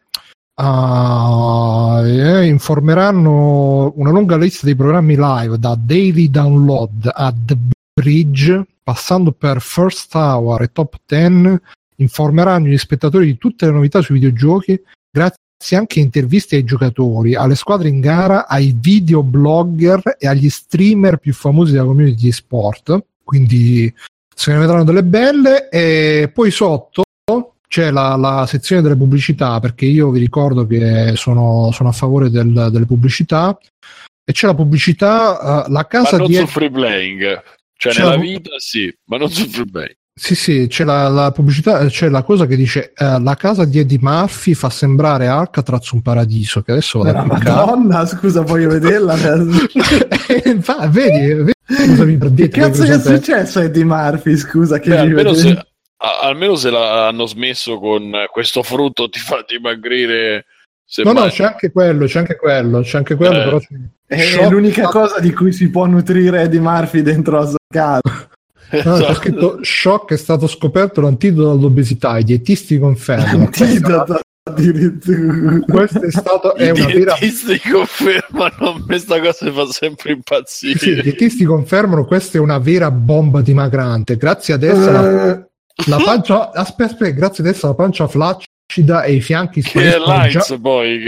Uh, eh, informeranno una lunga lista di programmi live da Daily Download a The Bridge, passando per First Hour e Top dieci. Informeranno gli spettatori di tutte le novità sui videogiochi, grazie anche a interviste ai giocatori, alle squadre in gara, ai videoblogger e agli streamer più famosi della community di sport. Quindi se ne vedranno delle belle. E poi sotto c'è la, la sezione delle pubblicità, perché io vi ricordo che sono, sono a favore del, delle pubblicità, e c'è la pubblicità, uh, la casa ma non di sul free playing, cioè c'è nella la... vita sì, ma non sul free playing. Sì, sì, c'è la, la pubblicità, c'è la cosa che dice uh, la casa di Eddie Murphy fa sembrare Alcatraz un paradiso, che adesso vado a Madonna, scusa, voglio vederla. Infatti, vedi, vedi scusami, per che cazzo è successo a Eddie Murphy, scusa, che Beh, almeno se... almeno se l'hanno smesso con questo frutto ti fa dimagrire. No, mangi. No, c'è anche quello, c'è anche quello, c'è anche quello, eh. Però c'è... È l'unica cosa di cui si può nutrire Eddie Murphy dentro la sua casa. No, c'è scritto shock, è stato scoperto l'antidoto all'obesità, i dietisti confermano. Antidoto addirittura. Questo è stato è I una vera... dietisti confermano, questa cosa mi fa sempre impazzire. Sì, i dietisti confermano, questa è una vera bomba dimagrante. Grazie ad essa uh... la... La pancia, aspetta, aspetta, grazie adesso la pancia flaccia e i fianchi spariscono che lights, già... poi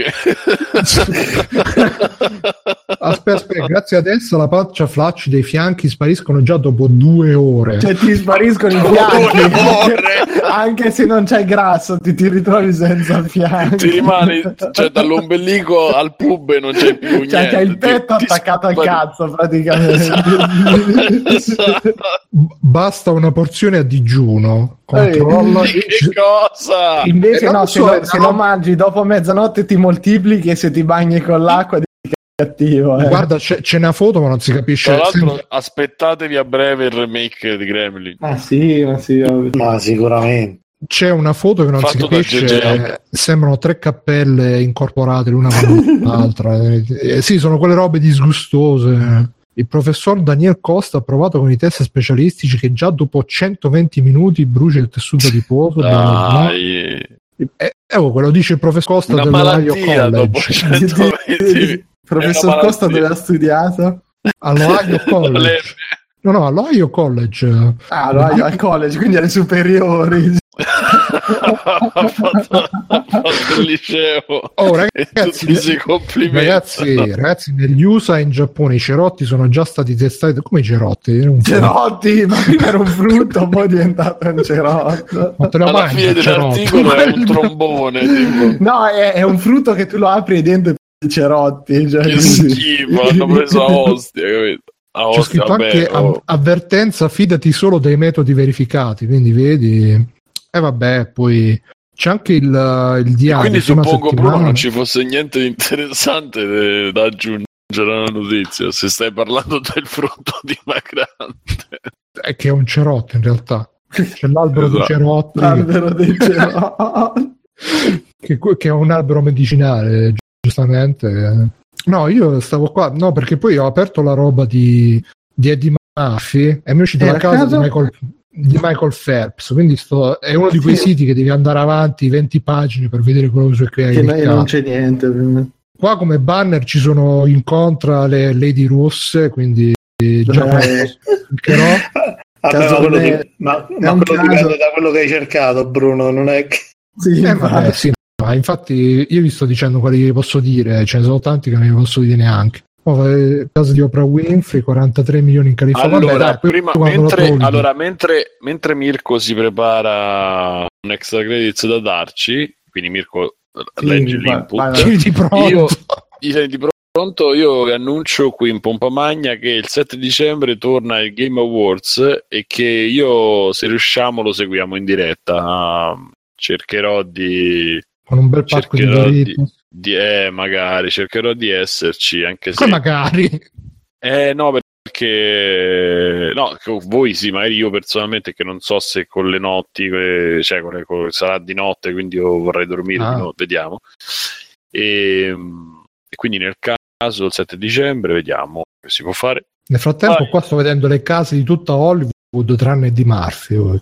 aspetta, aspetta, grazie ad essa la pancia flaccida e i fianchi spariscono già dopo due ore. Cioè ti spariscono i fianchi anche se non c'è grasso, ti, ti ritrovi senza fianchi, ti rimani, cioè dall'ombelico al pube non c'è più niente, cioè c'è il petto ti, attaccato ti spari... al cazzo praticamente. Basta una porzione a digiuno, controlla. Che cosa? Invece no, se, so, lo, se no... lo mangi dopo mezzanotte ti moltiplichi, e se ti bagni con l'acqua cattivo, eh. Guarda, c'è, c'è una foto ma non si capisce. Tra l'altro sempre... aspettatevi a breve il remake di Gremlin. Ah sì, ma sì, ma sicuramente c'è una foto che non Fatto si capisce, eh, sembrano tre cappelle incorporate l'una con l'altra. Eh, sì, sono quelle robe disgustose. Il professor Daniel Costa ha provato con i test specialistici che già dopo centoventi minuti brucia il tessuto adiposo. Dai. Eh, eh, oh, quello dice il professor Costa dell'Ohio College. Professor Costa dove ha studiato? All'Ohio College. No, no, all'Ohio College. Ah, all'Ohio al college, quindi alle superiori. Ha fatto il liceo. Oh, ragazzi, ragazzi, ragazzi, negli U S A e in Giappone i cerotti sono già stati testati. Come i cerotti? Un cerotti, ma era un frutto, poi è diventato un cerotto. Ma te lo alla fine dell'articolo è un trombone. Tipo. No, è, è un frutto che tu lo apri e dentro i cerotti. Cioè, che schifo, hanno preso a ostia, capito? Ah, c'è scritto vabbè, anche oh. avvertenza, fidati solo dei metodi verificati, quindi vedi. E eh vabbè, poi c'è anche il, il diario. Quindi suppongo Bruno non ci fosse niente di interessante de, da aggiungere alla notizia, se stai parlando del frutto di Magrante. È che è un cerotto in realtà. C'è l'albero esatto. dei cerotti. L'albero dei cerotti. che, che è un albero medicinale, giustamente. No, io stavo qua, no, perché poi ho aperto la roba di, di Eddie Murphy e mi è uscita la casa di Michael, di Michael Phelps, quindi sto, è uno di quei siti che devi andare avanti venti pagine per vedere quello che c'è. Che non c'è niente. Qua come banner ci sono incontra le Lady Russe, quindi già eh. Vabbè, quello di, ma, ma quello caso... dipende da quello che hai cercato, Bruno, non è che... Sì, eh, vabbè, sì. Ma infatti io vi sto dicendo quelli che posso dire, ce ne sono tanti che non vi posso dire neanche. Oh, il caso di Oprah Winfrey, quarantatré milioni in California. Allora, Vabbè, dai, prima, mentre, allora mentre, mentre Mirko si prepara un extra credits da darci, quindi Mirko sì, legge l'input, io, io di pronto io vi annuncio qui in pompa magna che il sette dicembre torna il Game Awards e che io, se riusciamo, lo seguiamo in diretta. Cercherò di con un bel pacco di, di, di eh, magari cercherò di esserci, anche se magari eh no perché no, voi sì, magari io personalmente che non so se con le notti, cioè con le, con, sarà di notte, quindi io vorrei dormire ah. di notte, vediamo. E, e quindi nel caso il sette dicembre vediamo che si può fare. Nel frattempo Vai. Qua sto vedendo le case di tutta Hollywood tranne di Murphy.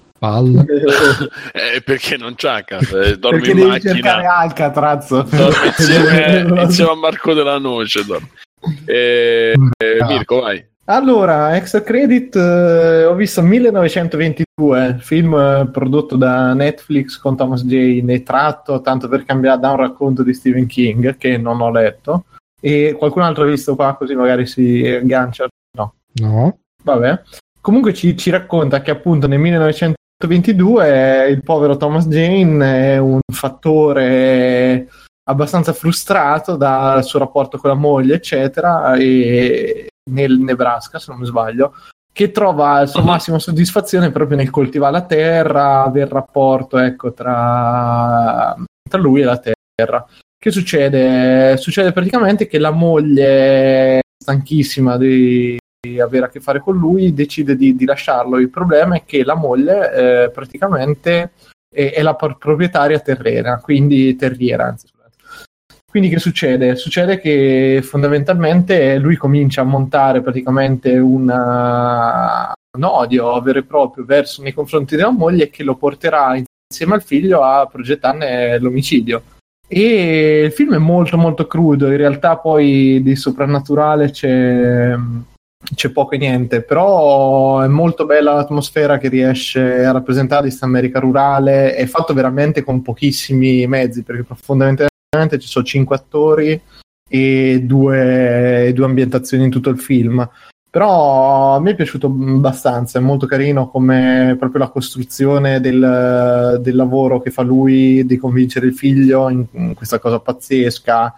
eh, perché non c'ha casa, eh, dormi perché in devi macchina, cercare Alcatraz, dormi insieme, insieme a Marco della Noce, eh, eh, Mirko vai. Allora, extra credit, eh, ho visto millenovecentoventidue, film eh, prodotto da Netflix con Thomas Jane e tratto tanto per cambiare da un racconto di Stephen King che non ho letto. E qualcun altro ha visto qua, così magari si aggancia? No. No. Vabbè. Comunque ci, ci racconta che appunto nel millenovecentoventidue il povero Thomas Jane è un fattore abbastanza frustrato dal suo rapporto con la moglie, eccetera, e nel Nebraska, se non mi sbaglio, che trova la sua massima soddisfazione proprio nel coltivare la terra, aver rapporto, ecco, tra, tra lui e la terra. Che succede? Succede praticamente che la moglie, stanchissima di avere a che fare con lui, decide di, di lasciarlo. Il problema è che la moglie eh, praticamente è, è la proprietaria terrena, quindi terriera, anzi. Quindi che succede? Succede che fondamentalmente lui comincia a montare praticamente una, un odio vero e proprio verso nei confronti della moglie che lo porterà insieme al figlio a progettarne l'omicidio. E il film è molto molto crudo, in realtà poi di soprannaturale c'è, c'è poco e niente, però è molto bella l'atmosfera che riesce a rappresentare questa America rurale, è fatto veramente con pochissimi mezzi, perché fondamentalmente ci sono cinque attori e due, due ambientazioni in tutto il film. Però a me è piaciuto abbastanza, è molto carino come proprio la costruzione del, del lavoro che fa lui di convincere il figlio in, in questa cosa pazzesca,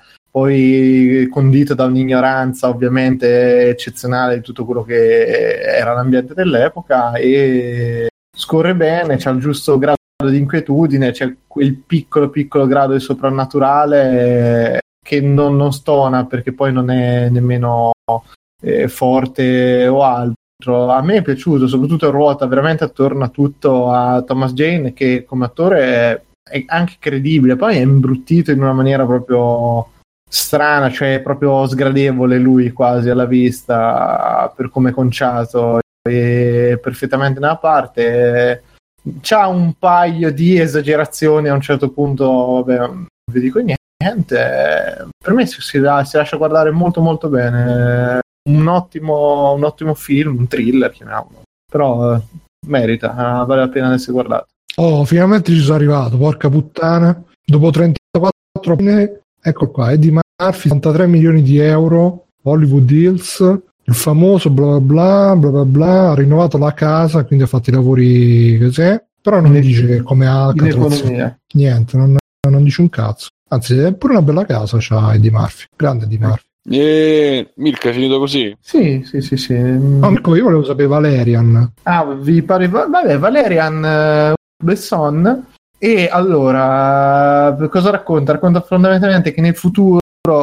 poi condito da un'ignoranza ovviamente eccezionale di tutto quello che era l'ambiente dell'epoca, e scorre bene, c'ha il giusto grado di inquietudine, c'è quel piccolo piccolo grado di soprannaturale che non, non stona, perché poi non è nemmeno eh, forte o altro. A me è piaciuto, soprattutto ruota veramente attorno a tutto a Thomas Jane, che come attore è, è anche credibile, poi è imbruttito in una maniera proprio strana, cioè proprio sgradevole lui quasi alla vista per come è conciato, e perfettamente nella parte. C'ha un paio di esagerazioni a un certo punto, vabbè, non vi dico niente, per me si, si, si lascia guardare molto molto bene, un ottimo, un ottimo film, un thriller chiamiamolo, però eh, merita, vale la pena di essere guardato. Oh, finalmente ci sono arrivato, porca puttana, dopo trentaquattro anni. Ecco qua, Eddie Murphy, settantatré milioni di euro, Hollywood Hills, il famoso bla bla bla bla bla bla, ha rinnovato la casa, quindi ha fatto i lavori così, però non mi dice come ha niente, non, non dice un cazzo. Anzi, è pure una bella casa c'ha Eddie Murphy, grande Eddie Murphy. E Mirka è finito così? Sì, sì, sì, sì. No, Mirko, io volevo sapere Valerian. Ah, vi pare, vabbè, Valerian uh, Besson. E allora, cosa racconta? Racconta fondamentalmente che nel futuro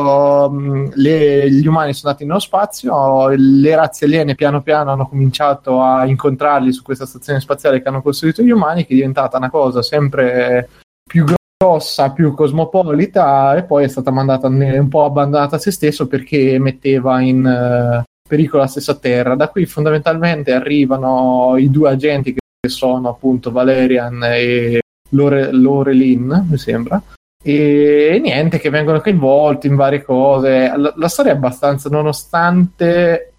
mh, le, gli umani sono andati nello spazio, le razze aliene piano piano hanno cominciato a incontrarli su questa stazione spaziale che hanno costruito gli umani, che è diventata una cosa sempre più grossa, più cosmopolita, e poi è stata mandata un po' abbandonata a se stesso perché metteva in uh, pericolo la stessa Terra. Da qui fondamentalmente arrivano i due agenti che sono appunto Valerian e Lore, Lorelin, mi sembra, e niente, che vengono coinvolti in varie cose. La, la storia è abbastanza, nonostante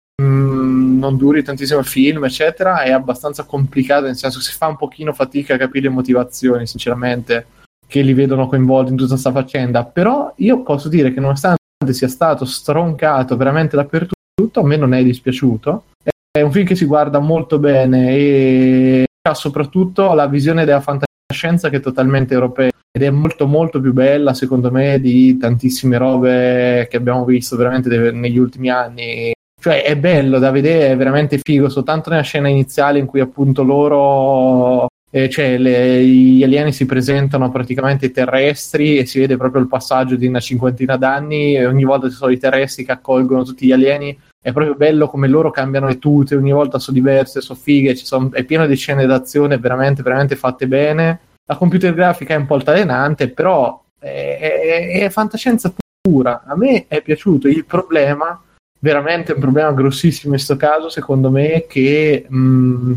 mh, non duri tantissimo il film eccetera, è abbastanza complicata, nel senso che si fa un pochino fatica a capire le motivazioni sinceramente che li vedono coinvolti in tutta questa faccenda. Però io posso dire che nonostante sia stato stroncato veramente dappertutto, a me non è dispiaciuto. È un film che si guarda molto bene e ha soprattutto la visione della fantascienza che è totalmente europea, ed è molto molto più bella secondo me di tantissime robe che abbiamo visto veramente de- negli ultimi anni. Cioè è bello da vedere, è veramente figo, soltanto nella scena iniziale in cui appunto loro eh, cioè le, gli alieni si presentano praticamente terrestri e si vede proprio il passaggio di una cinquantina d'anni, e ogni volta ci sono i terrestri che accolgono tutti gli alieni. È proprio bello come loro cambiano le tute, ogni volta sono diverse, sono fighe, ci sono, è pieno di scene d'azione veramente, veramente fatte bene. La computer grafica è un po' altalenante, però è, è, è fantascienza pura. A me è piaciuto. Il problema, veramente un problema grossissimo in questo caso, secondo me, è che mh,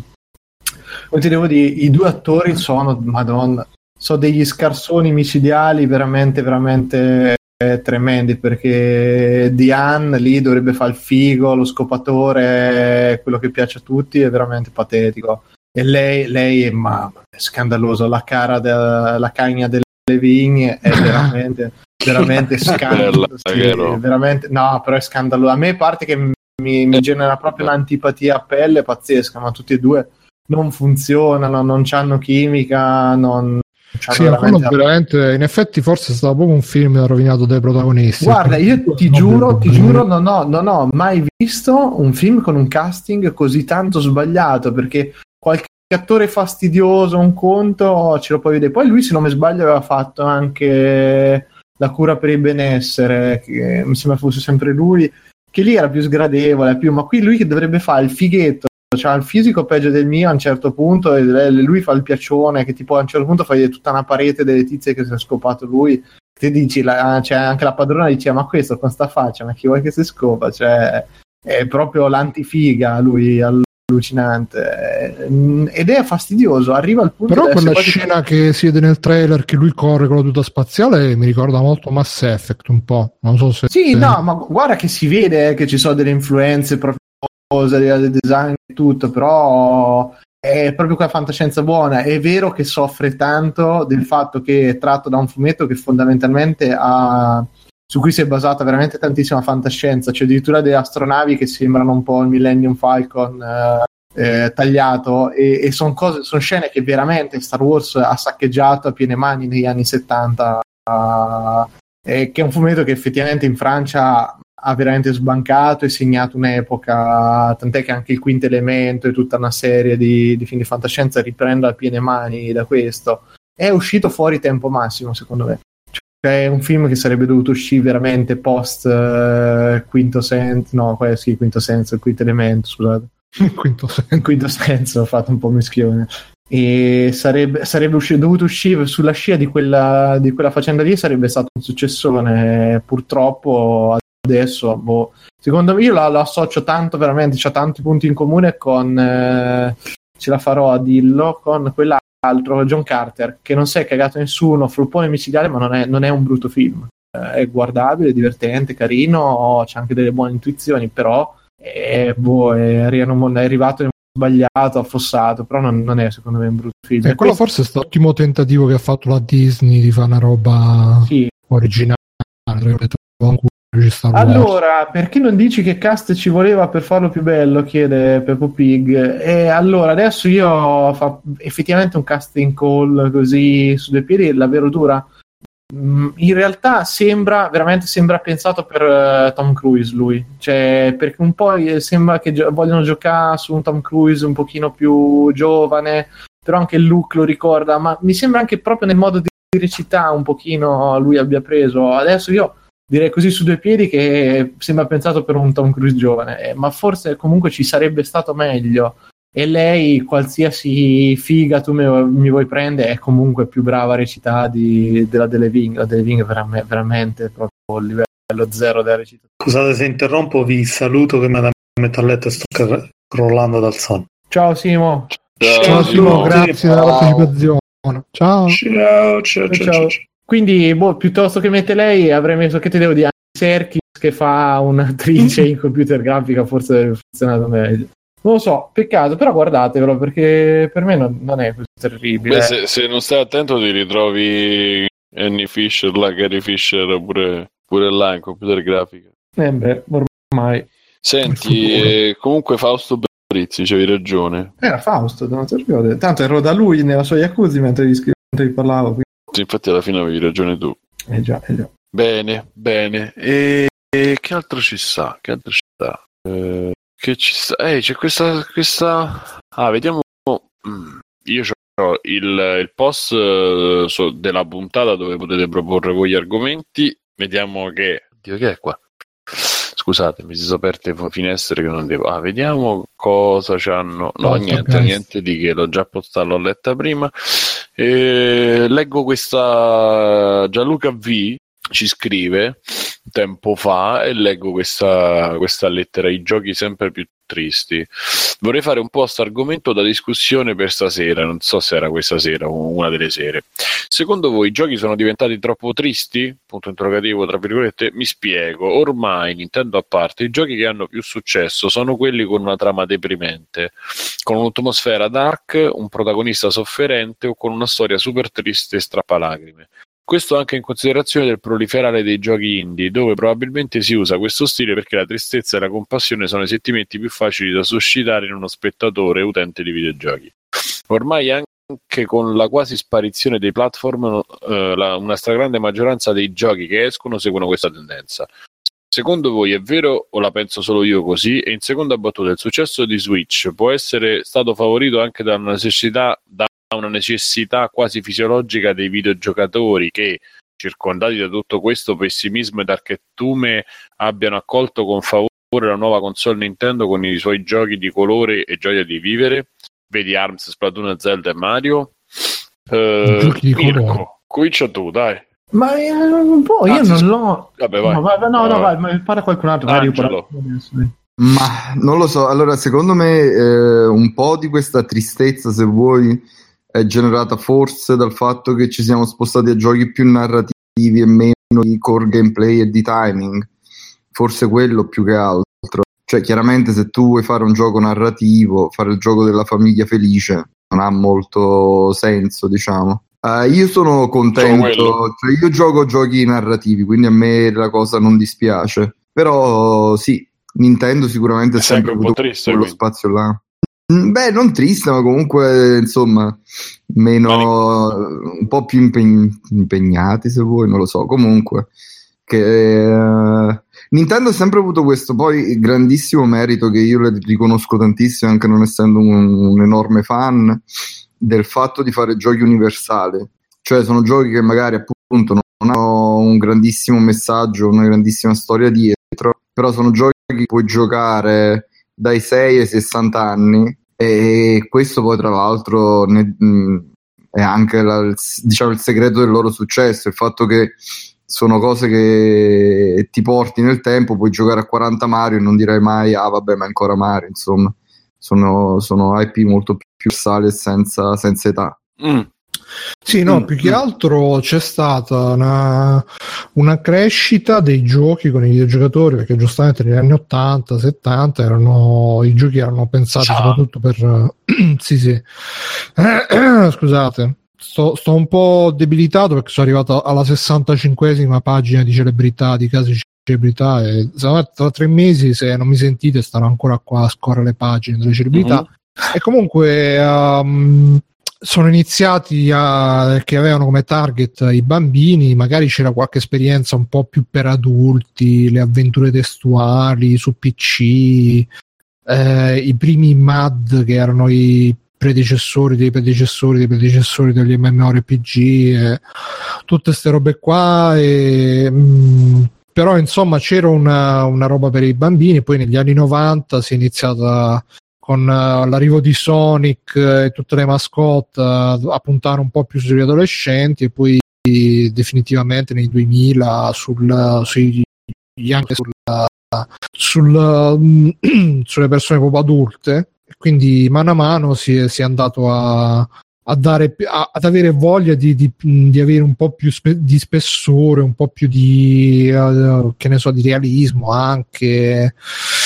come ti devo dire, i due attori sono, madonna, sono degli scarsoni micidiali veramente, veramente tremendi, perché Diane lì dovrebbe fare il figo, lo scopatore, quello che piace a tutti, è veramente patetico, e lei, lei è, ma, è scandalosa, la cara de, la cagna delle vigne è veramente veramente scandalosa, sì, veramente, no, però è scandaloso. A me, a parte che mi, mi genera proprio un'antipatia a pelle pazzesca, ma tutti e due non funzionano, non c'hanno chimica, non sì, veramente... veramente in effetti forse è stato proprio un film rovinato dai protagonisti. Guarda, io ti giuro, ti giuro non ho, non ho mai visto un film con un casting così tanto sbagliato, perché qualche attore fastidioso, un conto ce lo puoi vedere. Poi lui, se non mi sbaglio, aveva fatto anche La cura per il benessere, che mi sembra fosse sempre lui, che lì era più sgradevole, più, ma qui lui che dovrebbe fare il fighetto, c'ha il fisico peggio del mio a un certo punto, e lui fa il piaccione, che tipo a un certo punto fa tutta una parete delle tizie che si è scopato lui, ti dici, la, cioè anche la padrona dice, ma questo con sta faccia, ma chi vuoi che si scopa, cioè è proprio l'antifiga lui, allucinante, ed è fastidioso, arriva al punto. Però quella scena che si vede nel trailer che lui corre con la tuta spaziale mi ricorda molto Mass Effect un po', non so se sì, no, ma guarda che si vede che ci sono delle influenze proprio a livello di design e tutto, però è proprio quella fantascienza buona. È vero che soffre tanto del fatto che è tratto da un fumetto che fondamentalmente ha, su cui si è basata veramente tantissima fantascienza, c'è addirittura delle astronavi che sembrano un po' il Millennium Falcon eh, eh, tagliato, e, e sono cose, sono scene che veramente Star Wars ha saccheggiato a piene mani negli anni settanta, uh, e che è un fumetto che effettivamente in Francia ha veramente sbancato e segnato un'epoca, tant'è che anche il Quinto Elemento e tutta una serie di, di film di fantascienza riprende a piene mani da questo. È uscito fuori tempo massimo, secondo me. Cioè, è un film che sarebbe dovuto uscire veramente post uh, Quinto Senso, no, quello sì, Quinto Senso, il Quinto Elemento, scusate. Quinto Senso. Quinto Senso, ho fatto un po' mischione. E sarebbe, sarebbe usci- dovuto uscire sulla scia di quella, di quella faccenda lì, sarebbe stato un successone. Purtroppo adesso, boh, secondo me, io la, la associo tanto, veramente, c'ha tanti punti in comune con eh, ce la farò a dirlo, con quell'altro John Carter, che non si è cagato nessuno, floppone micidiale, ma non è, non è un brutto film, eh, è guardabile, divertente, carino, c'è anche delle buone intuizioni, però è, boh, è, è arrivato nel sbagliato, affossato, però non, non è secondo me un brutto film. E quello forse è stato l'ultimo tentativo che ha fatto la Disney di fare una roba sì. originale. Allora, perché non dici che cast ci voleva per farlo più bello? Chiede Peppo Pig. E allora adesso io fa effettivamente un casting call così su due piedi davvero dura. In realtà sembra veramente sembra pensato per uh, Tom Cruise lui, cioè perché un po' sembra che gio- vogliono giocare su un Tom Cruise un pochino più giovane, però anche il look lo ricorda, ma mi sembra anche proprio nel modo di recitare un pochino lui abbia preso. Adesso io direi così su due piedi che sembra pensato per un Tom Cruise giovane, eh, ma forse comunque ci sarebbe stato meglio. E lei, qualsiasi figa tu mi, mi vuoi prendere, è comunque più brava a recitare di, della Delevingne. La Delevingne è veramente, veramente proprio il livello zero della recitazione. Scusate se interrompo, vi saluto che mi da metto a letto e sto cr- crollando dal sonno. Ciao Simo. Ciao, ciao Simo, grazie della partecipazione. Ciao. Ciao, ciao, ciao, ciao. Quindi, boh, piuttosto che mette lei, avrei messo, che te devo dire, Serkis che fa un'attrice in computer grafica, forse avrebbe funzionato meglio. Non lo so, peccato, però guardatevelo perché per me non, non è così terribile. Beh, se, se non stai attento ti ritrovi Annie Fisher, la Carrie Fisher pure, pure là in computer grafica. Eh beh, ormai. Senti, eh, comunque Fausto Brizzi, c'avevi ragione. Era Fausto, non ti ricordo. Tanto ero da lui nella sua Yakuza mentre gli, scrivo, mentre gli parlavo. Quindi... Sì, infatti alla fine avevi ragione tu. Eh già, eh già. Bene, bene. E, e che altro ci sta? Che altro ci sta? Eh... Che ci sta? Eh, c'è questa, questa... Ah, vediamo. Io ho il, il post uh, so, della puntata dove potete proporre voi gli argomenti. Vediamo che... Dio, che è qua? Scusate, mi si sono aperte finestre che non devo... Ah, vediamo cosa c'hanno... No, oh, niente, okay. Niente di che, l'ho già postato, l'ho letta prima. E leggo questa... Gianluca V ci scrive tempo fa e leggo questa, questa lettera: i giochi sempre più tristi. Vorrei fare un post argomento da discussione per stasera, non so se era questa sera o una delle sere. Secondo voi i giochi sono diventati troppo tristi? Punto interrogativo, tra virgolette. Mi spiego: ormai, Nintendo a parte, i giochi che hanno più successo sono quelli con una trama deprimente, con un'atmosfera dark, un protagonista sofferente o con una storia super triste e strappalacrime. Questo anche in considerazione del proliferare dei giochi indie, dove probabilmente si usa questo stile perché la tristezza e la compassione sono i sentimenti più facili da suscitare in uno spettatore utente di videogiochi. Ormai anche con la quasi sparizione dei platform, eh, la, una stragrande maggioranza dei giochi che escono seguono questa tendenza. Secondo voi è vero o la penso solo io così? E in seconda battuta, il successo di Switch può essere stato favorito anche da una necessità da una necessità quasi fisiologica dei videogiocatori che, circondati da tutto questo pessimismo ed archetume, abbiano accolto con favore la nuova console Nintendo con i suoi giochi di colore e gioia di vivere? Vedi Arms, Splatoon, Zelda e Mario. Uh, Mirko, comincia tu, dai. Ma eh, un po', io Anzi, non l'ho... Vabbè, vai. No, vai, no, no, vai, ma parla qualcun altro. Vai, ma non lo so, allora secondo me eh, un po' di questa tristezza, se vuoi, è generata forse dal fatto che ci siamo spostati a giochi più narrativi e meno di core gameplay e di timing, forse quello più che altro. Cioè, chiaramente se tu vuoi fare un gioco narrativo, fare il gioco della famiglia felice non ha molto senso, diciamo. Uh, io sono contento, cioè io gioco giochi narrativi, quindi a me la cosa non dispiace. Però sì, Nintendo sicuramente è sempre un po' triste quello spazio là. Beh, non triste, ma comunque insomma meno un po' più impeg- impegnati, se vuoi, non lo so. Comunque che uh, Nintendo ha sempre avuto questo poi grandissimo merito che io le riconosco tantissimo, anche non essendo un, un enorme fan, del fatto di fare giochi universali. Cioè sono giochi che magari appunto non hanno un grandissimo messaggio, una grandissima storia dietro, però sono giochi che puoi giocare dai sei ai sessanta anni, e questo poi tra l'altro ne, mh, è anche la, il, diciamo il segreto del loro successo, il fatto che sono cose che ti porti nel tempo, puoi giocare a quaranta Mario e non dirai mai ah vabbè ma è ancora Mario, insomma sono, sono I P molto più universali e senza, senza età. Mm. Sì, no, mm, più che mm. altro c'è stata una, una crescita dei giochi con i videogiocatori, perché giustamente negli anni ottanta settanta erano, i giochi erano pensati Ciao. soprattutto per sì sì eh, scusate sto, sto un po' debilitato perché sono arrivato alla sessantacinquesima pagina di celebrità, di casi celebrità, e tra tre mesi, se non mi sentite, starò ancora qua a scorrere le pagine delle celebrità. Mm-hmm. E comunque um, sono iniziati a, che avevano come target i bambini, magari c'era qualche esperienza un po' più per adulti, le avventure testuali su P C, eh, i primi M A D che erano i predecessori dei predecessori dei predecessori degli MMORPG, eh, tutte ste robe qua, e mh, però insomma c'era una, una roba per i bambini. Poi negli anni novanta si è iniziata con uh, l'arrivo di Sonic e tutte le mascotte uh, a puntare un po' più sugli adolescenti, e poi definitivamente nei duemila sul, sui, anche sul, sul, uh, sulle persone proprio adulte. Quindi mano a mano si è, si è andato a, a dare, a, ad avere voglia di, di, di avere un po' più spe, di spessore, un po' più di uh, che ne so, di realismo anche.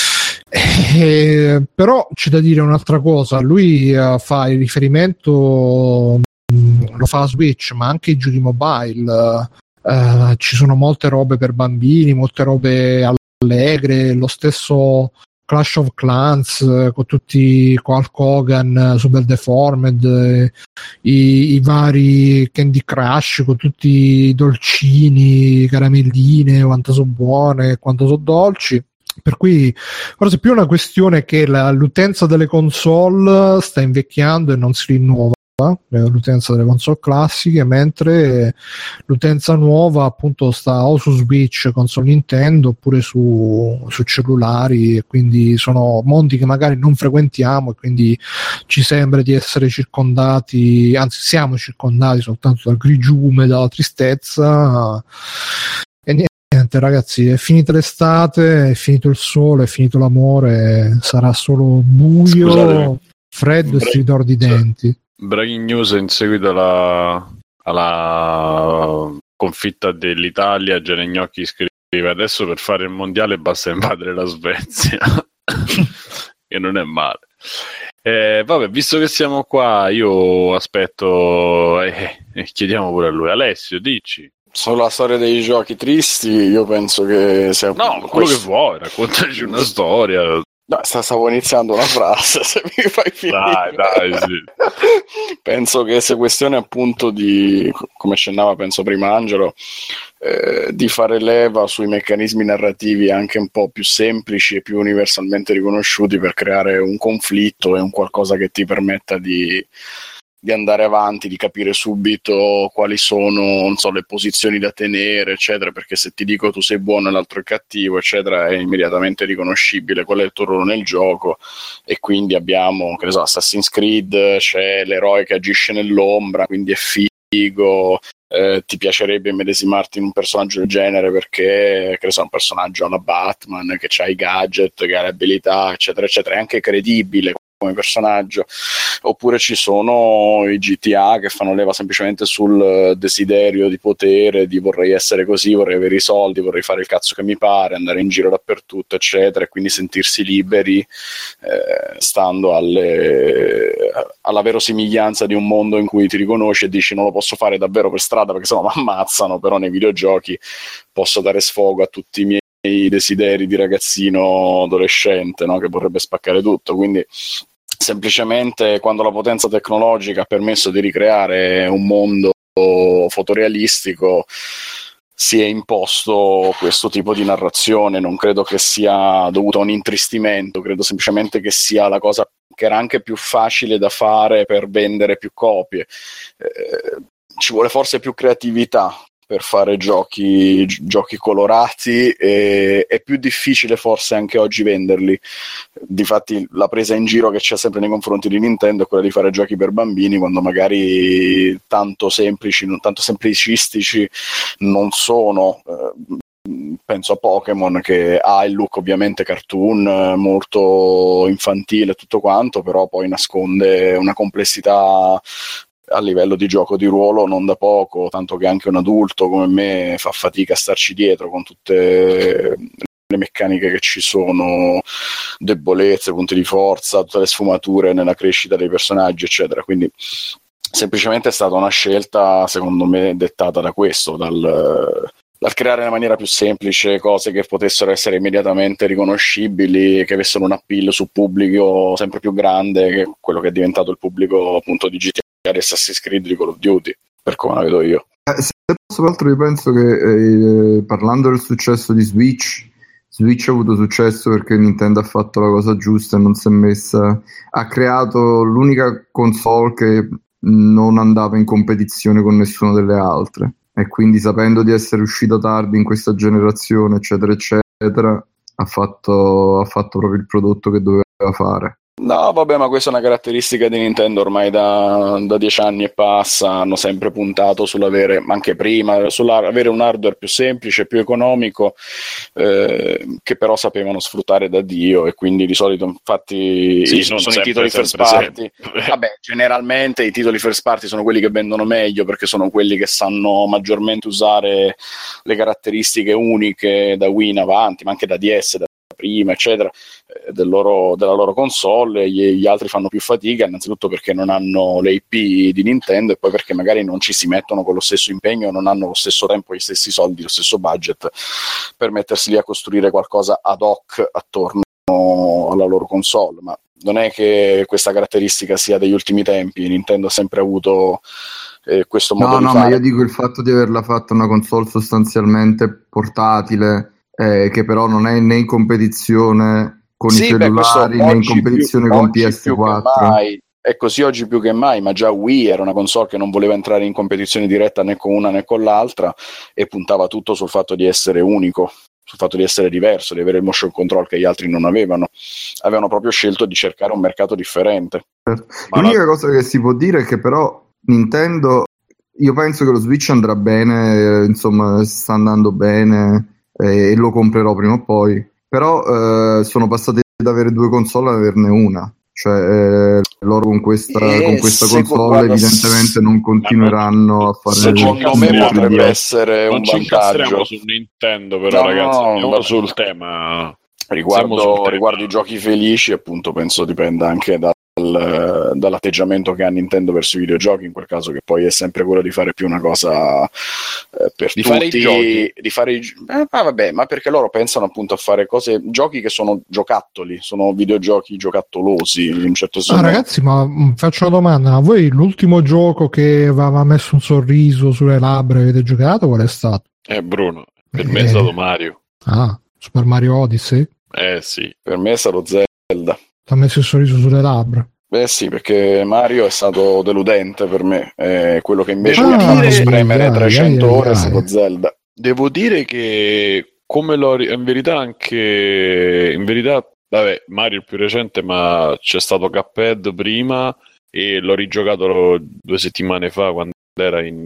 Eh, però c'è da dire un'altra cosa, lui uh, fa il riferimento, mh, lo fa a Switch, ma anche i giochi mobile, uh, ci sono molte robe per bambini, molte robe allegre, lo stesso Clash of Clans eh, con tutti, con Hulk Hogan, eh, Super Deformed, eh, i, i vari Candy Crush con tutti i dolcini, caramelline, quanto sono buone, quanto sono dolci. Per cui forse è più una questione che la, l'utenza delle console sta invecchiando e non si rinnova, l'utenza delle console classiche, mentre l'utenza nuova appunto sta o su Switch, console Nintendo, oppure su, su cellulari, e quindi sono mondi che magari non frequentiamo, e quindi ci sembra di essere circondati, anzi siamo circondati soltanto dal grigiume, dalla tristezza. E niente ragazzi, è finita l'estate, è finito il sole, è finito l'amore, sarà solo buio, Scusate, freddo e stridor di denti. Breaking news: in seguito alla, alla sconfitta dell'Italia, Gianni scrive: adesso per fare il mondiale basta invadere la Svezia. Che non è male. Eh, vabbè, visto che siamo qua, io aspetto e eh, eh, chiediamo pure a lui. Alessio, dici. Sulla storia dei giochi tristi, io penso che sia no, quello questo. Che vuoi, raccontaci una storia. No, stavo iniziando una frase, se mi fai finire. Dai, dai, sì. Penso che sia questione appunto di, come accennava penso prima Angelo, eh, di fare leva sui meccanismi narrativi anche un po' più semplici e più universalmente riconosciuti per creare un conflitto e un qualcosa che ti permetta di di andare avanti, di capire subito quali sono, non so, le posizioni da tenere, eccetera, perché se ti dico tu sei buono e l'altro è cattivo, eccetera, è immediatamente riconoscibile qual è il tuo ruolo nel gioco. E quindi abbiamo, che ne so, Assassin's Creed, c'è l'eroe che agisce nell'ombra, quindi è figo, eh, ti piacerebbe immedesimarti in un personaggio del genere perché, che ne so, un personaggio alla Batman, che ha i gadget, che ha le abilità, eccetera, eccetera, è anche credibile come personaggio, oppure ci sono i G T A che fanno leva semplicemente sul desiderio di potere, di vorrei essere così, vorrei avere i soldi, vorrei fare il cazzo che mi pare, andare in giro dappertutto eccetera, e quindi sentirsi liberi eh, stando alle, alla verosimiglianza di un mondo in cui ti riconosci e dici non lo posso fare davvero per strada perché sennò mi ammazzano, però nei videogiochi posso dare sfogo a tutti i miei i desideri di ragazzino adolescente, no? Che vorrebbe spaccare tutto. Quindi semplicemente quando la potenza tecnologica ha permesso di ricreare un mondo fotorealistico si è imposto questo tipo di narrazione. Non credo che sia dovuto a un intristimento, credo semplicemente che sia la cosa che era anche più facile da fare per vendere più copie. Eh, ci vuole forse più creatività per fare giochi, giochi colorati, e è più difficile forse anche oggi venderli. Difatti la presa in giro che c'è sempre nei confronti di Nintendo è quella di fare giochi per bambini, quando magari tanto semplici, non tanto semplicistici non sono. Penso a Pokémon, che ha il look ovviamente cartoon, molto infantile tutto quanto, però poi nasconde una complessità a livello di gioco di ruolo non da poco, tanto che anche un adulto come me fa fatica a starci dietro con tutte le meccaniche che ci sono, debolezze, punti di forza, tutte le sfumature nella crescita dei personaggi eccetera. Quindi semplicemente è stata una scelta secondo me dettata da questo, dal dal creare in maniera più semplice cose che potessero essere immediatamente riconoscibili, che avessero un appeal su pubblico sempre più grande, che quello che è diventato il pubblico appunto di G T A, di Assassin's Creed, di Call of Duty, per come la vedo io. Eh, se posso, peraltro io penso che eh, parlando del successo di Switch, Switch ha avuto successo perché Nintendo ha fatto la cosa giusta e non si è messa, ha creato l'unica console che non andava in competizione con nessuna delle altre. E quindi, sapendo di essere uscito tardi in questa generazione eccetera eccetera, ha fatto, ha fatto proprio il prodotto che doveva fare. No, vabbè, ma questa è una caratteristica di Nintendo ormai da, da dieci anni e passa. Hanno sempre puntato sull'avere, anche prima, sull'avere un hardware più semplice, più economico, eh, che però sapevano sfruttare da Dio, e quindi di solito infatti sì, sono sempre, i titoli first party. Vabbè, generalmente i titoli first party sono quelli che vendono meglio, perché sono quelli che sanno maggiormente usare le caratteristiche uniche da Wii in avanti, ma anche da D S, da prima eccetera, eh, del loro, della loro console. Gli, gli altri fanno più fatica, innanzitutto perché non hanno le I P di Nintendo, e poi perché magari non ci si mettono con lo stesso impegno, non hanno lo stesso tempo, gli stessi soldi, lo stesso budget per mettersi lì a costruire qualcosa ad hoc attorno alla loro console. Ma non è che questa caratteristica sia degli ultimi tempi. Nintendo ha sempre avuto eh, questo modo no, di no, fare. Ma io dico il fatto di averla fatta una console sostanzialmente portatile, Eh, che però non è né in competizione con sì, i cellulari beh, né in competizione più, con P S quattro. È così oggi più che mai, ma già Wii era una console che non voleva entrare in competizione diretta né con una né con l'altra, e puntava tutto sul fatto di essere unico, sul fatto di essere diverso, di avere il motion control che gli altri non avevano. Avevano proprio scelto di cercare un mercato differente. Certo. L'unica la... cosa che si può dire è che però Nintendo, io penso che lo Switch andrà bene, insomma sta andando bene, e lo comprerò prima o poi, però eh, sono passati da avere due console ad averne una, cioè eh, loro con questa, eh, con questa console guarda, evidentemente non continueranno non, a fare secondo me potrebbe essere non un ci vantaggio su Nintendo, però no, ragazzi no, andiamo sul tema riguardo, sul tema. riguardo i giochi felici, appunto penso dipenda anche da dall'atteggiamento che ha Nintendo verso i videogiochi, in quel caso, che poi è sempre quello di fare più una cosa eh, per di tutti, fare i giochi di fare i, eh, ah, vabbè, ma perché loro pensano appunto a fare cose, giochi che sono giocattoli, sono videogiochi giocattolosi in un certo senso. Ah, ragazzi, ma mh, faccio una domanda: a voi l'ultimo gioco che aveva messo un sorriso sulle labbra avete giocato qual è stato? Eh Bruno, per eh. me è stato Mario. Ah, Super Mario Odyssey? Eh sì, per me è stato Zelda. Ti ha messo il sorriso sulle labbra? Beh sì, perché Mario è stato deludente per me, eh, quello che invece ah, mi ha fatto spremere ai, trecento ai, ai, ore ai. è stato Zelda. Devo dire che come l'ho in verità anche in verità vabbè, Mario il più recente, ma c'è stato Cuphead prima e l'ho rigiocato due settimane fa quando era in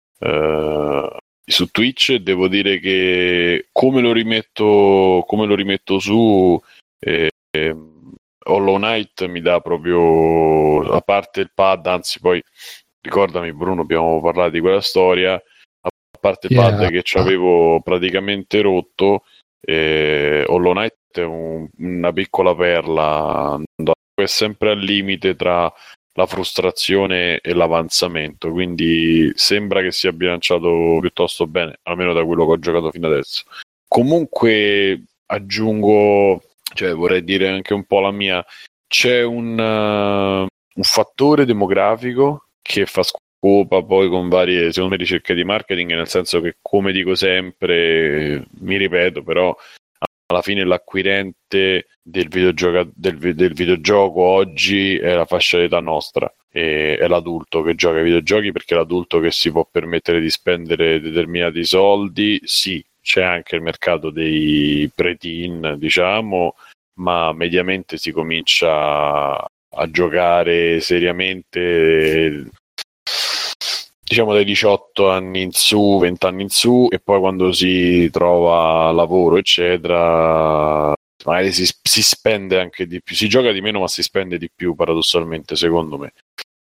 uh, su Twitch. Devo dire che come lo rimetto come lo rimetto su eh, eh, Hollow Knight mi dà proprio, a parte il pad, anzi poi ricordami Bruno, abbiamo parlato di quella storia, a parte il yeah. pad che ci avevo praticamente rotto, eh, Hollow Knight è un, una piccola perla, è sempre al limite tra la frustrazione e l'avanzamento, quindi sembra che sia bilanciato piuttosto bene, almeno da quello che ho giocato fino adesso. Comunque aggiungo, cioè vorrei dire anche un po' la mia, c'è un, uh, un fattore demografico che fa scopa poi con varie, secondo me, ricerche di marketing, nel senso che, come dico sempre, mi ripeto, però alla fine l'acquirente del videogioco, del, del videogioco oggi è la fascia d'età nostra, e, è l'adulto che gioca ai videogiochi, perché è l'adulto che si può permettere di spendere determinati soldi. Sì, c'è anche il mercato dei pre-teen, diciamo, ma mediamente si comincia a giocare seriamente, diciamo, dai diciotto anni in su, venti anni in su, e poi quando si trova lavoro eccetera magari si, si spende anche di più, si gioca di meno ma si spende di più, paradossalmente, secondo me,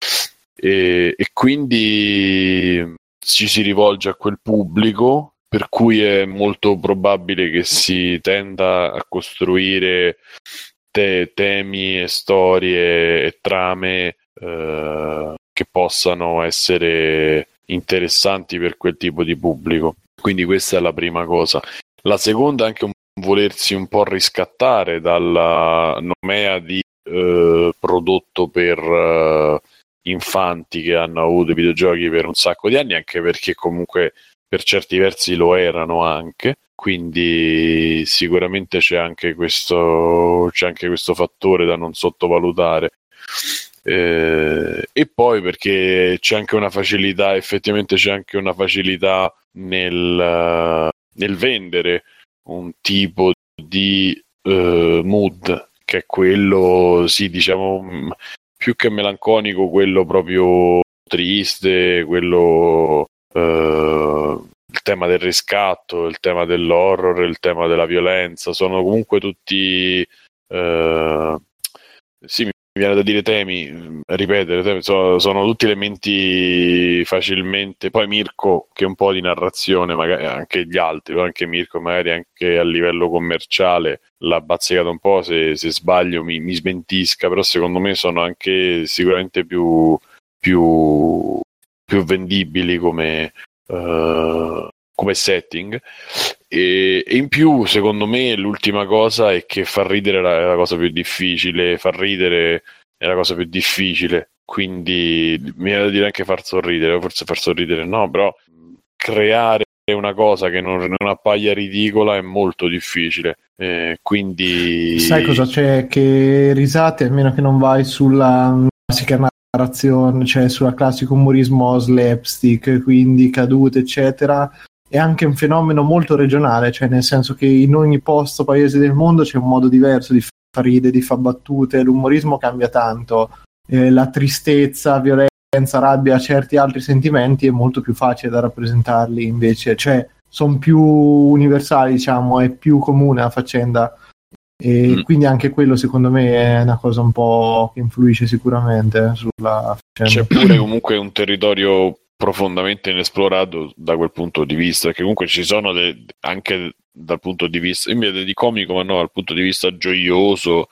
e, e quindi ci si rivolge a quel pubblico, per cui è molto probabile che si tenda a costruire te, temi e storie e trame eh, che possano essere interessanti per quel tipo di pubblico. Quindi questa è la prima cosa. La seconda è anche un volersi un po' riscattare dalla nomea di eh, prodotto per eh, infanti che hanno avuto i videogiochi per un sacco di anni, anche perché comunque per certi versi lo erano anche, quindi sicuramente c'è anche questo, c'è anche questo fattore da non sottovalutare. Eh, e poi perché c'è anche una facilità, effettivamente c'è anche una facilità nel, nel vendere un tipo di uh, mood, che è quello, sì, diciamo, più che melanconico, quello proprio triste, quello uh, il tema del riscatto, il tema dell'horror, il tema della violenza, sono comunque tutti uh, sì, mi viene da dire temi, ripetere, temi, sono, sono tutti elementi facilmente. Poi Mirko, che un po' di narrazione, magari anche gli altri, anche Mirko magari anche a livello commerciale l'ha bazzicato un po', se, se sbaglio mi, mi smentisca, però secondo me sono anche sicuramente più, più, più vendibili come, uh, come setting. E, e in più, secondo me, l'ultima cosa è che far ridere è la cosa più difficile, far ridere è la cosa più difficile, quindi mi viene da dire anche far sorridere, forse far sorridere no, però creare una cosa che non, non appaia ridicola è molto difficile, eh, quindi... Sai cosa c'è? Che risate, almeno che non vai sulla classica narrazione, cioè sulla classico umorismo slapstick, quindi cadute, eccetera, è anche un fenomeno molto regionale, cioè nel senso che in ogni posto, paese del mondo c'è un modo diverso di far ridere, di far battute, l'umorismo cambia tanto, eh, la tristezza, violenza, rabbia, certi altri sentimenti è molto più facile da rappresentarli invece, cioè sono più universali, diciamo, è più comune la faccenda, e mm. quindi anche quello secondo me è una cosa un po' che influisce sicuramente sulla faccenda. C'è pure comunque un territorio profondamente inesplorato da quel punto di vista, perché comunque ci sono de- anche dal punto di vista invece di comico, ma no, dal punto di vista gioioso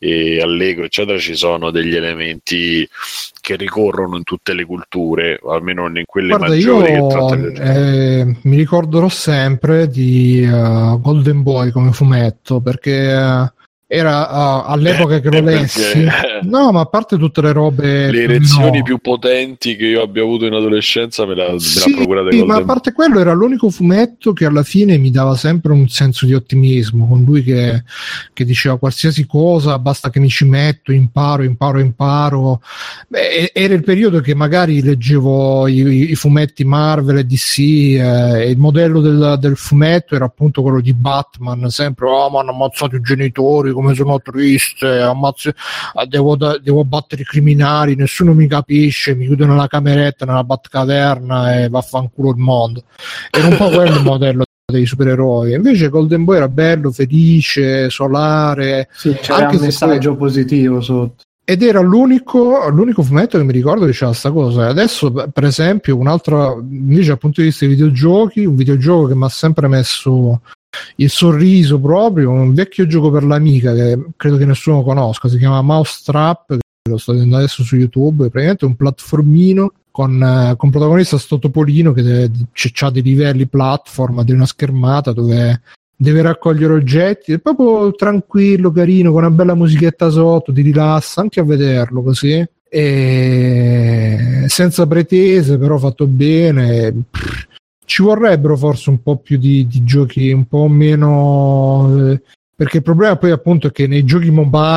e allegro eccetera, ci sono degli elementi che ricorrono in tutte le culture, almeno in quelle Guarda, maggiori io, che eh, mi ricorderò sempre di uh, Golden Boy come fumetto, perché uh, era uh, all'epoca che lo lessi, no, ma a parte tutte le robe, le erezioni no. più potenti che io abbia avuto in adolescenza me l'ha, sì, me l'ha procurata sì, Golden. ma a parte quello era l'unico fumetto che alla fine mi dava sempre un senso di ottimismo, con lui che, che diceva qualsiasi cosa basta che mi ci metto, imparo, imparo, imparo. Beh, era il periodo che magari leggevo i, i fumetti Marvel e D C, eh, e il modello del, del fumetto era appunto quello di Batman, sempre oh, mi hanno ammazzato i genitori, come sono triste, ammazzo, devo, devo battere i criminali, nessuno mi capisce, mi chiudo nella cameretta, nella Batcaverna e vaffanculo il mondo. Era un po' quello il modello dei supereroi. Invece Golden Boy era bello, felice, solare, sì, c'era anche un messaggio poi... positivo sotto. Ed era l'unico, l'unico fumetto che mi ricordo che c'era sta cosa. Adesso, per esempio, un altro, invece dal punto di vista dei videogiochi, un videogioco che mi ha sempre messo il sorriso proprio, un vecchio gioco per l'Amiga che credo che nessuno conosca, si chiama Mousetrap, che lo sto vedendo adesso su YouTube, è praticamente un platformino con, eh, con protagonista sto topolino che ha dei livelli platform, di una schermata dove deve raccogliere oggetti, è proprio tranquillo, carino, con una bella musichetta sotto, ti rilassa anche a vederlo così, e senza pretese, però fatto bene. Pff, ci vorrebbero forse un po' più di, di giochi un po' meno, eh, perché il problema poi appunto è che nei giochi mobile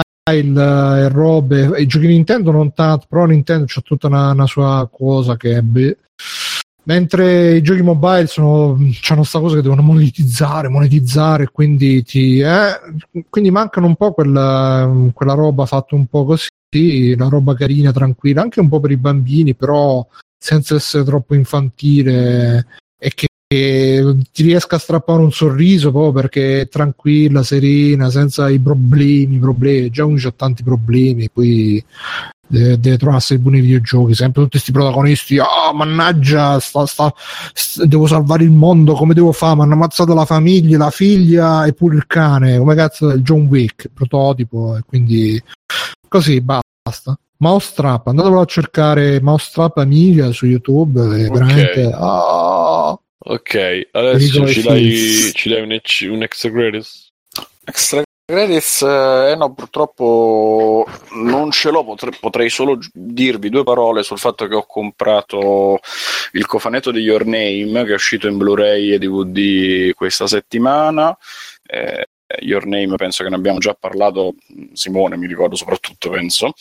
e robe, i giochi Nintendo non tanto, però Nintendo c'ha tutta una, una sua cosa che è beh. Mentre i giochi mobile sono, c'hanno sta cosa che devono monetizzare, monetizzare, quindi ti, eh, quindi mancano un po' quella, quella roba fatta un po' così, la roba carina, tranquilla, anche un po' per i bambini, però senza essere troppo infantile e che, che ti riesca a strappare un sorriso proprio perché è tranquilla, serena, senza i problemi, problemi. Già uno c'ha tanti problemi, poi deve, deve trovarsi buoni videogiochi, sempre tutti questi protagonisti, ah oh, mannaggia, sta, sta, sta, devo salvare il mondo, come devo fare? Mi hanno ammazzato la famiglia, la figlia e pure il cane, come cazzo è il John Wick, prototipo, e quindi così basta. Mousetrap, andatelo a cercare Mousetrap Amiga su YouTube, è okay. Veramente oh. Ok, adesso ci dai, ci dai un, un extra credits? Extra credits, eh, no, purtroppo non ce l'ho, potrei, potrei solo dirvi due parole sul fatto che ho comprato il cofanetto di Your Name, che è uscito in Blu-ray e D V D questa settimana. eh, Your Name penso che ne abbiamo già parlato, Simone mi ricordo soprattutto, penso,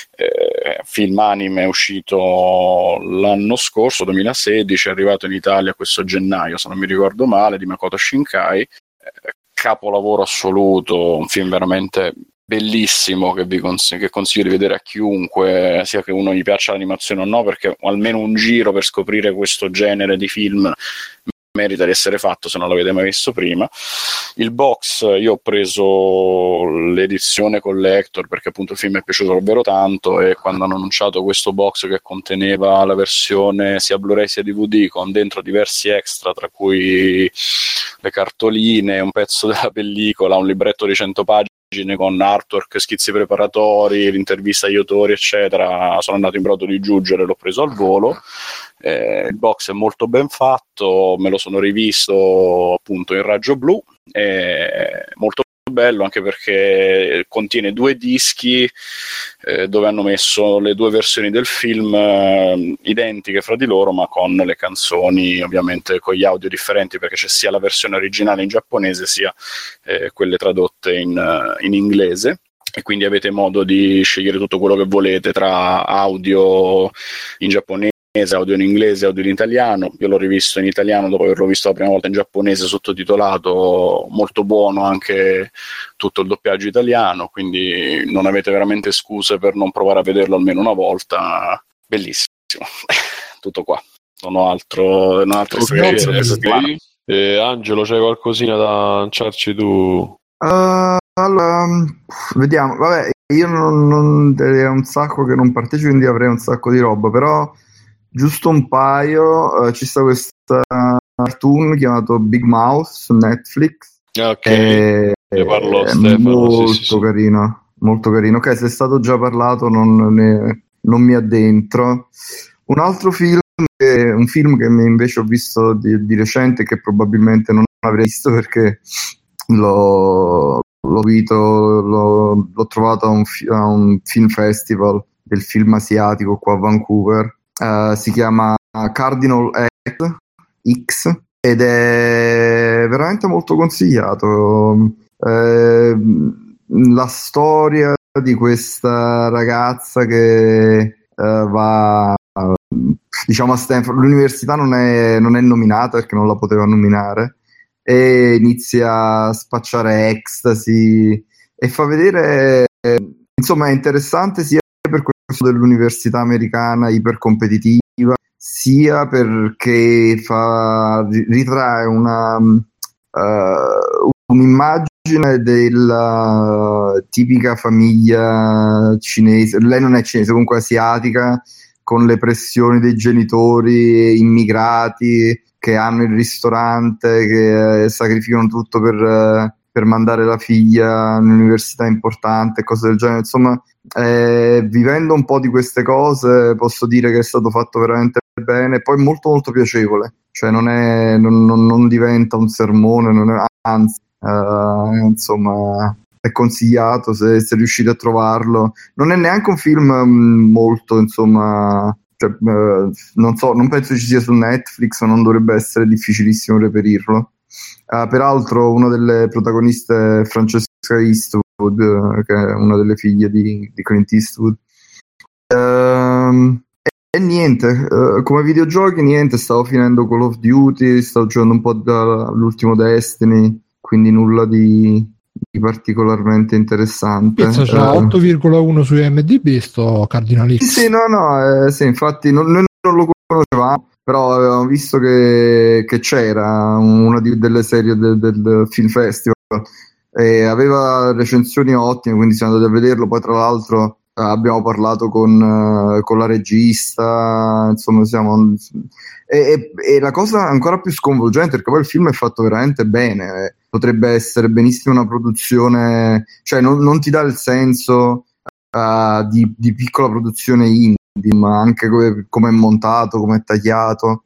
eh, film anime, è uscito l'anno scorso, duemilasedici, è arrivato in Italia questo gennaio se non mi ricordo male, di Makoto Shinkai, eh, capolavoro assoluto, un film veramente bellissimo che vi cons- che consiglio di vedere a chiunque, sia che uno gli piaccia l'animazione o no, perché almeno un giro per scoprire questo genere di film merita di essere fatto se non l'avete mai visto prima. Il box, io ho preso l'edizione collector perché appunto il film mi è piaciuto davvero tanto, e quando hanno annunciato questo box che conteneva la versione sia Blu-ray sia D V D con dentro diversi extra, tra cui le cartoline, un pezzo della pellicola, un libretto di cento pagine con artwork, schizzi preparatori, l'intervista agli autori eccetera, sono andato in brodo di giuggiole, l'ho preso al volo. Eh, il box è molto ben fatto, me lo sono rivisto appunto in raggio blu, è molto bello anche perché contiene due dischi eh, dove hanno messo le due versioni del film eh, identiche fra di loro, ma con le canzoni ovviamente con gli audio differenti, perché c'è sia la versione originale in giapponese sia eh, quelle tradotte in, uh, in inglese, e quindi avete modo di scegliere tutto quello che volete tra audio in giapponese, audio in inglese, audio in italiano. Io l'ho rivisto in italiano dopo averlo visto la prima volta in giapponese sottotitolato, molto buono anche tutto il doppiaggio italiano, quindi non avete veramente scuse per non provare a vederlo almeno una volta. Bellissimo. Tutto qua, non ho altro, non ho altre okay, eh, Angelo, c'hai qualcosina da lanciarci tu? Uh, allora, vediamo, vabbè, io non, non è un sacco che non partecipo, quindi avrei un sacco di roba, però giusto un paio. Uh, ci sta questa cartoon chiamato Big Mouth su Netflix. Ok, e, ne parlo è Stefano, molto sì, sì, sì. carino, molto carino. Ok, se è stato già parlato non, ne, non mi addentro. Un altro film, è un film che invece ho visto di, di recente, che probabilmente non avrei visto perché l'ho, l'ho, visto, l'ho, l'ho trovato a un, a un film festival del film asiatico qua a Vancouver. Uh, si chiama Cardinal X ed è veramente molto consigliato. Eh, la storia di questa ragazza che uh, va diciamo a Stanford, l'università non è, non è nominata perché non la poteva nominare, e inizia a spacciare ecstasy e fa vedere, insomma è interessante sia per questo dell'università americana ipercompetitiva, sia perché fa, ritrae una, uh, un'immagine della tipica famiglia cinese, lei non è cinese, comunque asiatica, con le pressioni dei genitori immigrati che hanno il ristorante, che eh, sacrificano tutto per, eh, per mandare la figlia in un'università importante, cose del genere. Insomma, eh, vivendo un po' di queste cose, posso dire che è stato fatto veramente bene, e poi molto molto piacevole, cioè non, è, non, non, non diventa un sermone, non è, anzi, eh, insomma, è consigliato se, se riuscite a trovarlo. Non è neanche un film mh, molto, insomma, cioè, eh, non so, non penso ci sia su Netflix, ma non dovrebbe essere difficilissimo reperirlo. Uh, peraltro una delle protagoniste è Francesca Eastwood, uh, che è una delle figlie di, di Clint Eastwood. Uh, e, e niente, uh, come videogiochi niente, stavo finendo Call of Duty, stavo giocando un po' dall'ultimo Destiny, quindi nulla di di particolarmente interessante. Pizza c'ha eh, otto virgola uno su I M D B, sto Cardinal X. Sì, no, no, eh, sì, infatti non, noi non lo conoscevamo, però avevamo visto che, che c'era una di, delle serie del, del Film Festival e aveva recensioni ottime, quindi siamo andati a vederlo. Poi tra l'altro eh, abbiamo parlato con, uh, con la regista, insomma siamo... E, e, e la cosa ancora più sconvolgente, perché poi il film è fatto veramente bene, eh. Potrebbe essere benissimo una produzione, cioè non, non ti dà il senso uh, di, di piccola produzione indie, ma anche come, come è montato, come è tagliato.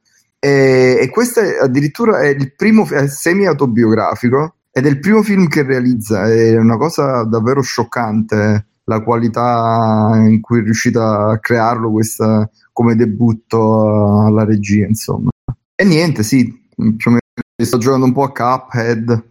E, e questo è, addirittura è il primo, è semi-autobiografico ed è il primo film che realizza. È una cosa davvero scioccante la qualità in cui è riuscita a crearlo, questa come debutto alla regia, insomma. E niente, sì, più o meno sto giocando un po' a Cuphead.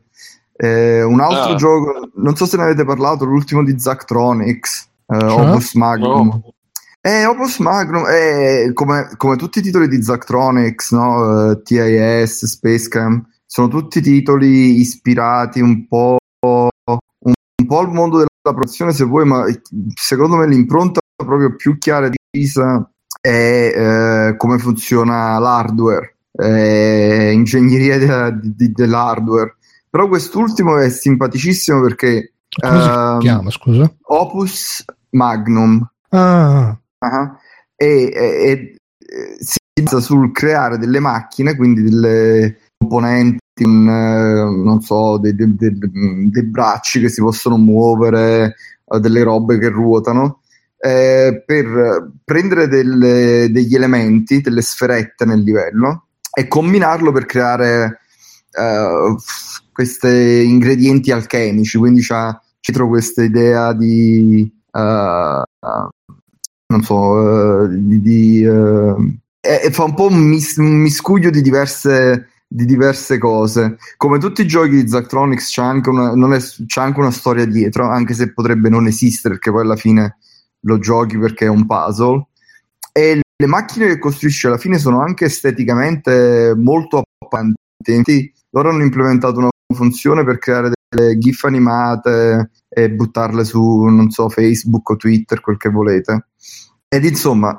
Eh, un altro ah. gioco, non so se ne avete parlato, l'ultimo di Zachtronics, eh, cioè? Opus Magnum. Oh. Eh, Opus Magnum è come, come tutti i titoli di Zachtronics, no? uh, T I S, Spacecam, sono tutti titoli ispirati un po', un, un po' al mondo della produzione, se vuoi, ma secondo me l'impronta proprio più chiara e decisa è eh, come funziona l'hardware, eh, ingegneria de, de, de, dell'hardware. Però quest'ultimo è simpaticissimo perché come uh, si chiama, scusa? Opus Magnum. Ah. Uh-huh. E, e, e si basa sul creare delle macchine, quindi delle componenti, un, non so, dei, dei, dei, dei bracci che si possono muovere, delle robe che ruotano, eh, per prendere delle, degli elementi, delle sferette nel livello e combinarlo per creare uh, questi ingredienti alchemici. Quindi c'ha dietro questa idea di uh, uh, non so uh, di, di uh, e fa un po' un, mis- un miscuglio di diverse di diverse cose. Come tutti i giochi di Zachtronics c'è anche una, non è, c'è anche una storia dietro, anche se potrebbe non esistere, perché poi alla fine lo giochi perché è un puzzle. E le macchine che costruisci alla fine sono anche esteticamente molto appaganti. Loro hanno implementato una funzione per creare delle gif animate e buttarle su, non so, Facebook o Twitter, quel che volete. Ed insomma,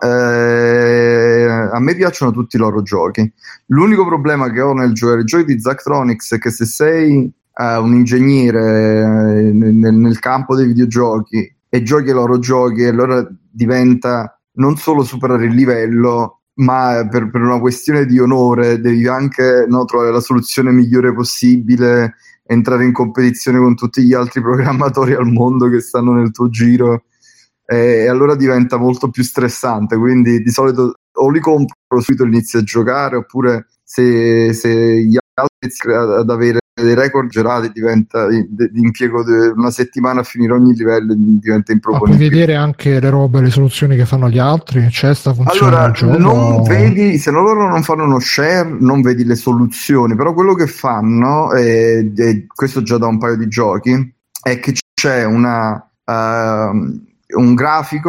eh, a me piacciono tutti i loro giochi. L'unico problema che ho nel giocare i giochi di Zachtronics è che se sei eh, un ingegnere eh, nel, nel campo dei videogiochi e giochi i loro giochi, allora diventa non solo superare il livello, ma per, per una questione di onore devi anche, no, trovare la soluzione migliore possibile, entrare in competizione con tutti gli altri programmatori al mondo che stanno nel tuo giro, e allora diventa molto più stressante. Quindi di solito o li compro subito e inizio a giocare, oppure se, se gli altri iniziano ad avere dei record gerati diventa l'impiego di una settimana a finire ogni livello, diventa improponibile. Puoi vedere anche le robe, le soluzioni che fanno gli altri? C'è sta funzione allora, del gioco? Non vedi, se loro non fanno uno share non vedi le soluzioni, però quello che fanno, e, e questo già da un paio di giochi, è che c'è una uh, un grafico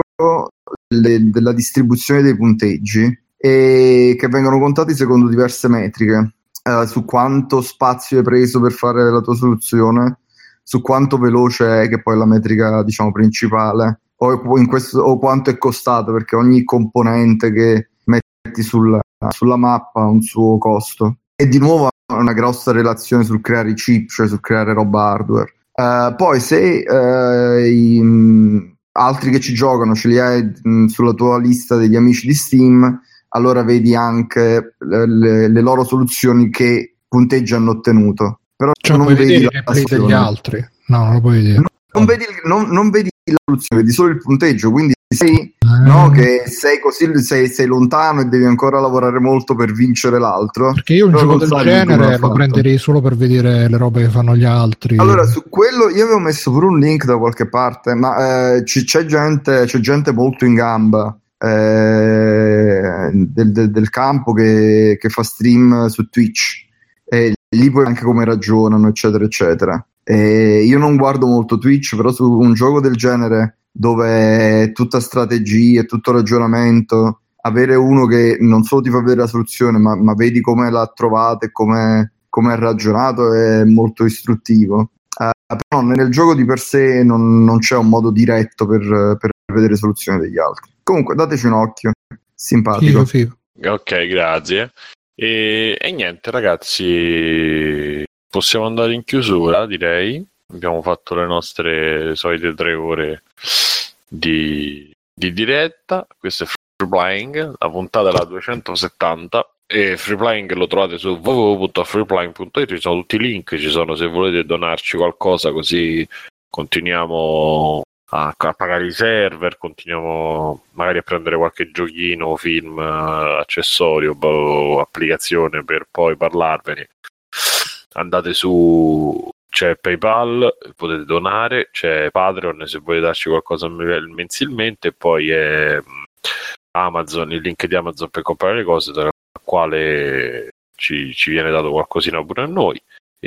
le, della distribuzione dei punteggi, e che vengono contati secondo diverse metriche. Uh, su quanto spazio hai preso per fare la tua soluzione, su quanto veloce è, che poi è la metrica, diciamo, principale, o, in questo, o quanto è costato, perché ogni componente che metti sulla, sulla mappa ha un suo costo. e di nuovo ha una grossa relazione sul creare i chip, cioè sul creare roba hardware. Uh, poi se uh, i, mh, altri che ci giocano ce li hai mh, sulla tua lista degli amici di Steam, allora vedi anche le, le, le loro soluzioni che punteggi hanno ottenuto. Però cioè, non puoi vedi vedere i replay degli altri. No, non lo puoi vedere. Non, non, vedi, non, non vedi la soluzione, vedi solo il punteggio, quindi sei, eh. no, che sei così, sei, sei lontano e devi ancora lavorare molto per vincere l'altro. Perché io un gioco del genere lo prenderei solo per vedere le robe che fanno gli altri. Allora, su quello io avevo messo pure un link da qualche parte, ma eh, c- c'è gente, c'è gente molto in gamba eh, del, del, del campo che, che fa stream su Twitch, e lì poi anche come ragionano, eccetera, eccetera. E io non guardo molto Twitch, però su un gioco del genere dove è tutta strategia e tutto ragionamento, avere uno che non solo ti fa vedere la soluzione, ma, ma vedi come l'ha trovata e come ha ragionato, è molto istruttivo. Uh, però nel gioco di per sé non, non c'è un modo diretto per, per vedere soluzioni degli altri. Comunque dateci un occhio, simpatico. Figo, figo. Ok, grazie. E, e niente ragazzi, possiamo andare in chiusura, direi. Abbiamo fatto le nostre solite tre ore di, di diretta. Questo è Free Playing, la puntata è la duecentosettanta, e Free Playing lo trovate su w w w punto freeplaying punto it, ci sono tutti i link, ci sono se volete donarci qualcosa, così continuiamo a, a pagare i server, continuiamo magari a prendere qualche giochino, film, accessorio o applicazione per poi parlarvene. Andate su, c'è PayPal, potete donare, c'è Patreon se volete darci qualcosa mensilmente, e poi è Amazon, il link di Amazon per comprare le cose, dalla quale ci, ci viene dato qualcosina pure a noi.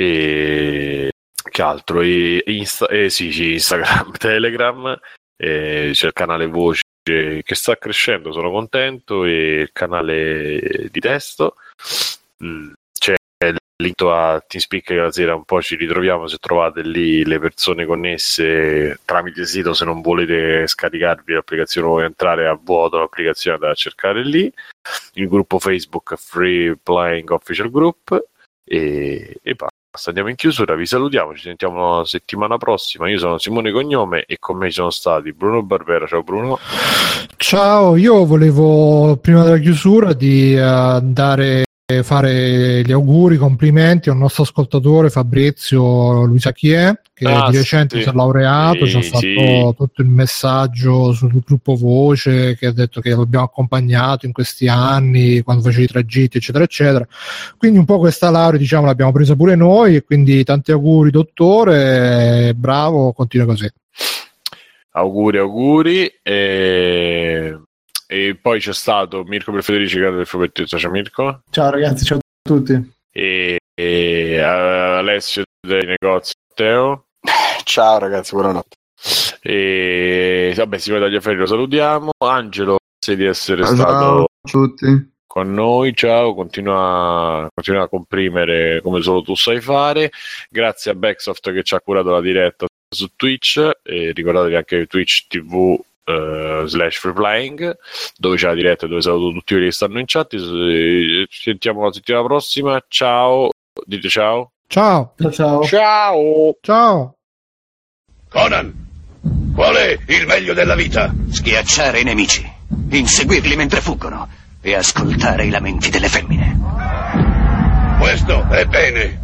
E che altro? E, Insta, eh, sì, sì, Instagram, Telegram, e c'è il canale voce che sta crescendo, sono contento, e il canale di testo. Mm. Link a TeamSpeak, che la sera un po' ci ritroviamo, se trovate lì le persone connesse tramite sito, se non volete scaricarvi l'applicazione o entrare a vuoto l'applicazione da cercare lì, il gruppo Facebook Free Playing Official Group, e, e basta, andiamo in chiusura, vi salutiamo, ci sentiamo la settimana prossima. Io sono Simone Cognome e con me ci sono stati Bruno Barbera. Ciao Bruno. Ciao, io volevo prima della chiusura di uh, dare fare gli auguri, i complimenti a un nostro ascoltatore, Fabrizio Luisa Chiè, che ah, di recente sì. si è laureato, sì, ci ha fatto sì. tutto il messaggio sul gruppo Voce, che ha detto che l'abbiamo accompagnato in questi anni quando faceva i tragitti, eccetera eccetera. Quindi un po' questa laurea, diciamo, l'abbiamo presa pure noi, e quindi tanti auguri dottore, bravo, continua così. Auguri, auguri. E... E poi c'è stato Mirko per Federici, che del Fubettezza. Ciao Mirko. Ciao ragazzi, ciao a tutti. E, e Alessio dei negozi, Teo. Ciao ragazzi, buonanotte. E vabbè, Simone Tagliaferri lo salutiamo. Angelo, grazie di essere ciao, stato ciao a tutti. Con noi, ciao, continua, continua a comprimere come solo tu sai fare. Grazie a Backsoft che ci ha curato la diretta su Twitch, e ricordatevi anche Twitch tivù Uh, slash free playing, dove c'è la diretta, dove saluto tutti quelli che stanno in chat. Ci sentiamo la settimana prossima. Ciao, dite ciao. Ciao. Ciao. Ciao. Ciao. Conan, qual è il meglio della vita? Schiacciare i nemici, inseguirli mentre fuggono e ascoltare i lamenti delle femmine. Questo è bene.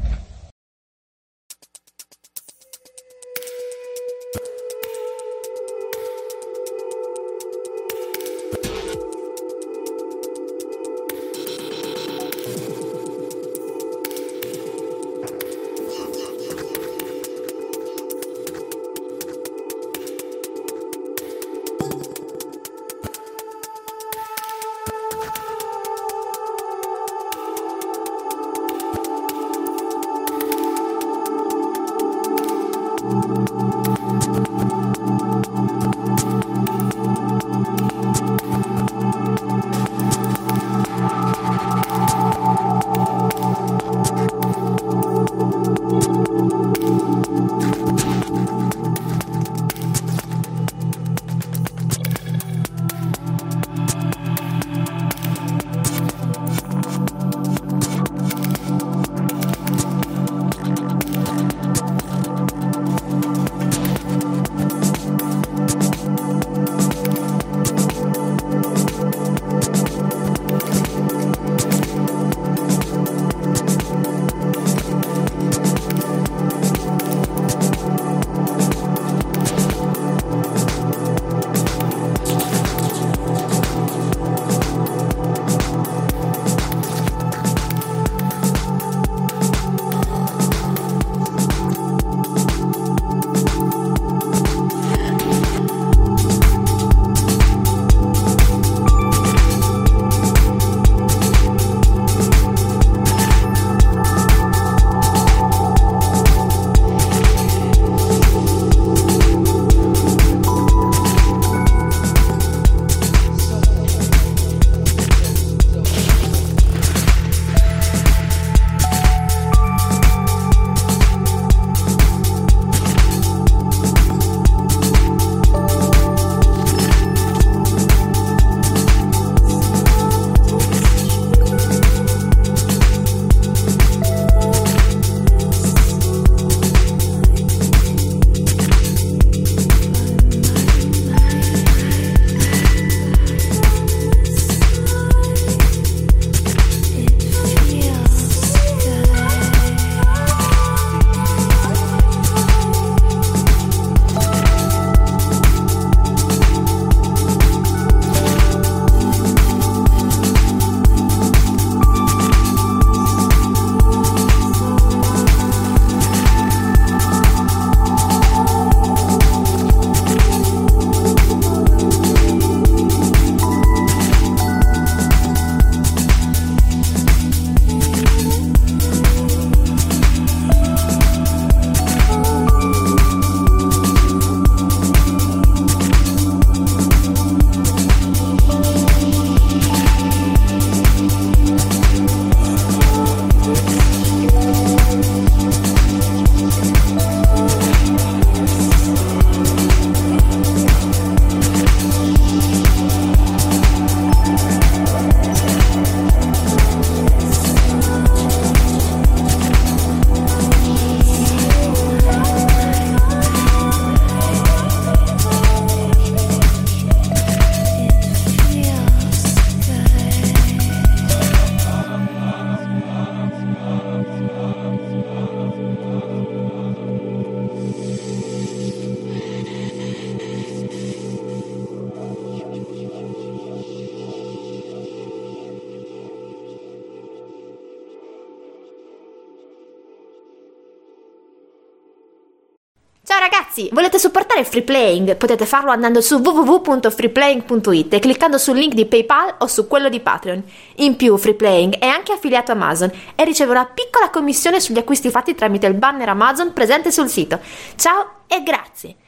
Ragazzi, volete supportare Free Playing? Potete farlo andando su w w w punto free playing punto i t e cliccando sul link di PayPal o su quello di Patreon. In più, Free Playing è anche affiliato a Amazon e riceve una piccola commissione sugli acquisti fatti tramite il banner Amazon presente sul sito. Ciao e grazie!